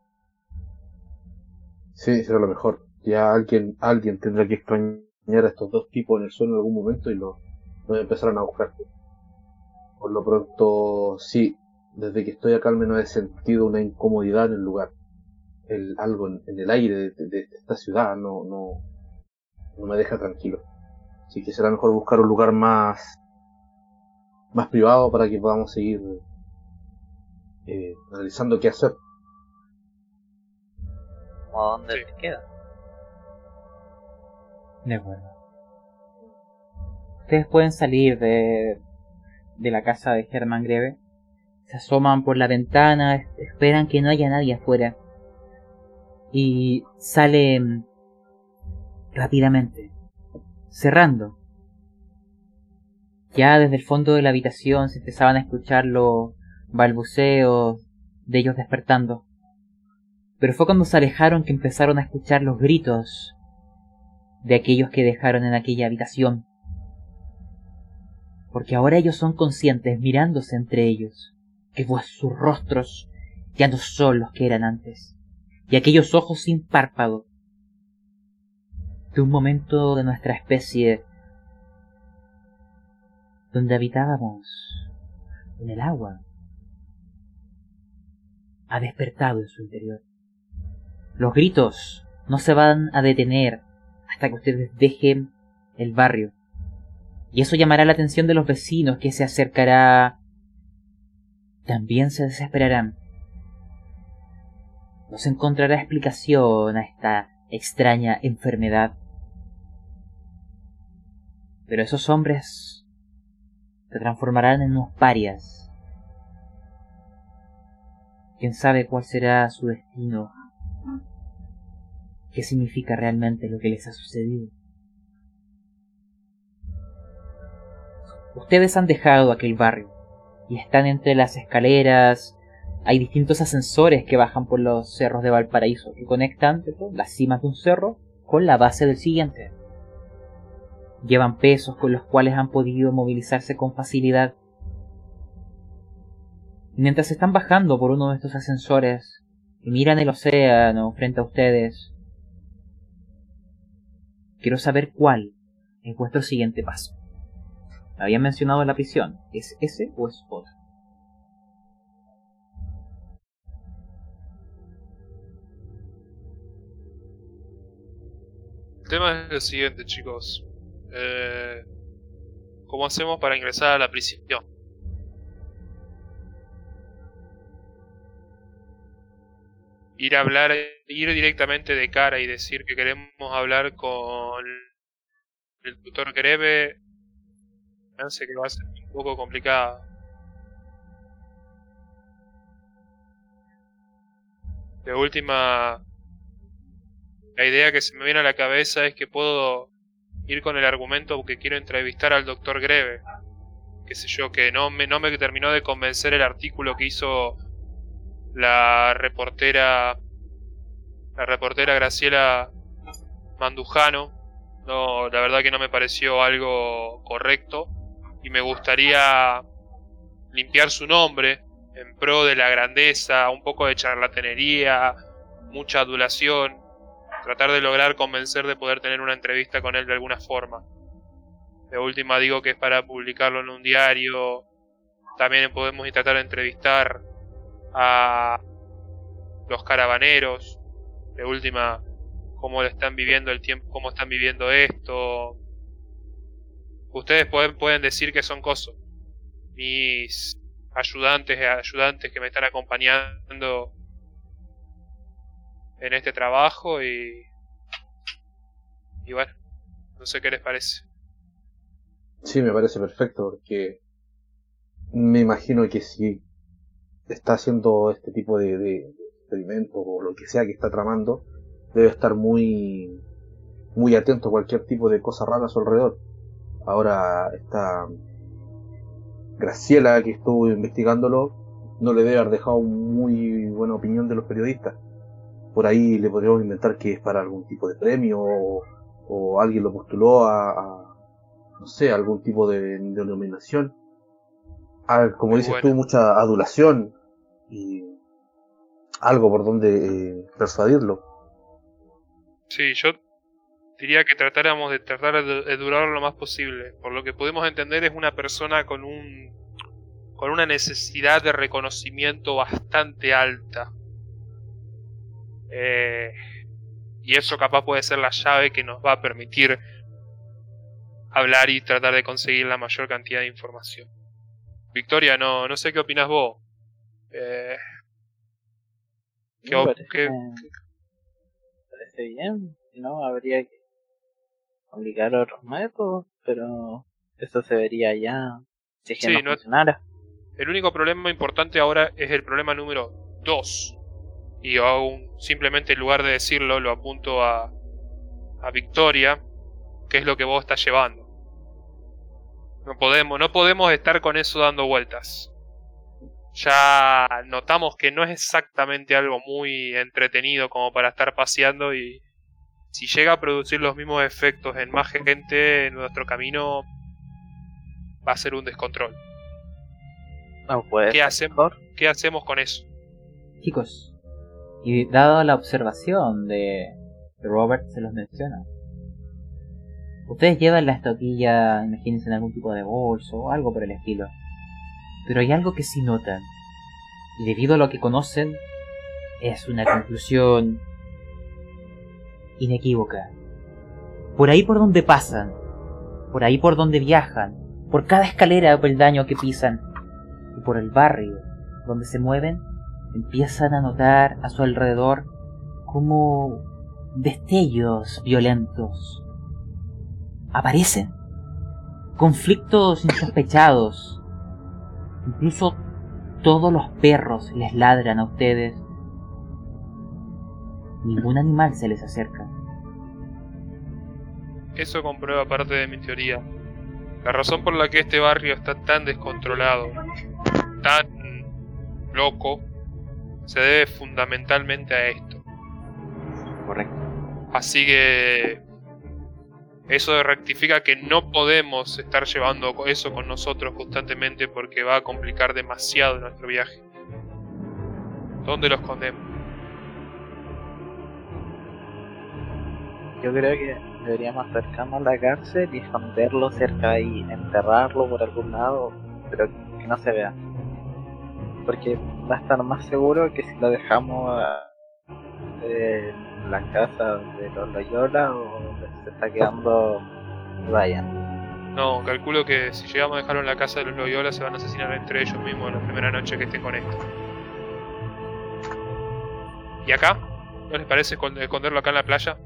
Speaker 4: Sí, será lo mejor. Ya alguien, alguien tendrá que extrañar a estos dos tipos en el suelo en algún momento y los, los empezarán a buscar. Por lo pronto, sí, desde que estoy acá al menos he sentido una incomodidad en el lugar. El, algo en, en el aire de, de- de esta ciudad no, no, no me deja tranquilo. Así que será mejor buscar un lugar más, más privado para que podamos seguir eh, analizando qué hacer.
Speaker 3: ¿Cómo dónde
Speaker 2: Sí.
Speaker 3: te queda?
Speaker 1: De acuerdo. Ustedes pueden salir de, de la casa de Hermann Greve. Se asoman por la ventana, es- esperan que no haya nadie afuera. Y salen rápidamente, cerrando. Ya desde el fondo de la habitación se empezaban a escuchar los balbuceos de ellos despertando. Pero fue cuando se alejaron que empezaron a escuchar los gritos de aquellos que dejaron en aquella habitación. Porque ahora ellos son conscientes, mirándose entre ellos, que pues sus rostros ya no son los que eran antes. Y aquellos ojos sin párpado, de un momento de nuestra especie donde habitábamos en el agua, ha despertado en su interior. Los gritos no se van a detener hasta que ustedes dejen el barrio. Y eso llamará la atención de los vecinos, que se acercará. También se desesperarán. No se encontrará explicación a esta extraña enfermedad. Pero esos hombres se transformarán en unos parias. Quién sabe cuál será su destino. ¿Qué significa realmente lo que les ha sucedido? Ustedes han dejado aquel barrio y están entre las escaleras. Hay distintos ascensores que bajan por los cerros de Valparaíso, que conectan las cimas de un cerro con la base del siguiente. Llevan pesos con los cuales han podido movilizarse con facilidad. Mientras están bajando por uno de estos ascensores y miran el océano frente a ustedes, quiero saber cuál es vuestro siguiente paso. Me habían mencionado la prisión. ¿Es ese o es otro?
Speaker 2: El tema es el siguiente, chicos. Eh, ¿Cómo hacemos para ingresar a la prisión? Ir a hablar, ir directamente de cara y decir que queremos hablar con el doctor Greve, me parece que va a ser un poco complicado. De última, la idea que se me viene a la cabeza es que puedo ir con el argumento que quiero entrevistar al doctor Greve. Qué sé yo, que no me, no me terminó de convencer el artículo que hizo la reportera, la reportera Graciela Mandujano. No, la verdad que no me pareció algo correcto y me gustaría limpiar su nombre en pro de la grandeza, un poco de charlatanería, mucha adulación, tratar de lograr convencer de poder tener una entrevista con él de alguna forma. De última digo que es para publicarlo en un diario. También podemos tratar de entrevistar a los caravaneros. De última, cómo le están viviendo el tiempo, cómo están viviendo esto. Ustedes pueden, pueden decir que son cosas. Mis ayudantes ayudantes que me están acompañando en este trabajo y y bueno, no sé qué les parece.
Speaker 4: Sí, me parece perfecto, porque me imagino que si está haciendo este tipo de, de experimento o lo que sea que está tramando, debe estar muy muy atento a cualquier tipo de cosa rara a su alrededor. Ahora esta Graciela, que estuvo investigándolo, no le debe haber dejado muy buena opinión de los periodistas. Por ahí le podríamos inventar que es para algún tipo de premio o, o alguien lo postuló a, a no sé, algún tipo de, de nominación. Ah, como
Speaker 2: Muy
Speaker 4: dices
Speaker 2: bueno.
Speaker 4: tú, mucha adulación y algo por donde eh, persuadirlo.
Speaker 2: Sí, yo diría que tratáramos de tratar de, de durar lo más posible. Por lo que podemos entender, es una persona con un con una necesidad de reconocimiento bastante alta. Eh, y eso capaz puede ser la llave que nos va a permitir hablar y tratar de conseguir la mayor cantidad de información. Victoria, no, no sé qué opinas vos. Eh, ¿qué,
Speaker 3: Me parece,
Speaker 2: qué,
Speaker 3: parece bien. Si no, habría que aplicar otros métodos, pero eso se vería ya si es que
Speaker 2: Sí,
Speaker 3: no
Speaker 2: no-
Speaker 3: funcionara.
Speaker 2: El único problema importante ahora es el problema número dos. Y aún simplemente en lugar de decirlo, lo apunto a, a Victoria, que es lo que vos estás llevando. No podemos, no podemos estar con eso dando vueltas. Ya notamos que no es exactamente algo muy entretenido como para estar paseando, y si llega a producir los mismos efectos en más gente en nuestro camino, va a ser un descontrol.
Speaker 3: No puede
Speaker 2: ¿Qué
Speaker 3: ser
Speaker 2: hacemos?
Speaker 3: mejor.
Speaker 2: ¿Qué hacemos con eso?
Speaker 1: Chicos, y dado la observación de que Robert se los menciona, ustedes llevan la estoquilla, imagínense, en algún tipo de bolso o algo por el estilo, pero hay algo que sí notan, y debido a lo que conocen, es una conclusión inequívoca. Por ahí por donde pasan, por ahí por donde viajan, por cada escalera o peldaño que pisan, y por el barrio donde se mueven, empiezan a notar a su alrededor como destellos violentos. Aparecen conflictos insospechados. Incluso todos los perros les ladran a ustedes. Ningún animal se les acerca.
Speaker 2: Eso comprueba parte de mi teoría. La razón por la que este barrio está tan descontrolado, tan loco, se debe fundamentalmente a esto.
Speaker 3: Correcto.
Speaker 2: Así que eso rectifica que no podemos estar llevando eso con nosotros constantemente, porque va a complicar demasiado nuestro viaje. ¿Dónde lo escondemos?
Speaker 3: Yo creo que deberíamos acercarnos a la cárcel y esconderlo cerca de ahí, enterrarlo por algún lado, pero que no se vea. Porque va a estar más seguro que si lo dejamos a- en la casa de los Loyola o donde se está quedando Ryan.
Speaker 2: No, calculo que si llegamos a dejarlo en la casa de los Loyola se van a asesinar entre ellos mismos la primera noche que estén con esto. ¿Y acá? ¿No les parece escond- esconderlo acá en la playa?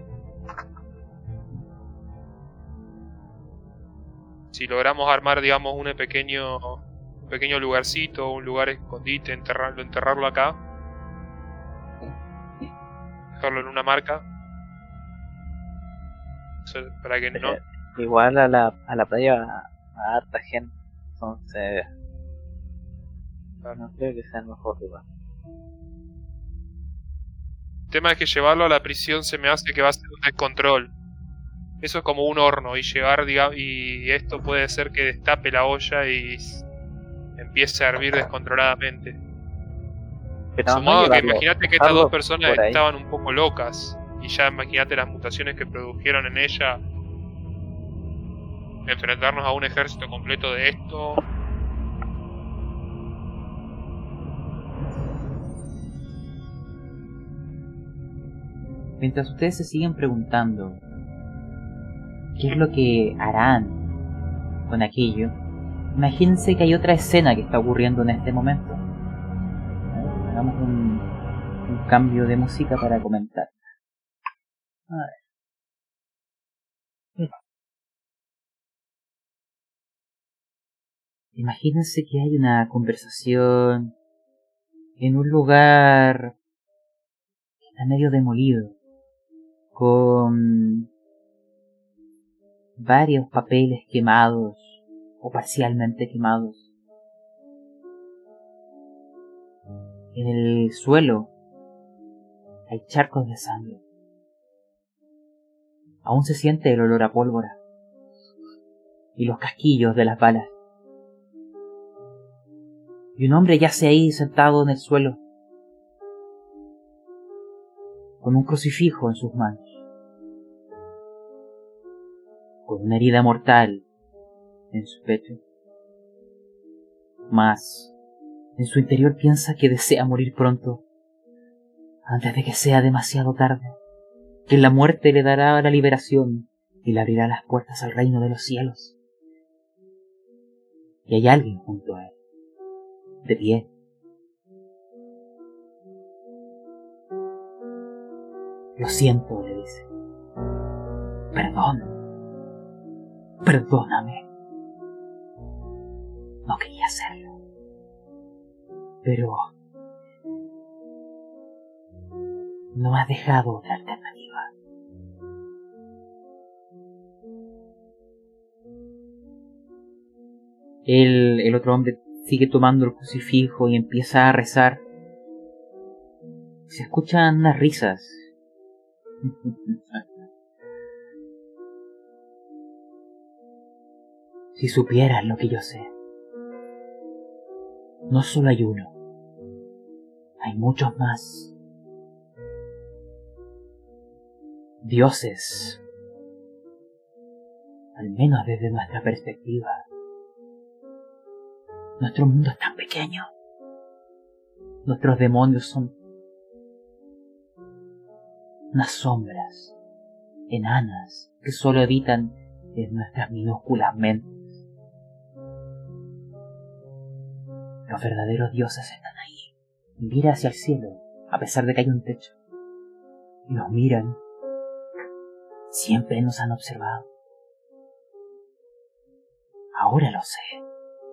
Speaker 2: Si logramos armar, digamos, un pequeño, un pequeño lugarcito, un lugar escondite, enterrarlo, enterrarlo acá, dejarlo en una marca, o sea, para que no...
Speaker 3: Eh, igual a la, a la playa va a harta gente, entonces no creo que sea el mejor lugar.
Speaker 2: El tema es que llevarlo a la prisión se me hace que va a ser un descontrol. Eso es como un horno y llevar, digamos, y esto puede ser que destape la olla y s- empiece a hervir descontroladamente.
Speaker 3: Pero no
Speaker 2: Sumado a que
Speaker 3: llevarlo,
Speaker 2: imagínate que estas
Speaker 3: dejarlo
Speaker 2: dos personas
Speaker 3: por ahí.
Speaker 2: estaban un poco locas y ya imagínate las mutaciones que produjeron en ella. Enfrentarnos a un ejército completo de esto.
Speaker 1: Mientras ustedes se siguen preguntando qué es lo que harán con aquello, imagínense que hay otra escena que está ocurriendo en este momento. ¿Eh? Hagamos un, un cambio de música para comentar. A ver. Imagínense que hay una conversación en un lugar que está medio demolido, con varios papeles quemados o parcialmente quemados. En el suelo hay charcos de sangre. Aún se siente el olor a pólvora y los casquillos de las balas. Y un hombre yace ahí sentado en el suelo, con un crucifijo en sus manos, con una herida mortal en su pecho. Mas en su interior piensa que desea morir pronto, antes de que sea demasiado tarde, que la muerte le dará la liberación y le abrirá las puertas al reino de los cielos. Y hay alguien junto a él, de pie. Lo siento, le dice. Perdón. Perdóname. No quería hacerlo. Pero no me has dejado otra alternativa. El, el otro hombre sigue tomando el crucifijo y empieza a rezar. Se escuchan unas risas. Si supieras lo que yo sé. No solo hay uno. Hay muchos más. Dioses. Al menos desde nuestra perspectiva. Nuestro mundo es tan pequeño. Nuestros demonios son unas sombras enanas que solo habitan en nuestras minúsculas mentes. Los verdaderos dioses están ahí. Mira hacia el cielo, a pesar de que hay un techo. Y nos miran. Siempre nos han observado. Ahora lo sé.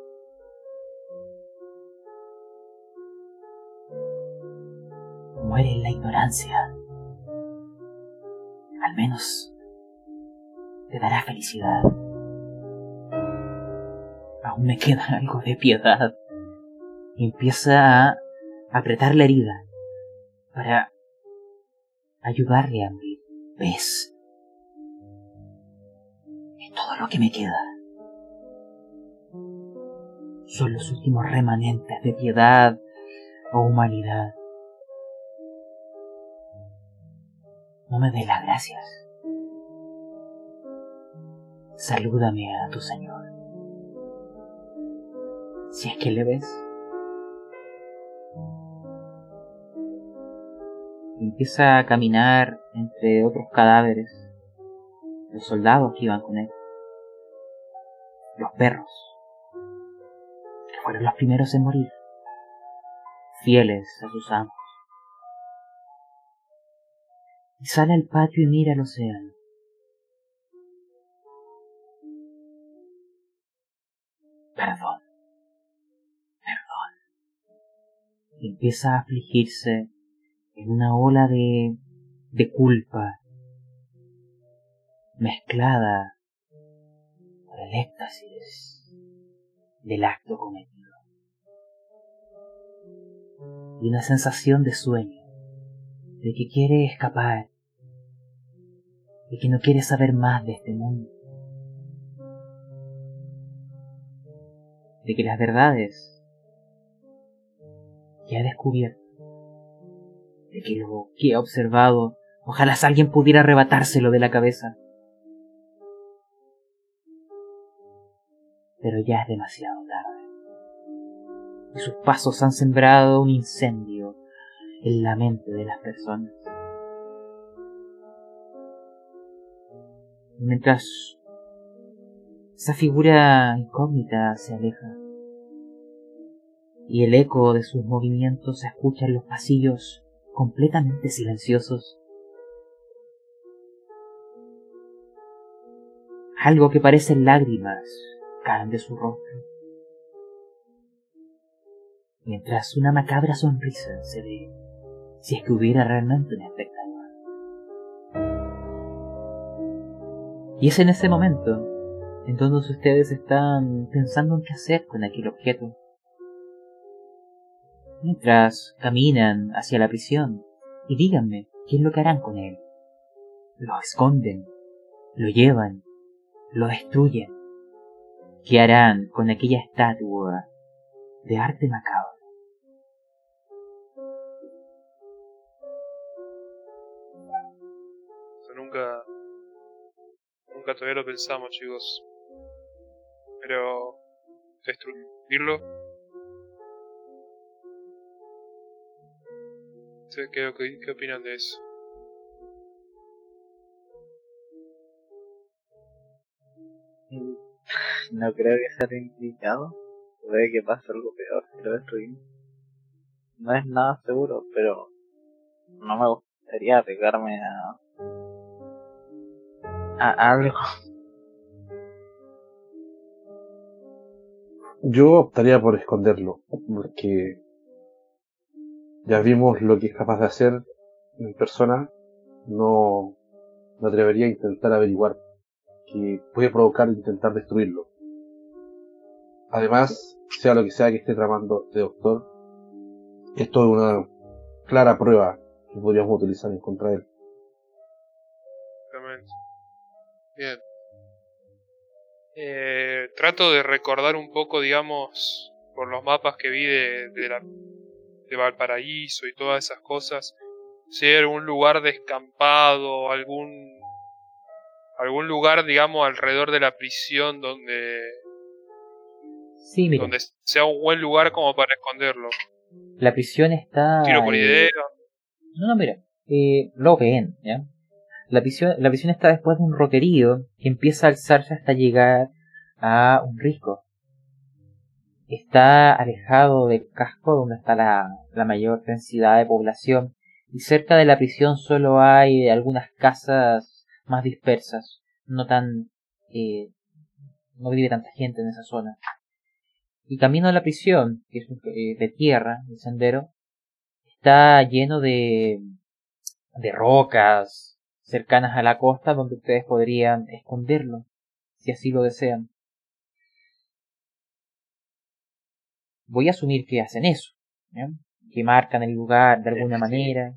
Speaker 1: Muere en la ignorancia. Al menos te dará felicidad. Aún me queda algo de piedad. Y empieza a apretar la herida para ayudarle a mí. ¿Ves? Es todo lo que me queda. Son los últimos remanentes de piedad o humanidad. No me des las gracias. Salúdame a tu Señor. Si es que le ves. Empieza a caminar entre otros cadáveres. los soldados que iban con él, los perros, que fueron los primeros en morir, fieles a sus amos. Y sale al patio y mira el océano. Perdón, perdón. Y empieza a afligirse en una ola de, de culpa, mezclada por el éxtasis del acto cometido. Y una sensación de sueño, de que quiere escapar, de que no quiere saber más de este mundo, de que las verdades que ha descubierto, de que lo que ha observado, ojalá alguien pudiera arrebatárselo de la cabeza. Pero ya es demasiado tarde. Y sus pasos han sembrado un incendio en la mente de las personas. Mientras esa figura incógnita se aleja y el eco de sus movimientos se escucha en los pasillos completamente silenciosos, algo que parecen lágrimas caen de su rostro, mientras una macabra sonrisa se ve, si es que hubiera realmente un espectador. Y es en ese momento en todos ustedes están pensando en qué hacer con aquel objeto, mientras caminan hacia la prisión. Y díganme, ¿qué es lo que harán con él? ¿Lo esconden? ¿Lo llevan? ¿Lo destruyen? ¿Qué harán con aquella estatua de arte macabro?
Speaker 2: Eso nunca, nunca todavía lo pensamos, chicos. Pero destruirlo, ¿qué, qué, qué opinan de eso?
Speaker 3: No creo que sea lo indicado. Puede que pase algo peor si lo destruimos. No es nada seguro, pero no me gustaría arriesgarme a, a algo.
Speaker 4: Yo optaría por esconderlo, porque ya vimos lo que es capaz de hacer en persona. No me atrevería a intentar averiguar que puede provocar intentar destruirlo. Además, sea lo que sea que esté tramando este doctor, esto es una clara prueba que podríamos utilizar en contra de él.
Speaker 2: Exactamente. Bien. Eh, trato de recordar un poco, digamos, por los mapas que vi de, de, la, de Valparaíso y todas esas cosas, si hay algún lugar descampado, algún algún lugar, digamos, alrededor de la prisión donde
Speaker 1: Sí, mira,
Speaker 2: donde sea un buen lugar como para esconderlo.
Speaker 1: la prisión está...
Speaker 2: Tiro por
Speaker 1: eh,
Speaker 2: idea.
Speaker 1: No, no, mira, eh, lo ven, ¿ya? La prisión, la prisión está después de un roquerío que empieza a alzarse hasta llegar a un risco. Está alejado del casco donde está la, la mayor densidad de población, y cerca de la prisión solo hay algunas casas más dispersas, no tan eh, no vive tanta gente en esa zona. Y camino a la prisión, que es eh, de tierra, el sendero, está lleno de de rocas cercanas a la costa donde ustedes podrían esconderlo, si así lo desean. Voy a asumir que hacen eso, ¿ya? Que marcan el lugar de alguna
Speaker 3: Sí.
Speaker 1: manera.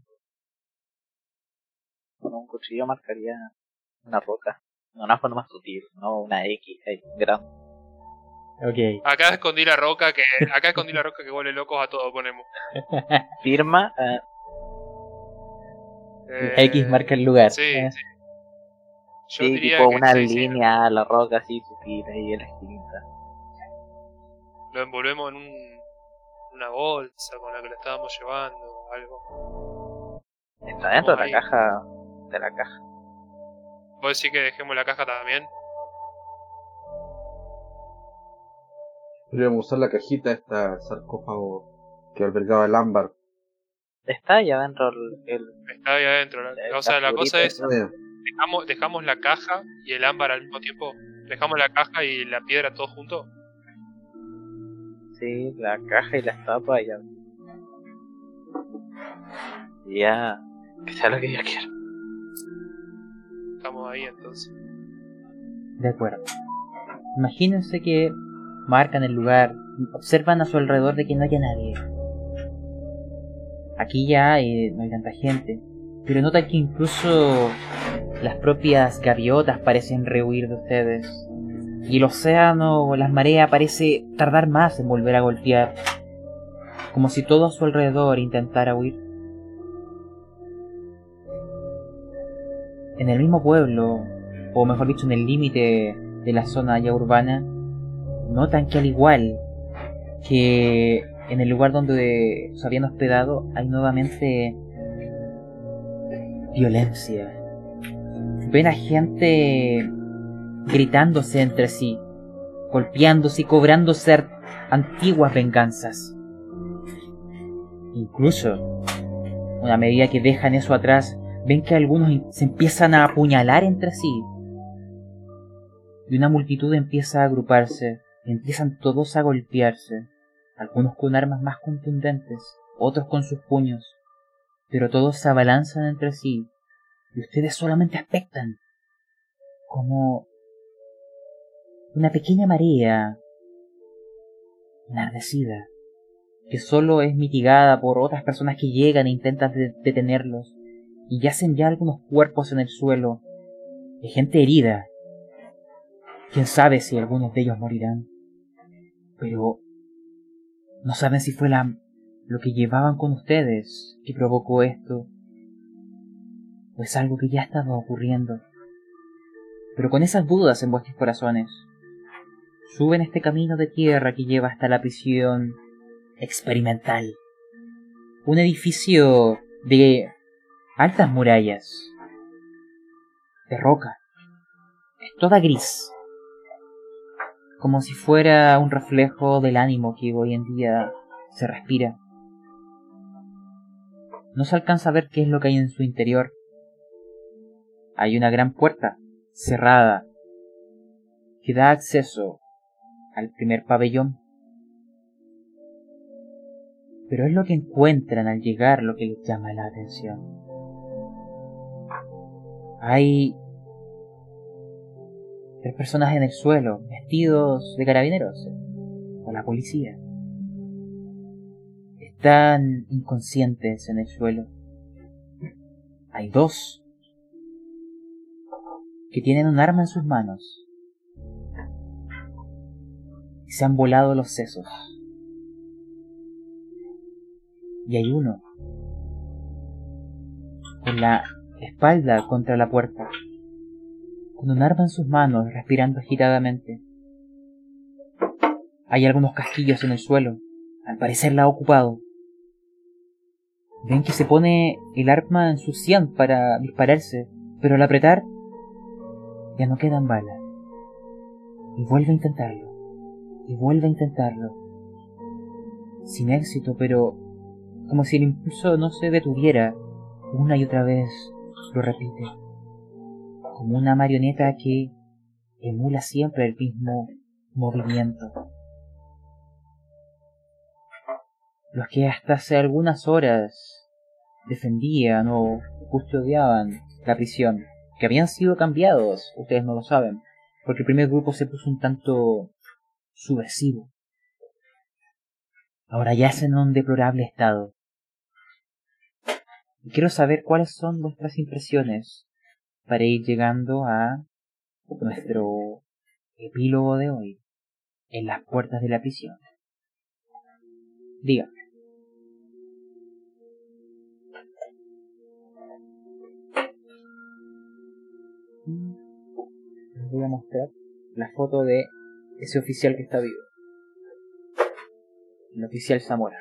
Speaker 3: Con un cuchillo marcaría una roca. De una forma sutil, no una X ahí, grande.
Speaker 1: Ok.
Speaker 2: Acá escondí la roca que acá escondí la roca que vuelve locos a todos, ponemos.
Speaker 3: Firma, eh,
Speaker 2: Eh,
Speaker 1: X marca el lugar.
Speaker 2: Sí,
Speaker 1: ¿eh?
Speaker 2: sí. Yo
Speaker 3: sí,
Speaker 2: diría
Speaker 3: tipo
Speaker 2: que
Speaker 3: una
Speaker 2: sí, sí,
Speaker 3: línea, la roca así sutil ahí en la esquinita.
Speaker 2: lo envolvemos en un, una bolsa con la que lo estábamos llevando o algo.
Speaker 3: Está dentro de la
Speaker 2: ahí.
Speaker 3: caja, de la caja.
Speaker 2: ¿Vos decís que dejemos la caja también?
Speaker 4: Podríamos usar la cajita, esta sarcófago que albergaba el ámbar.
Speaker 3: Está ahí adentro el... el
Speaker 2: Está ahí adentro. La-
Speaker 3: el
Speaker 2: o sea, la cosa es,
Speaker 4: Ah, ya.
Speaker 2: dejamos, dejamos la caja y el ámbar al mismo tiempo. Dejamos la caja y la piedra todo junto.
Speaker 3: Sí, la caja y la estatua ya. Ya, que sea lo que yo quiero.
Speaker 2: Estamos ahí entonces.
Speaker 1: De acuerdo. Imagínense que marcan el lugar, observan a su alrededor de que no haya nadie. Aquí ya eh, no hay tanta gente, pero notan que incluso las propias gaviotas parecen rehuir de ustedes. Y el océano o las mareas parece tardar más en volver a golpear, como si todo a su alrededor intentara huir. En el mismo pueblo, o mejor dicho en el límite de la zona ya urbana, notan que al igual que en el lugar donde se habían hospedado, hay nuevamente violencia. Ven a gente gritándose entre sí, golpeándose y cobrándose antiguas venganzas. Incluso, a medida que dejan eso atrás, ven que algunos se empiezan a apuñalar entre sí. Y una multitud empieza a agruparse, empiezan todos a golpearse, algunos con armas más contundentes, otros con sus puños, pero todos se abalanzan entre sí, y ustedes solamente aspectan como una pequeña marea enardecida, que solo es mitigada por otras personas que llegan e intentan de- detenerlos, y yacen ya algunos cuerpos en el suelo, de gente herida. Quién sabe si algunos de ellos morirán, pero no saben si fue la, lo que llevaban con ustedes que provocó esto, o es algo que ya estaba ocurriendo. Pero con esas dudas en vuestros corazones, suben este camino de tierra que lleva hasta la prisión experimental. Un edificio de altas murallas, de roca, es toda gris, como si fuera un reflejo del ánimo que hoy en día se respira. No se alcanza a ver qué es lo que hay en su interior. Hay una gran puerta cerrada que da acceso al primer pabellón. Pero es lo que encuentran al llegar lo que les llama la atención. Hay tres personas en el suelo, vestidos de carabineros, o la policía. Están inconscientes en el suelo. Hay dos que tienen un arma en sus manos y se han volado los sesos. Y hay uno con la espalda contra la puerta, con un arma en sus manos, respirando agitadamente. Hay algunos casquillos en el suelo, al parecer la ha ocupado. Ven que se pone el arma en su sien para dispararse, pero al apretar ya no quedan balas. Y vuelve a intentarlo, y vuelve a intentarlo. Sin éxito, pero como si el impulso no se detuviera, una y otra vez lo repite, como una marioneta que emula siempre el mismo movimiento. Los que hasta hace algunas horas defendían o custodiaban la prisión, que habían sido cambiados, ustedes no lo saben, porque el primer grupo se puso un tanto subversivo. Ahora yacen en un deplorable estado. Y quiero saber cuáles son vuestras impresiones para ir llegando a nuestro epílogo de hoy, en las puertas de la prisión. Díganme. Les voy a mostrar la foto de ese oficial que está vivo. El oficial Zamora.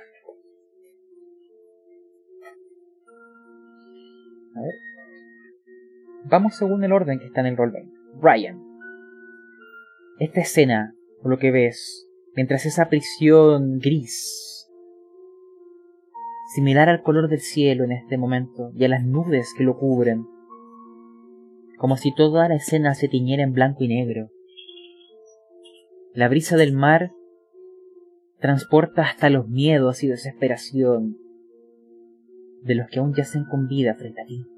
Speaker 1: A ver. Vamos según el orden que está en el roll veinte. Ryan, esta escena, por lo que ves, mientras esa prisión gris, similar al color del cielo en este momento y a las nubes que lo cubren, como si toda la escena se tiñera en blanco y negro. La brisa del mar transporta hasta los miedos y desesperación de los que aún yacen con vida frente a ti.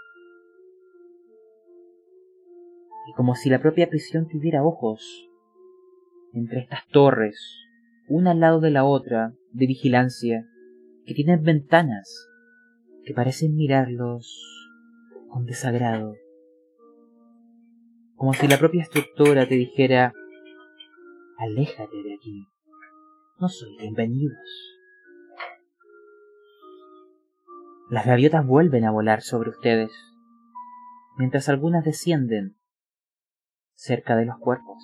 Speaker 1: Y como si la propia prisión tuviera ojos, entre estas torres, una al lado de la otra, de vigilancia, que tienen ventanas que parecen mirarlos con desagrado. Como si la propia estructura te dijera: aléjate de aquí, no sois bienvenidos. Las gaviotas vuelven a volar sobre ustedes, mientras algunas descienden cerca de los cuerpos.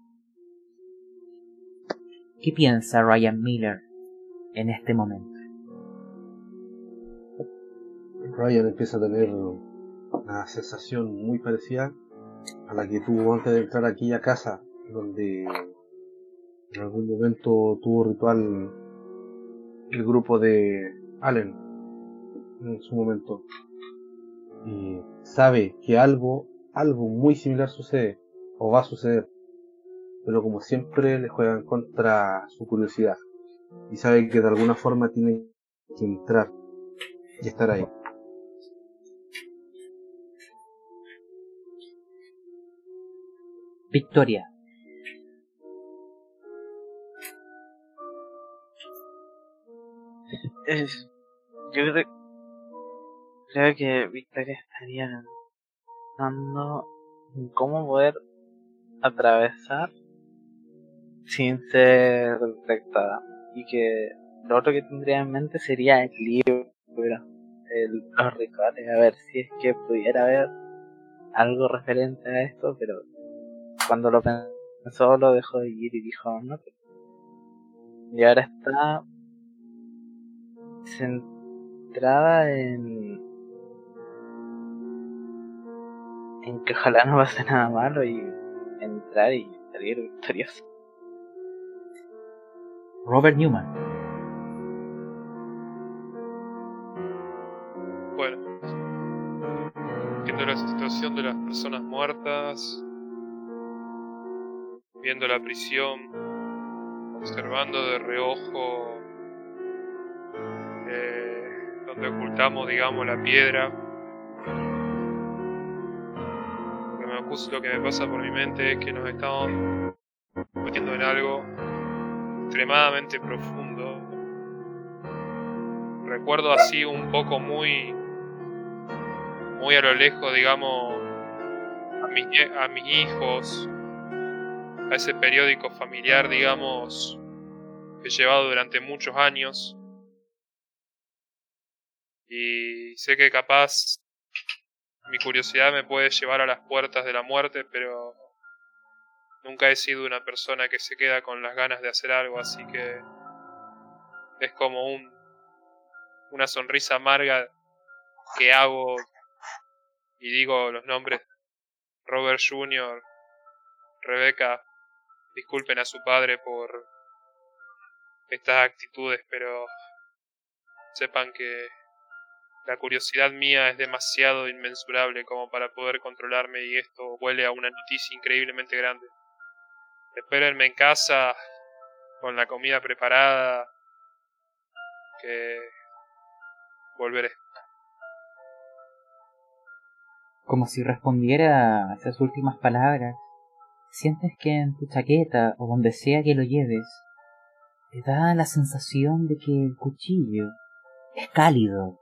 Speaker 1: ¿Qué piensa Ryan Miller en este momento?
Speaker 4: Ryan empieza a tener una sensación muy parecida a la que tuvo antes de entrar aquí a casa, donde en algún momento tuvo ritual el grupo de Allen en su momento, y sabe que algo algo muy similar sucede o va a suceder, pero como siempre le juegan contra su curiosidad y sabe que de alguna forma tiene que entrar y estar ahí.
Speaker 1: Victoria.
Speaker 3: Es, yo creo, creo que Victoria estaría pensando en cómo poder atravesar sin ser detectada, y que lo otro que tendría en mente sería el libro, el, los rituales, a ver si es que pudiera haber algo referente a esto, pero cuando lo pensó lo dejó de ir y dijo no. Y ahora está centrada en en que ojalá no pase nada malo y entrar y salir victorioso.
Speaker 1: Robert Newman.
Speaker 2: Bueno, viendo la situación de las personas muertas, viendo la prisión, observando de reojo eh, donde ocultamos, digamos, la piedra, lo que me ocurre, lo que me pasa por mi mente es que nos estamos metiendo en algo extremadamente profundo. Recuerdo así un poco muy muy a lo lejos, digamos, a mis, a mis hijos, a ese periódico familiar, digamos, que he llevado durante muchos años, y sé que capaz mi curiosidad me puede llevar a las puertas de la muerte, pero nunca he sido una persona que se queda con las ganas de hacer algo, así que es como un una sonrisa amarga que hago y digo los nombres: Robert junior, Rebecca, disculpen a su padre por estas actitudes, pero sepan que la curiosidad mía es demasiado inmensurable como para poder controlarme, y esto huele a una noticia increíblemente grande. Espérenme en casa con la comida preparada, que volveré.
Speaker 1: Como si respondiera a esas últimas palabras, sientes que en tu chaqueta o donde sea que lo lleves, te da la sensación de que el cuchillo es cálido.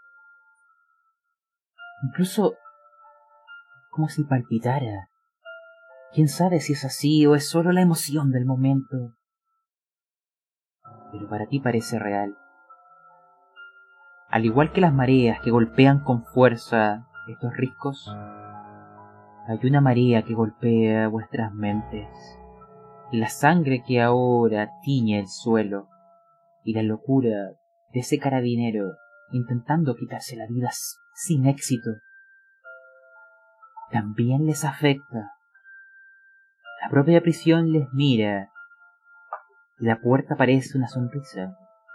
Speaker 1: Incluso como si palpitara. Quién sabe si es así o es solo la emoción del momento. Pero para ti parece real. Al igual que las mareas que golpean con fuerza estos riscos, hay una marea que golpea vuestras mentes. La sangre que ahora tiñe el suelo y la locura de ese carabinero intentando quitarse la vida sin éxito. también les afecta. La propia prisión les mira. La puerta parece una sonrisa.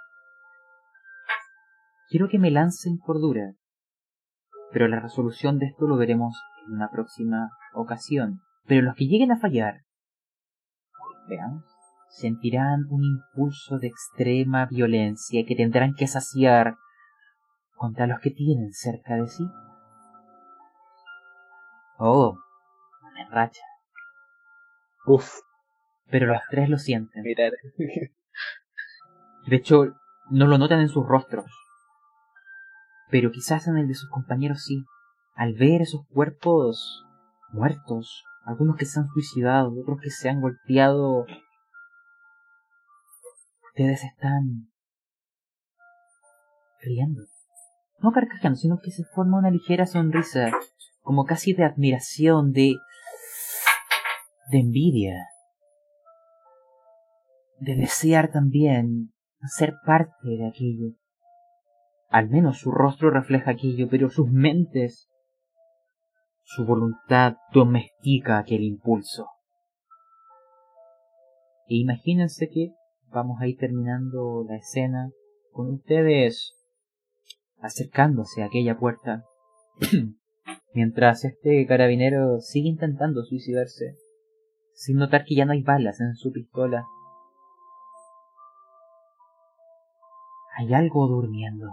Speaker 1: Quiero que me lancen cordura, pero la resolución de esto lo veremos en una próxima ocasión. Pero los que lleguen a fallar, veamos, sentirán un impulso de extrema violencia que tendrán que saciar contra los que tienen cerca de sí. Oh, una racha.
Speaker 4: Uf.
Speaker 1: Pero los tres lo sienten.
Speaker 3: Mirar.
Speaker 1: De hecho, no lo notan en sus rostros. Pero quizás en el de sus compañeros sí. Al ver esos cuerpos muertos, algunos que se han suicidado, otros que se han golpeado, ustedes están riendo. No carcajando, sino que se forma una ligera sonrisa, como casi de admiración, de... de envidia. De desear también ser parte de aquello. Al menos su rostro refleja aquello, pero sus mentes, su voluntad domestica aquel impulso. E imagínense que vamos a ir terminando la escena con ustedes acercándose a aquella puerta, mientras este carabinero sigue intentando suicidarse, sin notar que ya no hay balas en su pistola. Hay algo durmiendo.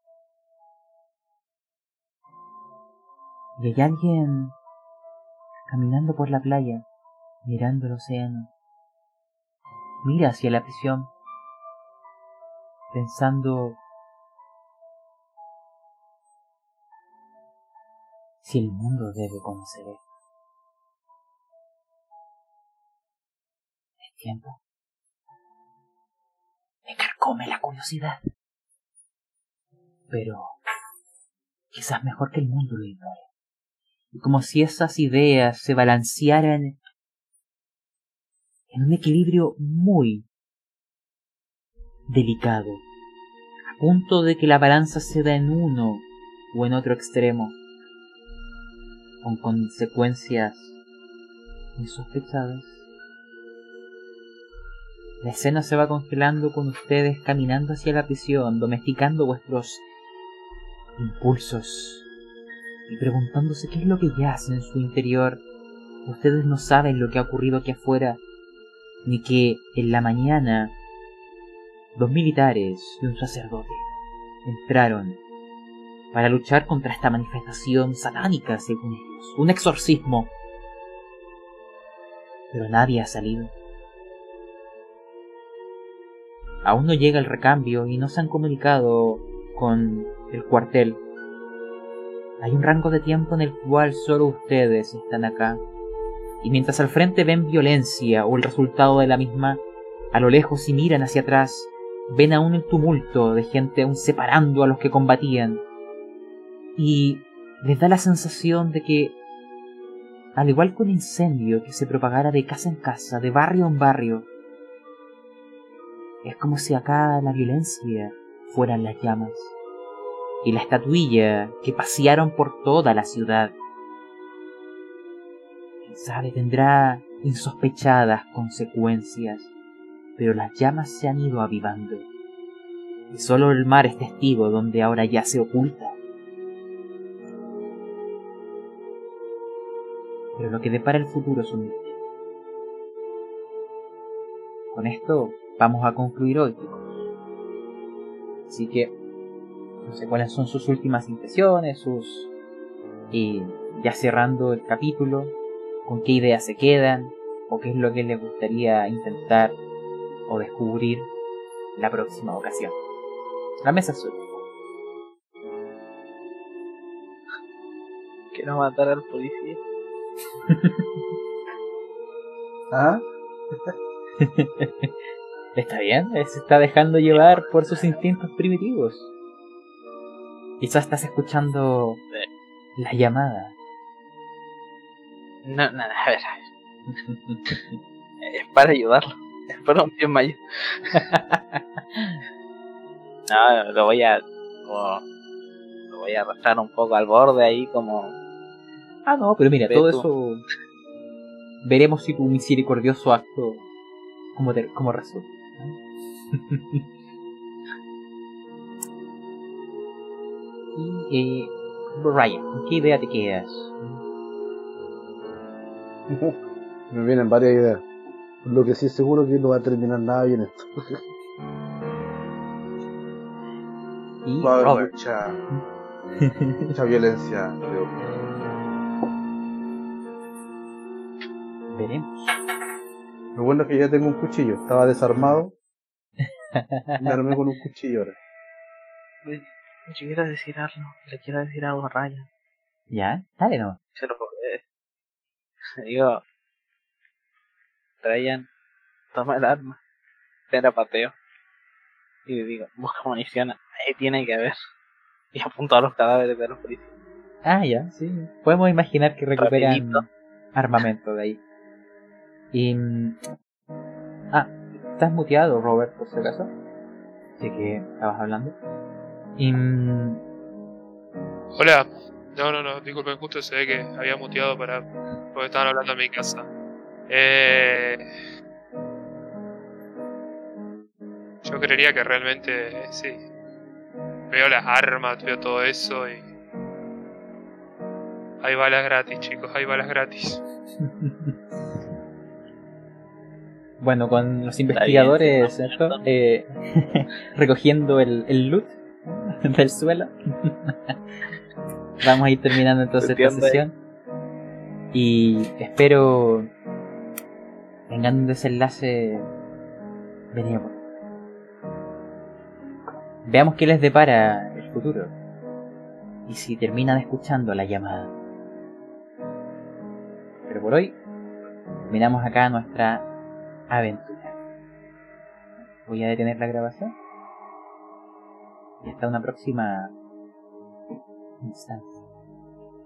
Speaker 1: Y hay alguien caminando por la playa, mirando el océano. Mira hacia la prisión, pensando si el mundo debe conocer esto. Es tiempo. Me carcome la curiosidad. Pero quizás mejor que el mundo lo ignore. Y como si esas ideas se balancearan en un equilibrio muy delicado, a punto de que la balanza se da en uno o en otro extremo, con consecuencias insospechadas. La escena se va congelando con ustedes caminando hacia la prisión, domesticando vuestros impulsos y preguntándose qué es lo que yace en su interior. Ustedes no saben lo que ha ocurrido aquí afuera, ni que en la mañana dos militares y un sacerdote entraron para luchar contra esta manifestación satánica, según ellos, un exorcismo. Pero nadie ha salido. Aún no llega el recambio y no se han comunicado con el cuartel. Hay un rango de tiempo en el cual solo ustedes están acá. Y mientras al frente ven violencia o el resultado de la misma, a lo lejos si miran hacia atrás, ven aún el tumulto de gente aún separando a los que combatían. Y les da la sensación de que, al igual que un incendio que se propagara de casa en casa, de barrio en barrio, es como si acá la violencia fueran las llamas y la estatuilla que pasearon por toda la ciudad. Quién sabe, tendrá insospechadas consecuencias, pero las llamas se han ido avivando y solo el mar es testigo donde ahora ya se oculta. Pero lo que depara el futuro es un misterio. Con esto vamos a concluir hoy, chicos. Así que no sé cuáles son sus últimas impresiones, sus... Y ya cerrando el capítulo, con qué ideas se quedan, o qué es lo que les gustaría intentar o descubrir la próxima ocasión. La mesa es suya.
Speaker 3: Quiero matar al policía.
Speaker 4: ¿Ah?
Speaker 1: Está bien, se está dejando llevar por sus instintos primitivos. Quizás estás escuchando la llamada.
Speaker 3: No, no, a ver, a ver. Es para ayudarlo. Es para un bien mayor. No, lo voy a... Como, lo voy a arrastrar un poco al borde ahí como...
Speaker 1: Ah, no, pero mira,
Speaker 3: Ve
Speaker 1: todo
Speaker 3: tú.
Speaker 1: eso... Veremos si tu misericordioso acto... Como, te, como resulta. Y, eh, Ryan, ¿con qué idea te quedas?
Speaker 4: Me vienen varias ideas. Lo que sí es seguro que no va a terminar nada bien esto.
Speaker 1: Y
Speaker 4: Va a haber
Speaker 1: Robert.
Speaker 4: mucha, mucha violencia, creo.
Speaker 1: Veremos.
Speaker 4: Lo bueno es que ya tengo un cuchillo. Estaba desarmado. Me armé con un cuchillo ahora.
Speaker 3: Oye, yo quiero decir algo, le quiero decir algo a Ryan.
Speaker 1: ¿Ya? Dale, no.
Speaker 3: Se lo eh, digo, Ryan, toma el arma, te la pateo. Y le digo, busca munición, ahí tiene que haber. Y apunto a los cadáveres de los policías.
Speaker 1: Ah, ya, sí. Podemos imaginar que recuperan
Speaker 3: Rapidito.
Speaker 1: armamento de ahí. Y... mm, Ah, estás muteado, Robert, por si acaso. Sé que estabas hablando. Y... mm,
Speaker 2: Hola. No, no, no, disculpen, justo se ve que había muteado para... porque estaban hablando en mi casa. Eh... Yo creería que realmente, sí. Veo las armas, veo todo eso y... Hay balas gratis, chicos, hay balas gratis.
Speaker 1: Bueno, con los
Speaker 3: Está bien,
Speaker 1: investigadores,
Speaker 3: sí,
Speaker 1: ¿cierto?
Speaker 3: ¿no?
Speaker 1: Eh, recogiendo el, el loot del suelo. Vamos a ir terminando entonces esta
Speaker 3: Entiendo ahí.
Speaker 1: sesión. Y espero tengan un desenlace benévolo. Veamos qué les depara el futuro. Y si terminan escuchando la llamada. Pero por hoy, terminamos acá nuestra aventura. Voy a detener la grabación. Y hasta una próxima instancia.